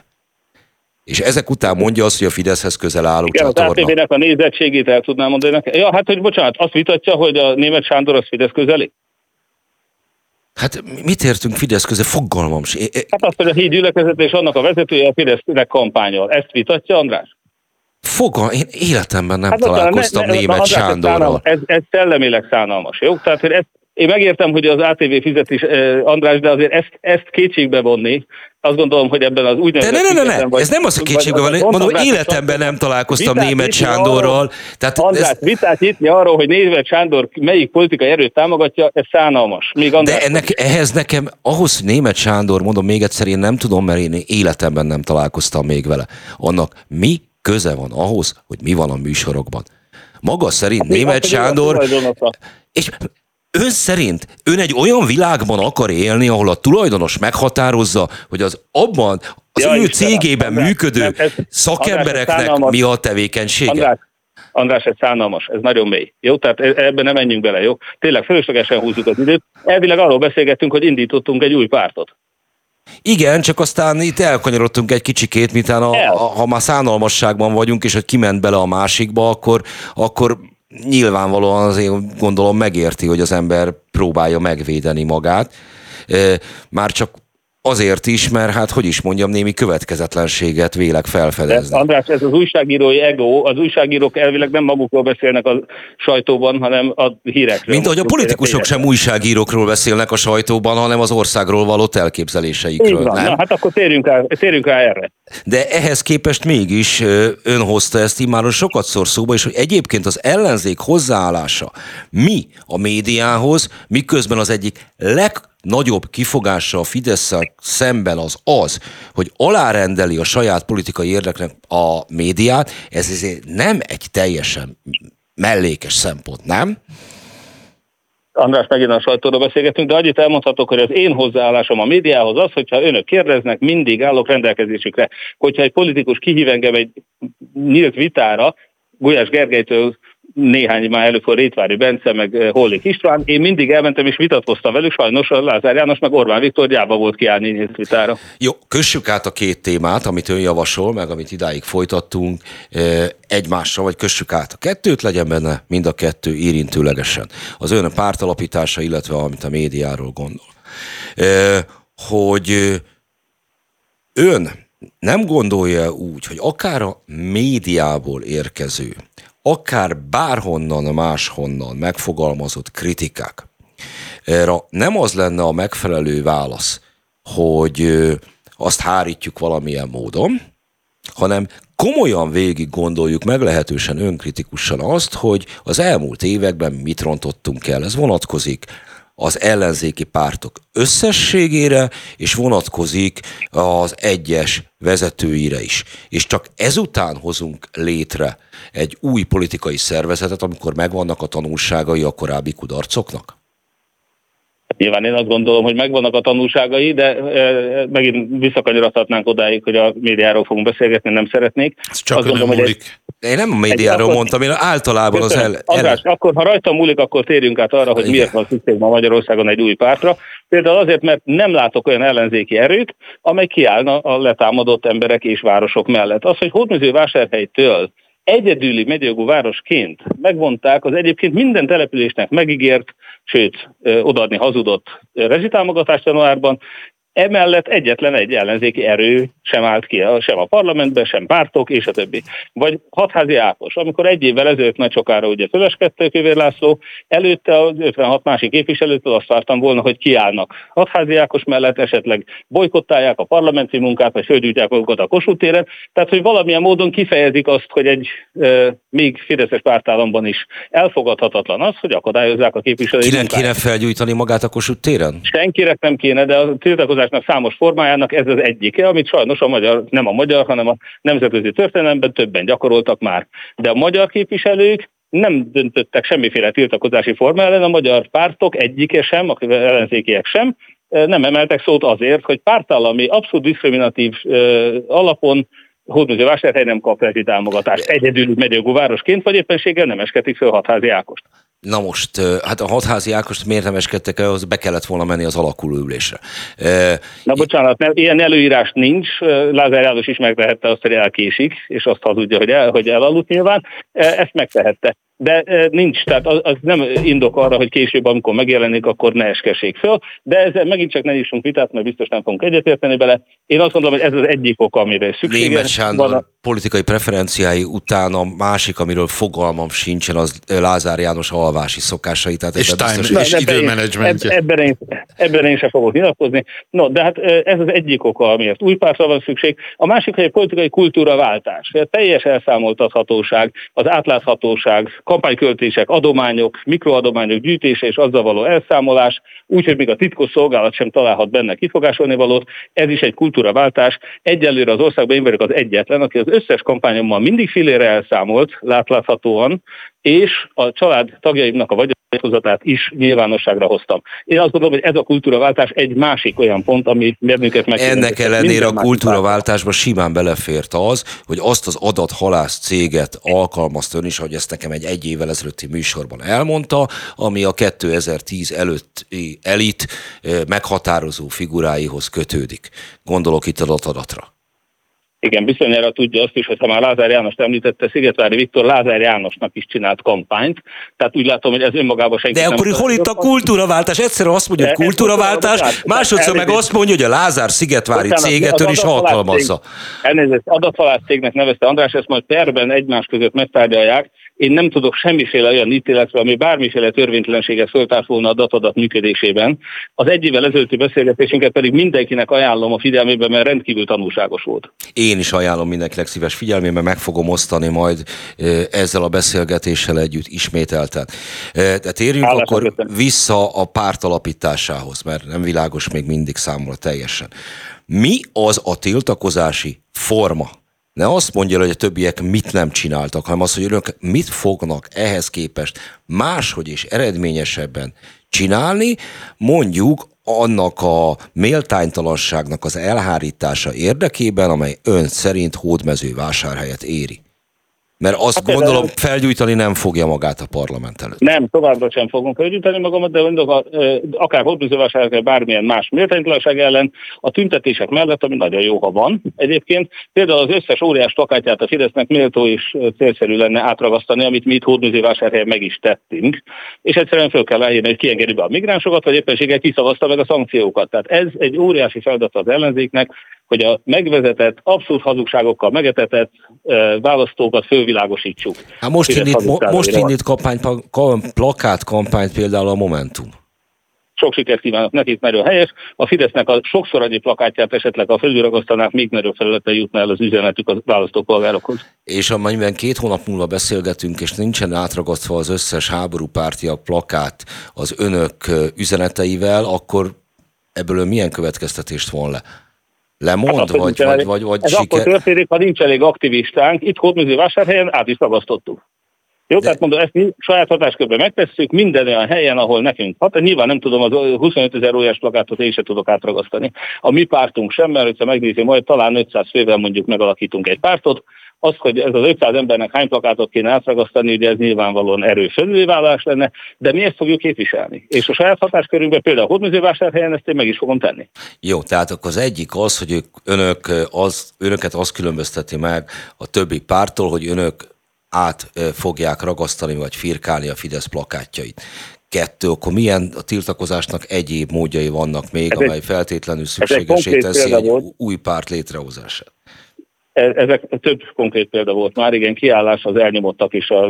És ezek után mondja azt, hogy a Fideszhez közel álló igen, csatorna. Az á té vének a nézettségét el tudnám mondani nekem. Ja, hát, hogy bocsánat, azt vitatja, hogy a Németh Sándor az Fidesz közeli? Hát mit értünk Fidesz közel? Fogalmam sem. Hát azt, hogy a híd gyülekezet és annak a vezetője a Fidesznek kampányol. Ezt vitatja, András? Fogalmam, én életemben nem hát találkoztam ne, ne, Németh Sándorral. Ez, ez szellemileg szánalmas, jó? Tehát, hogy ezt, én megértem, hogy az á té vé fizet is, eh, András, de azért ezt, ezt kétségbe vonni. Azt gondolom, hogy ebben az úgynevezett... De ne, ne, ne, ne. Vagy, ez nem az, hogy kétségbe van. Mondom, András, életemben nem találkoztam Németh Sándorral. Tehát András, ez... vitát nyitni arról, hogy Németh Sándor melyik politikai erőt támogatja, ez szánalmas. Még András, de ennek, ehhez nekem, ahhoz, hogy Németh Sándor, mondom még egyszer, én nem tudom, mert én életemben nem találkoztam még vele. Annak mi köze van ahhoz, hogy mi van a műsorokban? Maga szerint hát Németh Sándor... És ön szerint ön egy olyan világban akar élni, ahol a tulajdonos meghatározza, hogy az abban az ja, ő Istenem, cégében András, működő nem, ez, szakembereknek András, mi a tevékenysége? András, András, ez szánalmas, ez nagyon mély. Jó, tehát ebben nem menjünk bele, jó? Tényleg fölöslegesen húzzuk az időt. Elvileg arról beszélgettünk, hogy indítottunk egy új pártot. Igen, csak aztán itt elkanyarodtunk egy kicsikét, miután a, a, ha már szánalmasságban vagyunk, és hogy kiment bele a másikba, akkor, akkor nyilvánvalóan azért gondolom megérti, hogy az ember próbálja megvédeni magát. Már csak azért is, mert hát, hogy is mondjam, némi következetlenséget vélek felfedezni. De András, ez az újságírói ego, az újságírók elvileg nem magukról beszélnek a sajtóban, hanem a hírekről. Mint ahogy a politikusok sem újságírókról beszélnek a sajtóban, hanem az országról való elképzeléseikről. Nem? Na, hát akkor térjünk rá, térjünk rá erre. De ehhez képest mégis ön hozta ezt immáron sokat szor szóba, és hogy egyébként az ellenzék hozzáállása mi a médiához, miközben az egyik legnagyobb kifogása a Fidesszel szemben az az, hogy alárendeli a saját politikai érdeknek a médiát, ez azért nem egy teljesen mellékes szempont, nem? András, megint a sajtóra beszélgetünk, de annyit elmondhatok, hogy az én hozzáállásom a médiához az, hogyha önök kérdeznek, mindig állok rendelkezésükre. Hogyha egy politikus kihív engem egy nyílt vitára, Gulyás Gergelytől néhány már előfordul Rétvári Bence, meg Hollik István, én mindig elmentem és vitatkoztam velük, sajnos a Lázár János meg Orbán Viktor gyáva volt kiállni nyílt vitára. Jó, kössük át a két témát, amit ön javasol, meg amit idáig folytattunk egymásra, vagy kössük át a kettőt, legyen benne mind a kettő érintőlegesen. Az ön pártalapítása, illetve amit a médiáról gondol. Hogy ön nem gondolja úgy, hogy akár a médiából érkező, akár bárhonnan máshonnan megfogalmazott kritikák, erre nem az lenne a megfelelő válasz, hogy azt hárítjuk valamilyen módon, hanem komolyan végig gondoljuk meglehetősen önkritikusan azt, hogy az elmúlt években mit rontottunk el. Ez vonatkozik az ellenzéki pártok összességére, és vonatkozik az egyes vezetőire is. És csak ezután hozunk létre egy új politikai szervezetet, amikor megvannak a tanulságai a korábbi kudarcoknak? Nyilván én azt gondolom, hogy megvannak a tanulságai, de e, megint visszakanyarodhatnánk odáig, hogy a médiáról fogunk beszélgetni, nem szeretnék. Ez csak azt gondolom, hogy egy... Én nem a médiáról akkor, mondtam, én általában az el... András, el... akkor ha rajta múlik, akkor térjünk át arra, hogy igen, miért van szükség ma Magyarországon egy új pártra. Például azért, mert nem látok olyan ellenzéki erőt, amely kiállna a letámadott emberek és városok mellett. Az, hogy Hódmezővásárhelytől egyedüli megyőjogú városként megvonták az egyébként minden településnek megígért, sőt, odaadni hazudott rezsitámogatást januárban, emellett egyetlen egy ellenzéki erő sem állt ki, sem a parlamentben, sem pártok, és a többi. Vagy Hatházi Ákos, amikor egy évvel ezelőtt nagy sokára ugye föleskedte Kövér László, előtte az ötvenhat másik képviselőtől azt vártam volna, hogy kiállnak Hatházi Ákos mellett, esetleg bojkottálják a parlamenti munkát, vagy földgyújtják magukat a Kossuth téren, tehát hogy valamilyen módon kifejezik azt, hogy egy e, még fideszes pártállamban is elfogadhatatlan az, hogy akadályozzák a képviselői munkát. Kinek kéne felgyújtani magát a Kossuth téren? Senkinek nem kéne, de a tiltakozás számos formájának ez az egyike, amit sajnos a magyar, nem a magyar, hanem a nemzetközi történelemben többen gyakoroltak már. De a magyar képviselők nem döntöttek semmiféle tiltakozási forma ellen, a magyar pártok egyike sem, a ellenzékiek sem, nem emeltek szót azért, hogy pártállami, abszolút diszkriminatív uh, alapon Hódmezővásárhely nem kap rezsi támogatást. Egyedül megyőjogú városként, vagy éppenséggel nem eskedik föl Hatházi Ákost. Na most, hát a Hatházi Ákost miért nem eskedtek el, az be kellett volna menni az alakuló ülésre. Na bocsánat, nem, ilyen előírás nincs, Lázár János is megtehette azt, hogy elkésik, és azt hazudja, hogy, el, hogy elaludt nyilván, ezt megtehette. De nincs, tehát az, az nem indok arra, hogy később, amikor megjelenik, akkor ne eskessék föl, de ezzel megint csak ne nyissunk vitát, mert biztos nem fogunk egyetérteni bele. Én azt gondolom, hogy ez az egyik oka, amire szükséges. Németh Sándor a... politikai preferenciái után a másik, amiről fogalmam sincsen, az Lázár János alvási szokásai. Tehát és time, biztos, és időmenedzsmentje. Ebben én, ebben én sem fogok nyilatkozni. No, de hát ez az egyik oka, amiért új pártra van szükség. A másik, hogy egy politikai kultúraváltás. A teljes elszámoltathatóság, az átláthatóság, kampányköltések, adományok, mikroadományok gyűjtése és azzal való elszámolás, úgyhogy még a titkos szolgálat sem találhat benne kifogásolni valót. Ez is egy kultúraváltás. Egyelőre az országban én vagyok az egyetlen, aki az összes kampányommal mindig filére elszámolt, látláthatóan, és a család tagjaimnak a vagyonát nyilatkozatát is nyilvánosságra hoztam. Én azt gondolom, hogy ez a kultúraváltás egy másik olyan pont, ami bennünket meg. Ennek ellenére a kultúraváltásba simán belefért az, hogy azt az adathalász céget alkalmazta ön is, hogy ezt nekem egy egy évvel ezelőtti műsorban elmondta, ami a kétezer-tíz előtti elit meghatározó figuráihoz kötődik. Gondolok itt adatadatra. Igen, bizonyára tudja azt is, hogy ha már Lázár Jánost említette, Szigetvári Viktor Lázár Jánosnak is csinált kampányt, tehát úgy látom, hogy ez önmagában senki nem... De akkor hol itt a kultúraváltás? Egyszerűen azt mondja, hogy kultúraváltás, másodszor meg azt mondja, hogy a Lázár Szigetvári céget ön is alkalmazza. Elnézést, adathalász cégnek nevezte András, ezt majd perben egymás között megtárgyalják. Én nem tudok semmiféle olyan ítéletre, ami bármiféle törvénytelenséget föltárt volna a datadat működésében. Az egy évvel ezelőtti beszélgetésünket pedig mindenkinek ajánlom a figyelmében, mert rendkívül tanulságos volt. Én is ajánlom mindenkinek szíves figyelmében, meg fogom osztani majd ezzel a beszélgetéssel együtt ismételten. De térjünk Hálás akkor köszön. vissza a párt alapításához, mert nem világos még mindig számomra teljesen. Mi az a tiltakozási forma? Ne azt mondja, hogy a többiek mit nem csináltak, hanem azt, hogy önök mit fognak ehhez képest máshogy és eredményesebben csinálni, mondjuk annak a méltánytalanságnak az elhárítása érdekében, amely ön szerint Hódmezővásárhelyet éri. Mert azt hát gondolom, felgyújtani nem fogja magát a parlament előtt. Nem, továbbra sem fogom felgyújtani magamat, de mondok, akár Hódmezővásárhely, bármilyen más méltánytalanság ellen, a tüntetések mellett, ami nagyon jó, ha van egyébként, például az összes óriás plakátját a Fidesznek méltó és célszerű lenne átragasztani, amit mi itt Hódmezővásárhelyen meg is tettünk, és egyszerűen föl kell állítani, hogy kiengedi be a migránsokat, vagy éppenséggel kiszavazta meg a szankciókat. Tehát ez egy óriási feladat az ellenzéknek, hogy a megvezetett, abszolút hazugságokkal megetetett e, választókat fölvilágosítsuk. Hát most indít, mo- most indít kampány, plakát kampányt például a Momentum. Sok sikert kívánok nekik, nagyon helyes. A Fidesznek a sokszor annyi plakátját esetleg a fölülragasztanák, még nagyobb felületen jutna el az üzenetük a választópolgárokhoz. És amennyiben két hónap múlva beszélgetünk, és nincsen átragasztva az összes háborúpártiak plakát az önök üzeneteivel, akkor ebből milyen következtetést von le? Lemond, hát, vagy, vagy, vagy, vagy ez siker... akkor történik, ha nincs elég aktivistánk. Itt Hódmezővásárhelyen át is ragasztottuk. Jó, de... tehát mondom, ezt mi saját hatáskörben megtesszük minden olyan helyen, ahol nekünk hat. Nyilván nem tudom, az huszonöt ezer óriás plakátot én sem tudok átragasztani. A mi pártunk sem, mert hogyha megnézi, majd talán ötszáz fővel mondjuk megalakítunk egy pártot. Az, hogy ez az ötszáz embernek hány plakátot kéne átragasztani, ugye ez nyilvánvalóan erőfölülvállalás lenne, de mi ezt fogjuk képviselni. És a saját hatáskörünkben például a Hódmezővásárhelyen ezt én meg is fogom tenni. Jó, tehát akkor az egyik az, hogy ők, önök az, önöket azt különbözteti meg a többi pártól, hogy önök át fogják ragasztani vagy firkálni a Fidesz plakátjait. Kettő, akkor milyen a tiltakozásnak egyéb módjai vannak még, ez amely egy, feltétlenül szükségesé teszi egy volt. új párt létrehozását? Ezek több konkrét példa volt már, igen, kiállás az elnyomottak és a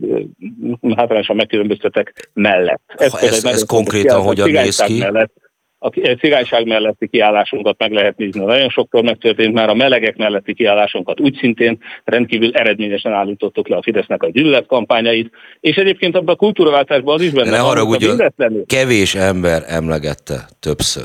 hátrányosan megkülönböztetek mellett. Ez, ha ez, ez konkrétan hogyan néz ki? Mellett, a cigányság melletti kiállásunkat meg lehet nézni. Nagyon sokszor megtörtént már a melegek melletti kiállásunkat úgy szintén rendkívül eredményesen állítottuk le a Fidesznek a gyűlöletkampányait, és egyébként abban a kultúraváltásban az is benne. Ne haragudjon, kevés ember emlegette többször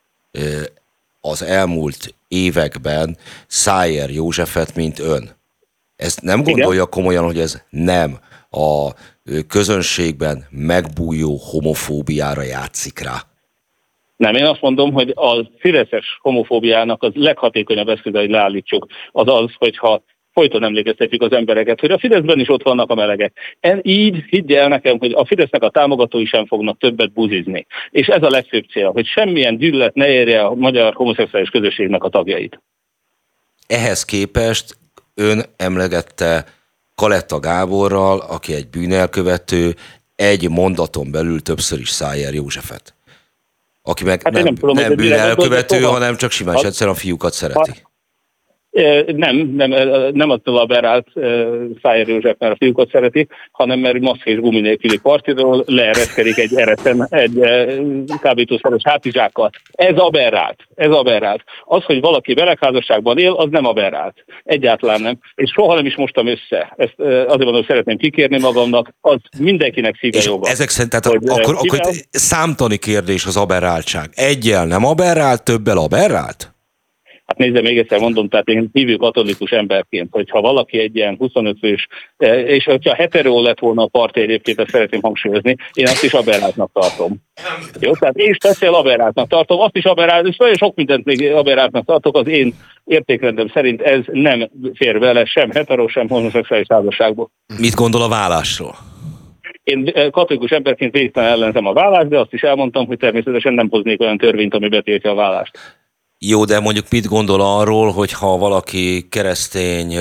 az elmúlt években Szájer Józsefet, mint ön. Ezt nem gondolja Igen? komolyan, hogy ez nem a közönségben megbújó homofóbiára játszik rá? Nem, én azt mondom, hogy a fideszes homofóbiának az leghatékonyabb eszköze, hogy leállítsuk, az az, hogyha folyton emlékeztetjük az embereket, hogy a Fideszben is ott vannak a melegek. En így higgy el nekem, hogy a Fidesznek a támogatói sem fognak többet buzizni. És ez a legfőbb cél, hogy semmilyen gyűlölet ne érje a magyar homoszexuális közösségnek a tagjait. Ehhez képest ön emlegette Kaletta Gáborral, aki egy bűnelkövető, egy mondaton belül többször is Szájer Józsefet. Aki meg hát nem, nem, tudom, nem bűnelkövető, hanem csak simán és egyszerűen a fiúkat szereti. Ha, Nem, nem, nem attól aberrált Szájer József, mert a fiúkat szereti, hanem mert maszk és gumi nélküli partiról leereszkedik egy ereszem, egy kábítószeres hátizsákkal. Ez aberrált, ez aberrált. Az, hogy valaki melegházasságban él, az nem aberrált. Egyáltalán nem. És soha nem is mostam össze. Ezt azért mondom, szeretném kikérni magamnak, az mindenkinek szíve joga. Ezek szerint, tehát hogy, akkor, akkor számtani kérdés az aberráltság. Egyel nem aberrált, többel aberrált? Hát nézze, még egyszer mondom, tehát én hívő katolikus emberként, hogyha valaki egy ilyen huszonöt fős, és hogyha hetero lett volna a parti egyébként, ezt szeretném hangsúlyozni, én azt is aberráltnak tartom. Jó, tehát én speciál aberráltnak tartom, azt is aberráltnak, és nagyon sok mindent még aberráltnak tartok, az én értékrendem szerint ez nem fér vele sem hetero, sem homoszexuális házasságból. Mit gondol a vállásról? Én katolikus emberként végtelen ellenzem a vállást, de azt is elmondtam, hogy természetesen nem hoznék olyan törvényt, ami betiltja a vállást. Jó, de mondjuk mit gondol arról, hogy ha valaki keresztény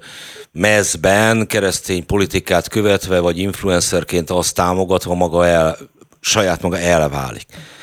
mezben, keresztény politikát követve, vagy influencerként azt támogatva maga el, saját maga elválik?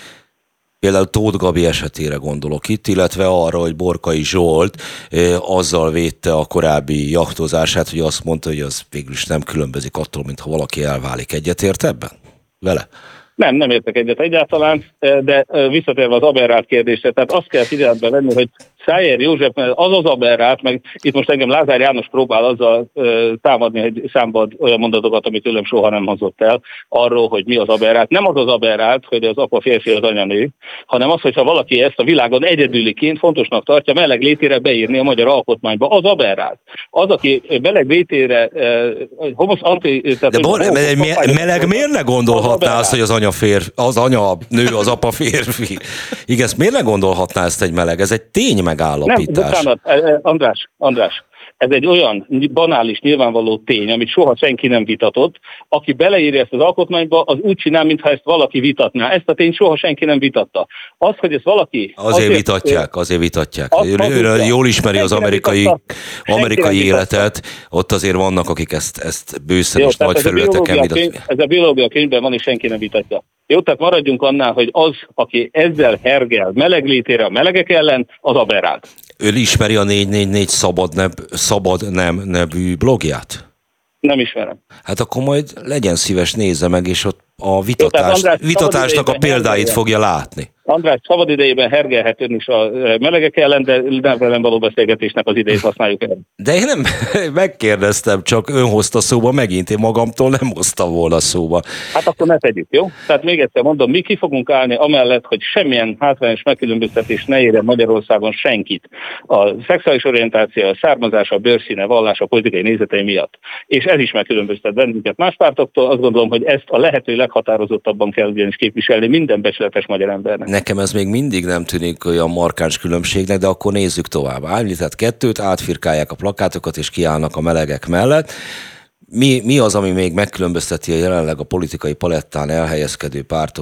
Például Tóth Gabi esetére gondolok itt, illetve arra, hogy Borkai Zsolt azzal védte a korábbi jachtozását, hogy azt mondta, hogy az végül is nem különbözik attól, mintha valaki elválik. Egyetért ebben? Vele? Nem, nem értek egyet egyáltalán, de visszatérve az aberrált kérdésre, tehát azt kell figyelembe venni, hogy Szájer József, az az aberrált, meg itt most engem Lázár János próbál azzal ö, támadni, hogy számba olyan mondatokat, amit tőlem soha nem hozott el, arról, hogy mi az aberrált. Nem az az aberrált, hogy az apa férfi, az anya nő, hanem az, hogyha valaki ezt a világon egyedüliként fontosnak tartja meleg létére beírni a magyar alkotmányba, az aberrált. Az, aki meleg létére uh, homosz anti... Tehát, de bor, homosz, meleg, meleg, meleg miért ne gondolhatná azt, hogy az anya férfi, az anya nő, az apa férfi? Igen, miért ne gondolhatná ezt egy meleg? Ez egy tény megállapítás. Nem, bocsánat, András, András, ez egy olyan banális, nyilvánvaló tény, amit soha senki nem vitatott. Aki beleírja ezt az alkotmányba, az úgy csinál, mintha ezt valaki vitatná. Ezt a tényt soha senki nem vitatta. Az, hogy ezt valaki... Azért, azért vitatják, azért vitatják. Ő jól ismeri az amerikai, amerikai életet, ott azért vannak, akik ezt, ezt bőszen és nagy felületeken vitatják. Ez a biológia könyvben van, és senki nem vitatja. Jó, tehát maradjunk annál, hogy az, aki ezzel hergel meleg létére a melegek ellen, az aberrált. Ő ismeri a négy négy négy szabad, neb, szabad nem nevű blogját? Nem ismerem. Hát akkor majd legyen szíves, nézze meg, és ott a vitatás, Jó, András, vitatásnak a példáit hergeljen. Fogja látni. András, szabad idejében hergelhetőn is a melegek ellen, de nem velem való beszélgetésnek az idejét használjuk el. De én nem megkérdeztem, csak ön hozta szóba megint, én magamtól nem hoztam volna szóba. Hát akkor ne tegyük, jó? Tehát még egyszer mondom, mi ki fogunk állni amellett, hogy semmilyen hátrányos megkülönböztetés ne érjen Magyarországon senkit. A szexuális orientáció, a származása, a bőrszíne, vallása, a politikai nézetei miatt. És ez is megkülönböztet bennünket más pártoktól. Azt gondolom, hogy ezt a lehető leghatározottabban kell ugyanis képviselni minden becsületes magyar embernek. Nekem ez még mindig nem tűnik olyan markáns különbségnek, de akkor nézzük tovább. Állített kettőt, átfirkálják a plakátokat és kiállnak a melegek mellett. Mi, mi az, ami még megkülönbözteti a jelenleg a politikai palettán elhelyezkedő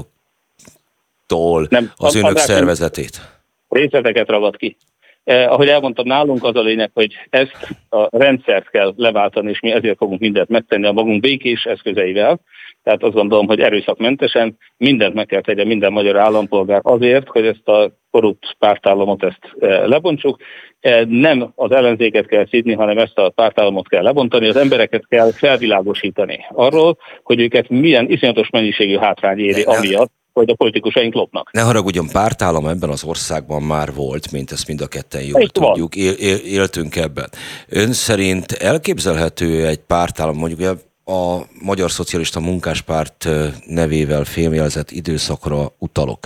pártoktól nem, az önök szervezetét? Részleteket ragad ki. Eh, ahogy elmondtam, nálunk az a lényeg, hogy ezt a rendszert kell leváltani, és mi ezért fogunk mindent megtenni a magunk békés eszközeivel. Tehát azt gondolom, hogy erőszakmentesen mindent meg kell tegyen minden magyar állampolgár azért, hogy ezt a korrupt pártállamot ezt e, lebontsuk. E, nem az ellenzéket kell szidni, hanem ezt a pártállamot kell lebontani, az embereket kell felvilágosítani arról, hogy őket milyen iszonyatos mennyiségű hátrány éri amiatt, hogy a politikusaink lopnak. Ne haragudjon, pártállam ebben az országban már volt, mint ezt mind a ketten jól tudjuk, él, él, éltünk ebben. Ön szerint elképzelhető egy pártállam, mondjuk a Magyar Szocialista Munkáspárt nevével fémjelzett időszakra utalok,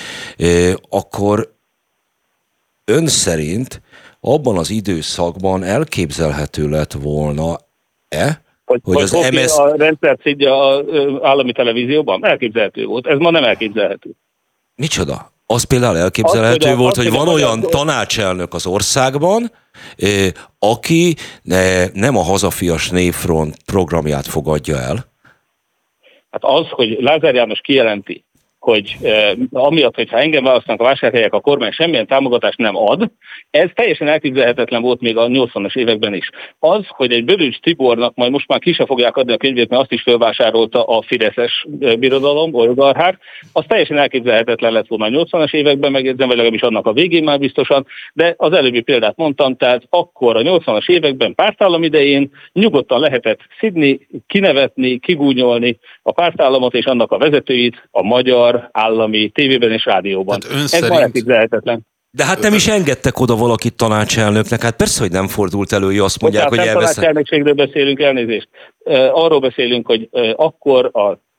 akkor ön szerint abban az időszakban elképzelhető lett volna-e, hogy, hogy az em es... a rendszert szidja az állami televízióban? Elképzelhető volt. Ez ma nem elképzelhető. Micsoda? Az például elképzelhető az, volt, hogy, hogy van olyan magyar... tanácselnök az országban, eh, aki ne, nem a Hazafias Népfront programját fogadja el. Hát az, hogy Lázár János kijelenti, hogy eh, amiatt, hogyha engem választanak a vásárhelyek, a kormány semmilyen támogatást nem ad, ez teljesen elképzelhetetlen volt még a nyolcvanas években is. Az, hogy egy Bölöcs Tibornak majd most már ki se fogják adni a könyvét, mert azt is felvásárolta a fideszes birodalom, oligarchák, az teljesen elképzelhetetlen lett volna a nyolcvanas években, megjegyzem, vagy legalábbis annak a végén már biztosan, de az előbbi példát mondtam, tehát akkor a nyolcvanas években pártállam idején nyugodtan lehetett szidni, kinevetni, kigúnyolni a pártállamot és annak a vezetőit a magyar állami tévében és rádióban. Hát ez szerint... már elképzelhetetlen. De hát nem is engedtek oda valakit tanácselnöknek, hát persze, hogy nem fordult elő, hogy azt mondják, hogy elveszett. Tanácselnökségről beszélünk, elnézést. Arról beszélünk, hogy akkor a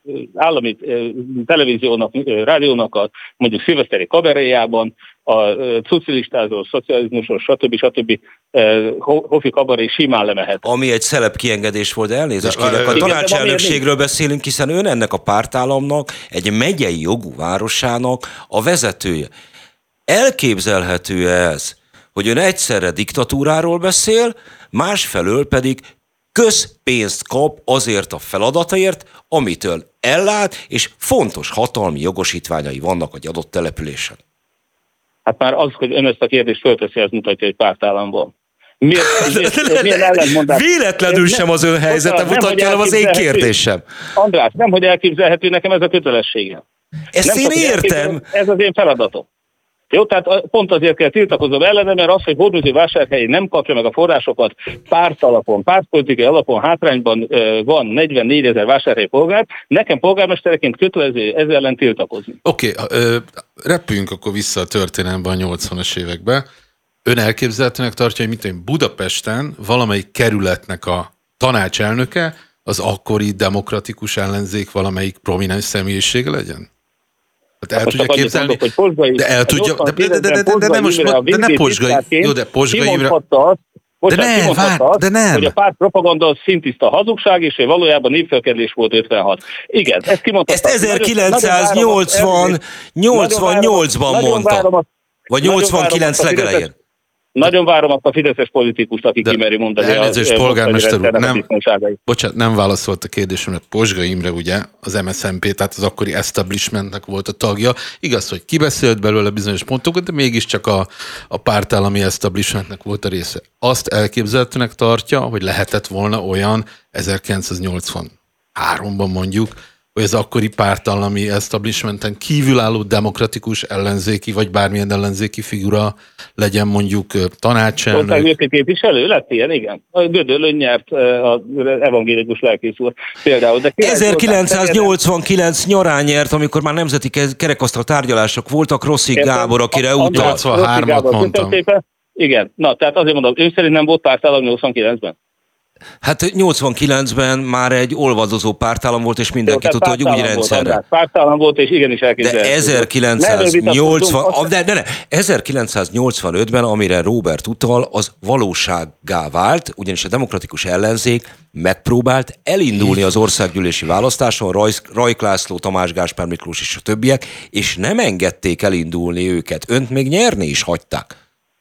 állami televíziónak, rádiónak a mondjuk szilveszteri kabaréjában, a cucilistázó, szocializmusról, stb. stb. Hofi kabaré simán lemehet. Ami egy szelep kiengedés volt, elnézést kérek. A tanácselnökségről beszélünk, hiszen ön ennek a pártállamnak, egy megyei jogú városának a vezetője. Elképzelhető ez, hogy ön egyszerre diktatúráról beszél, másfelől pedig közpénzt kap azért a feladatért, amitől ellát, és fontos hatalmi jogosítványai vannak egy adott településen. Hát már az, hogy ön ezt a kérdést fölteszi, ez mutatja, hogy pártállamban. Miért, miért, miért ellentmondás? Véletlenül sem az ön helyzete mutatja, hanem az én kérdésem. András, nem, hogy elképzelhető, nekem ez a kötelességem. Ezt nem én értem. Ez az én feladatom. Jó, tehát pont azért kell tiltakozom ellene, mert az, hogy Hódmezővásárhelyi nem kapja meg a forrásokat párt alapon, pártpolitikai alapon hátrányban van negyvennégyezer vásárhelyi polgár, nekem polgármestereként kötelező ezzel ellen tiltakozni. Oké, okay, repüljünk akkor vissza a történelemben a nyolcvanas évekbe. Ön elképzelhetőnek tartja, hogy mit én Budapesten valamelyik kerületnek a tanácselnöke az akkori demokratikus ellenzék valamelyik prominens személyisége legyen? Hát el most tudja képzelni, mondok, hogy Pozsgai, de el tudja, de, de, de, de, de, de, de, most, de ne Pozsgai, jó, de Pozsgai Imre... De ne, vár, de nem. Hogy a párt propaganda az szintiszta hazugság, és hogy valójában népfelkelés volt ötvenhat. Igen, ezt kimondhatta. Ezt ezerkilencszáznyolcvan nyolcvannyolcban mondta. Vagy nyolcvankilenc legelején. Nagyon várom azt a fideszes politikust, aki de kimeri mondani. Elnézést, polgármester úr, nem, bocsánat, nem válaszolt a kérdésemre. Pozsgai Imre ugye az em es zé en pé, tehát az akkori establishmentnek volt a tagja. Igaz, hogy kibeszélt belőle bizonyos pontokat, de mégiscsak a, a pártállami establishmentnek volt a része. Azt elképzelhetőnek tartja, hogy lehetett volna olyan ezerkilencszáznyolcvanháromban mondjuk, hogy az akkori pártállami establishmenten kívülálló demokratikus ellenzéki, vagy bármilyen ellenzéki figura legyen mondjuk tanácselnök. Országgyűlési képviselő lett ilyen, igen. A Gödöllön nyert az evangélikus lelkész úr például. De ezerkilencszáznyolcvankilenc nyarán nyert, amikor már nemzeti kerekasztal tárgyalások voltak, Rosszik Gábor, akire utal. nyolcvanhármat mondtam. Igen, na tehát azért mondom, ő szerint nem volt pártállam nyolcvankilencben. Hát nyolcvankilencben már egy olvadozó pártállam volt, és mindenki tudta, hogy új rendszerre. Volt, pártállam volt, és igenis elképzelhető. De ezerkilencszáznyolcvan, de, de ne, ezerkilencszáznyolcvanötben, amire Róbert utal, az valósággá vált, ugyanis a demokratikus ellenzék megpróbált elindulni az országgyűlési választáson, Rajk László, Tamás Gáspár Miklós és a többiek, és nem engedték elindulni őket. Önt még nyerni is hagyták.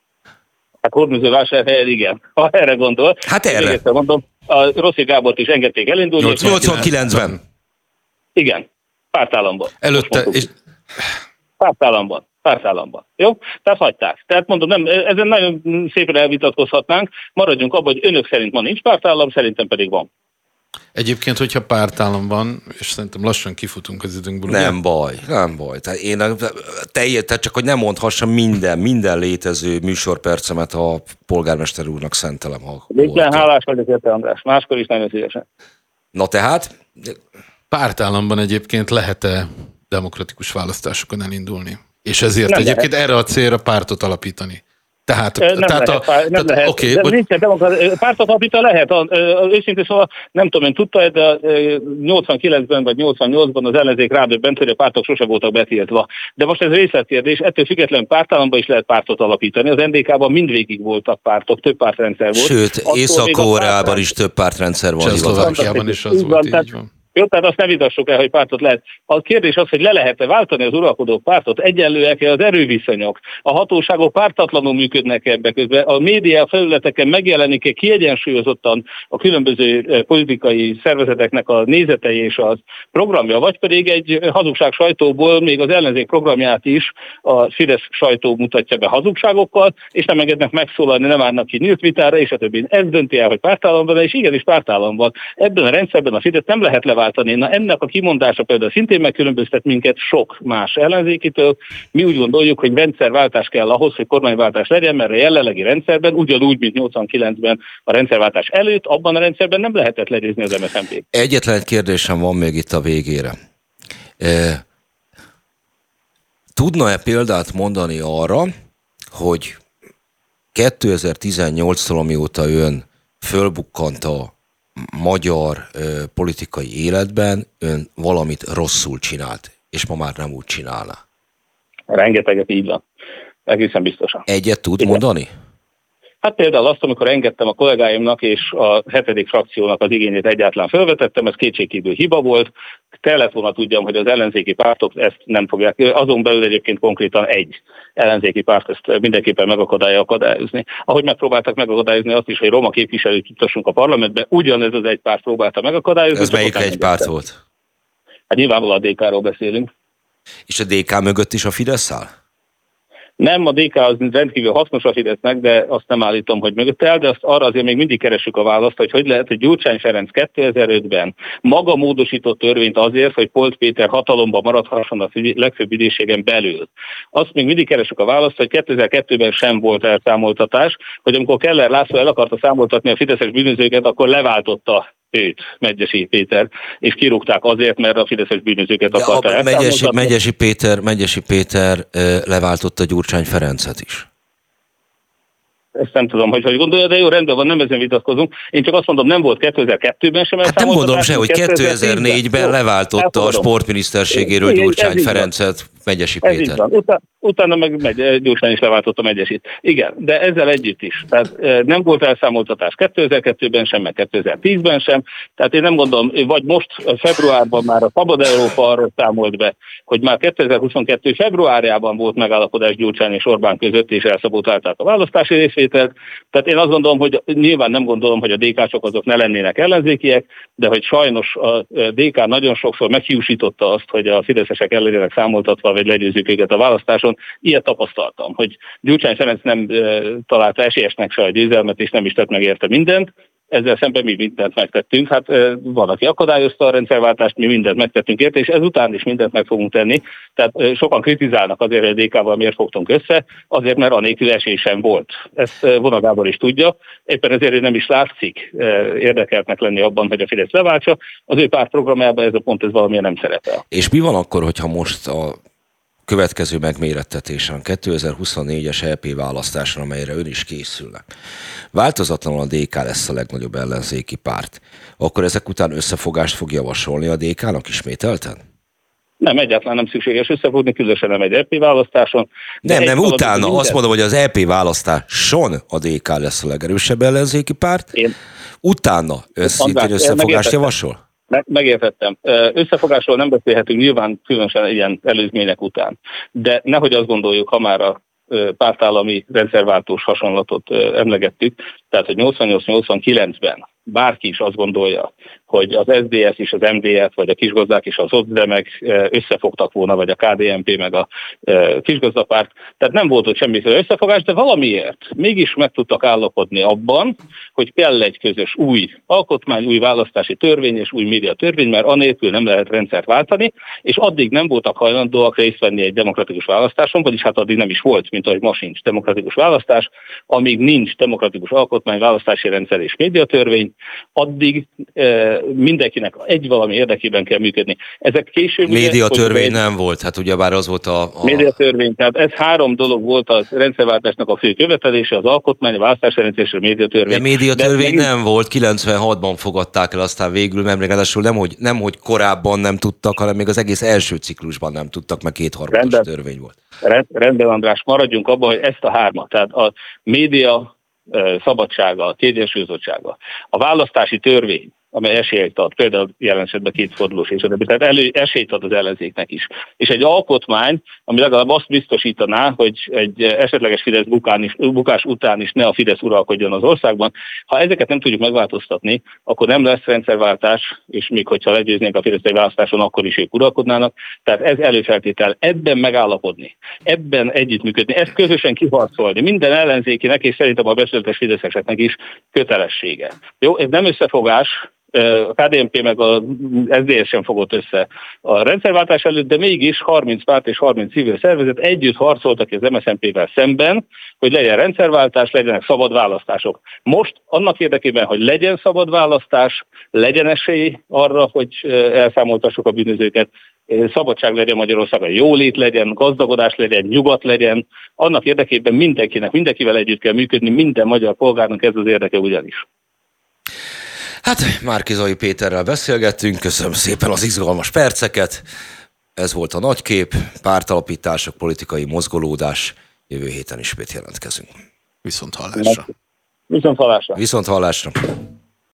Hát Hódmezővásárhelyen igen, ha erre gondol. Hát erre. Mondom, a Rosszik Gábort is engedték elindulni. nyolcvankilencben. Igen, pártállamban. Előtte. És... Pártállamban. Pártállamban. Jó? Tehát hagyták. Tehát mondom, nem, ezen nagyon szépen elvitatkozhatnánk, maradjunk abban, hogy önök szerint ma nincs pártállam, szerintem pedig van. Egyébként, hogyha pártállam van, és szerintem lassan kifutunk az időnkből. Nem ugye? baj, nem baj. Tehát én teljes, tehát csak hogy nem mondhassam minden, minden létező műsorpercemet a polgármester úrnak szentelem. Véglen hálás vagyok érte, András. Máskor is nagyon szívesen. Na tehát? Pártállamban egyébként lehet-e demokratikus választásokon elindulni? És ezért nem egyébként lehet. Erre a célra pártot alapítani. Tehát, nem tehát lehet, a, nem tehát, lehet. Okay, de bocs... nincsen demokratikus. Pártot alapítani lehet. Őszintén szóval nem tudom, én tudta, de nyolcvankilencben vagy nyolcvannyolcban az ellenzék rádöbbent, hogy a pártok sose voltak betiltva. De most ez részletkérdés, ettől függetlenül pártállamban is lehet pártot alapítani. Az en dé ká-ban mindvégig voltak pártok, több pártrendszer volt. Sőt, Észak-Koreában is több pártrendszer volt. Csehszlovákiában is az volt, így van. Jó, tehát azt ne vitassuk el, hogy pártot lehet. A kérdés az, hogy le lehet-e váltani az uralkodó pártot, egyenlőek-e az erőviszonyok, a hatóságok pártatlanul működnek ebbe közben, a média felületeken megjelenik-e kiegyensúlyozottan a különböző politikai szervezeteknek a nézetei és az programja, vagy pedig egy hazugság sajtóból még az ellenzék programját is a Fidesz sajtó mutatja be hazugságokkal, és nem engednek megszólalni, nem állnak ki nyílt vitára, és a többi. Ez dönti el, hogy pártállamban, és igenis pártállamban. Ebben a rendszerben a Fidesz nem lehet leváltani. Na ennek a kimondása például szintén megkülönböztet minket sok más ellenzékitől. Mi úgy gondoljuk, hogy rendszerváltás kell ahhoz, hogy kormányváltás legyen, mert a jelenlegi rendszerben, ugyanúgy, mint nyolcvankilencben a rendszerváltás előtt, abban a rendszerben nem lehetett legyőzni az em es zé en pét. Egyetlen egy kérdésem van még itt a végére. E, tudna-e példát mondani arra, hogy kétezer-tizennyolctól, amióta ön fölbukkant a magyar ö, politikai életben ön valamit rosszul csinált, és ma már nem úgy csinálná? Rengeteget, így van. Egészen biztosan. Egyet tud Igen. mondani? Hát például azt, amikor engedtem a kollégáimnak és a hetedik frakciónak az igényét egyáltalán felvetettem, ez kétségkívül hiba volt. Kellett volna tudjam, hogy az ellenzéki pártok ezt nem fogják. Azon belül egyébként konkrétan egy ellenzéki párt ezt mindenképpen megakadályozza akadályozni. Ahogy megpróbáltak megakadályozni azt is, hogy roma képviselőt jutassunk a parlamentbe, ugyanez az egy párt próbálta megakadályozni. Ez melyik egy párt volt? Hát nyilvánvalóan a dé ká-ról beszélünk. És a dé ká mögött is a Fidesz áll? Nem, a dé ká az rendkívül hasznos a Fidesznek, de azt nem állítom, hogy mögött el, de azt arra azért még mindig keressük a választ, hogy hogy lehet, hogy Gyurcsány Ferenc kétezer-ötben maga módosított törvényt azért, hogy Polt Péter hatalomban maradhasson a legfőbb ügyészségen belül. Azt még mindig keressük a választ, hogy kétezer-kettőben sem volt elszámoltatás, hogy amikor Keller László el akarta számoltatni a fideszes bűnözőket, akkor leváltotta őt, Megyesi Péter, és kirúgták azért, mert a fideszes bűnözőket De akarta a Megyesi, elszámoltatni. Megyesi Péter, Megyesi Péter ö, leváltotta Gyurcsány Ferencet is. Ezt nem tudom, hogy hogy gondolja, de jó, rendben van, nem ezen vitatkozunk. Én csak azt mondom, nem volt kétezer-kettőben sem Hát nem gondolom se, hogy kétezer-négyben leváltotta a sportminiszterségéről Gyurcsány Ferencet Megyesi Ez így Péter. van. Utána, utána meg megy, Gyurcsány is leváltotta Megyesit. Igen, de ezzel együtt is. Tehát nem volt elszámoltatás kétezer-kettőben sem, meg kétezer-tízben sem. Tehát én nem gondolom, vagy most februárban már a Szabad Európa arról számolt be, hogy már kétezer-huszonkettő februárjában volt megállapodás Gyurcsány és Orbán között, és elszabotálták a választási részvételt. Tehát én azt gondolom, hogy nyilván nem gondolom, hogy a dé ká-sok azok ne lennének ellenzékiek, de hogy sajnos a dé ká nagyon sokszor meghiúsította azt, hogy a fideszesek ellenének számoltatva, vagy legyőzzük őket a választáson. Ilyet tapasztaltam, hogy Gyurcsány Ferenc nem e, találta esélyesnek se a győzelmet, és nem is tett meg érte mindent. Ezzel szemben mi mindent megtettünk. Hát e, van, aki akadályozta a rendszerváltást, mi mindent megtettünk érte, és ezután is mindent meg fogunk tenni. Tehát e, sokan kritizálnak azért, hogy a dé ká-val miért fogtunk össze, azért, mert anélkül esély sem volt. Ezt e, Vona Gábor is tudja. Éppen ezért, hogy nem is látszik e, érdekeltnek lenni abban, hogy a Fidesz leváltsa. Az ő pártprogramjában ez a pont ez valamilyen nem szerepel. És mi van akkor, hogyha most a következő megmérettetésen, kétezer-huszonnégyes é pé választáson, amelyre ön is készülnek, változatlanul a dé ká lesz a legnagyobb ellenzéki párt, akkor ezek után összefogást fog javasolni a dé ká-nak ismételten? Nem, egyáltalán nem szükséges összefogni, különösen nem egy é pé választáson. Nem, nem, utána minden... azt mondom, hogy az é pé választáson a dé ká lesz a legerősebb ellenzéki párt, Én... utána szintén összefogást javasol? Megértettem. Összefogásról nem beszélhetünk nyilván különösen ilyen előzmények után. De nehogy azt gondoljuk, ha már a pártállami rendszerváltós hasonlatot emlegettük, tehát hogy nyolcvannyolc-nyolcvankilencben bárki is azt gondolja, hogy az es zé dé es és az em dé ef, vagy a kisgazdák és az o es zé dé meg összefogtak volna, vagy a ká dé en pé meg a kisgazdapárt. Tehát nem volt ott semmiféle összefogás, de valamiért mégis meg tudtak állapodni abban, hogy kell egy közös új alkotmány, új választási törvény és új média törvény, mert anélkül nem lehet rendszert váltani, és addig nem voltak hajlandóak részt venni egy demokratikus választáson, vagyis hát addig nem is volt, mint ahogy ma sincs demokratikus választás, amíg nincs demokratikus alkotmány, választási rendszer és médiatörvény, addig e, mindenkinek egy valami érdekében kell működni. Ezek később... Médiatörvény nem volt, hát ugyebár az volt a... a... Médiatörvény, tehát ez három dolog volt a rendszerváltásnak a fő követelése, az alkotmány, a választási rendszer és a médiatörvény. De médiatörvény nem volt, kilencvenhatban fogadták el aztán végül, nem ráadásul nem hogy, nem, hogy korábban nem tudtak, hanem még az egész első ciklusban nem tudtak, mert kétharmados törvény volt. Rendben, András, maradjunk abban, hogy ezt a hármat, tehát a média szabadsága, a kiegyensúlyozottsága, a választási törvény, amely esélyt ad, például jelen esetben kétfordulós és a többi, tehát elő, esélyt ad az ellenzéknek is. És egy alkotmány, ami legalább azt biztosítaná, hogy egy esetleges Fidesz bukán is, bukás után is ne a Fidesz uralkodjon az országban. Ha ezeket nem tudjuk megváltoztatni, akkor nem lesz rendszerváltás, és még hogyha legyőznénk a Fidesz egy választáson, akkor is ők uralkodnának. Tehát ez előfeltétel, ebben megállapodni, ebben együttműködni, ezt közösen kiharcolni, minden ellenzékinek, és szerintem a beszéltes fideszeseknek is kötelessége. Jó, ez nem összefogás, a ká dé en pé meg az es zé dé es sem fogott össze a rendszerváltás előtt, de mégis harminc párt és harminc civil szervezet együtt harcoltak az em es zé en pé-vel szemben, hogy legyen rendszerváltás, legyenek szabad választások. Most annak érdekében, hogy legyen szabad választás, legyen esély arra, hogy elszámoltassuk a bűnözőket, szabadság legyen Magyarországon, jólét legyen, gazdagodás legyen, nyugat legyen, annak érdekében mindenkinek, mindenkivel együtt kell működni, minden magyar polgárnak ez az érdeke ugyanis. Hát Márki-Zay Péterrel beszélgettünk, köszönöm szépen az izgalmas perceket. Ez volt a Nagykép, pártalapítások, politikai mozgolódás. Jövő héten ismét jelentkezünk. Viszont hallásra. Viszont hallásra. Viszont hallásra.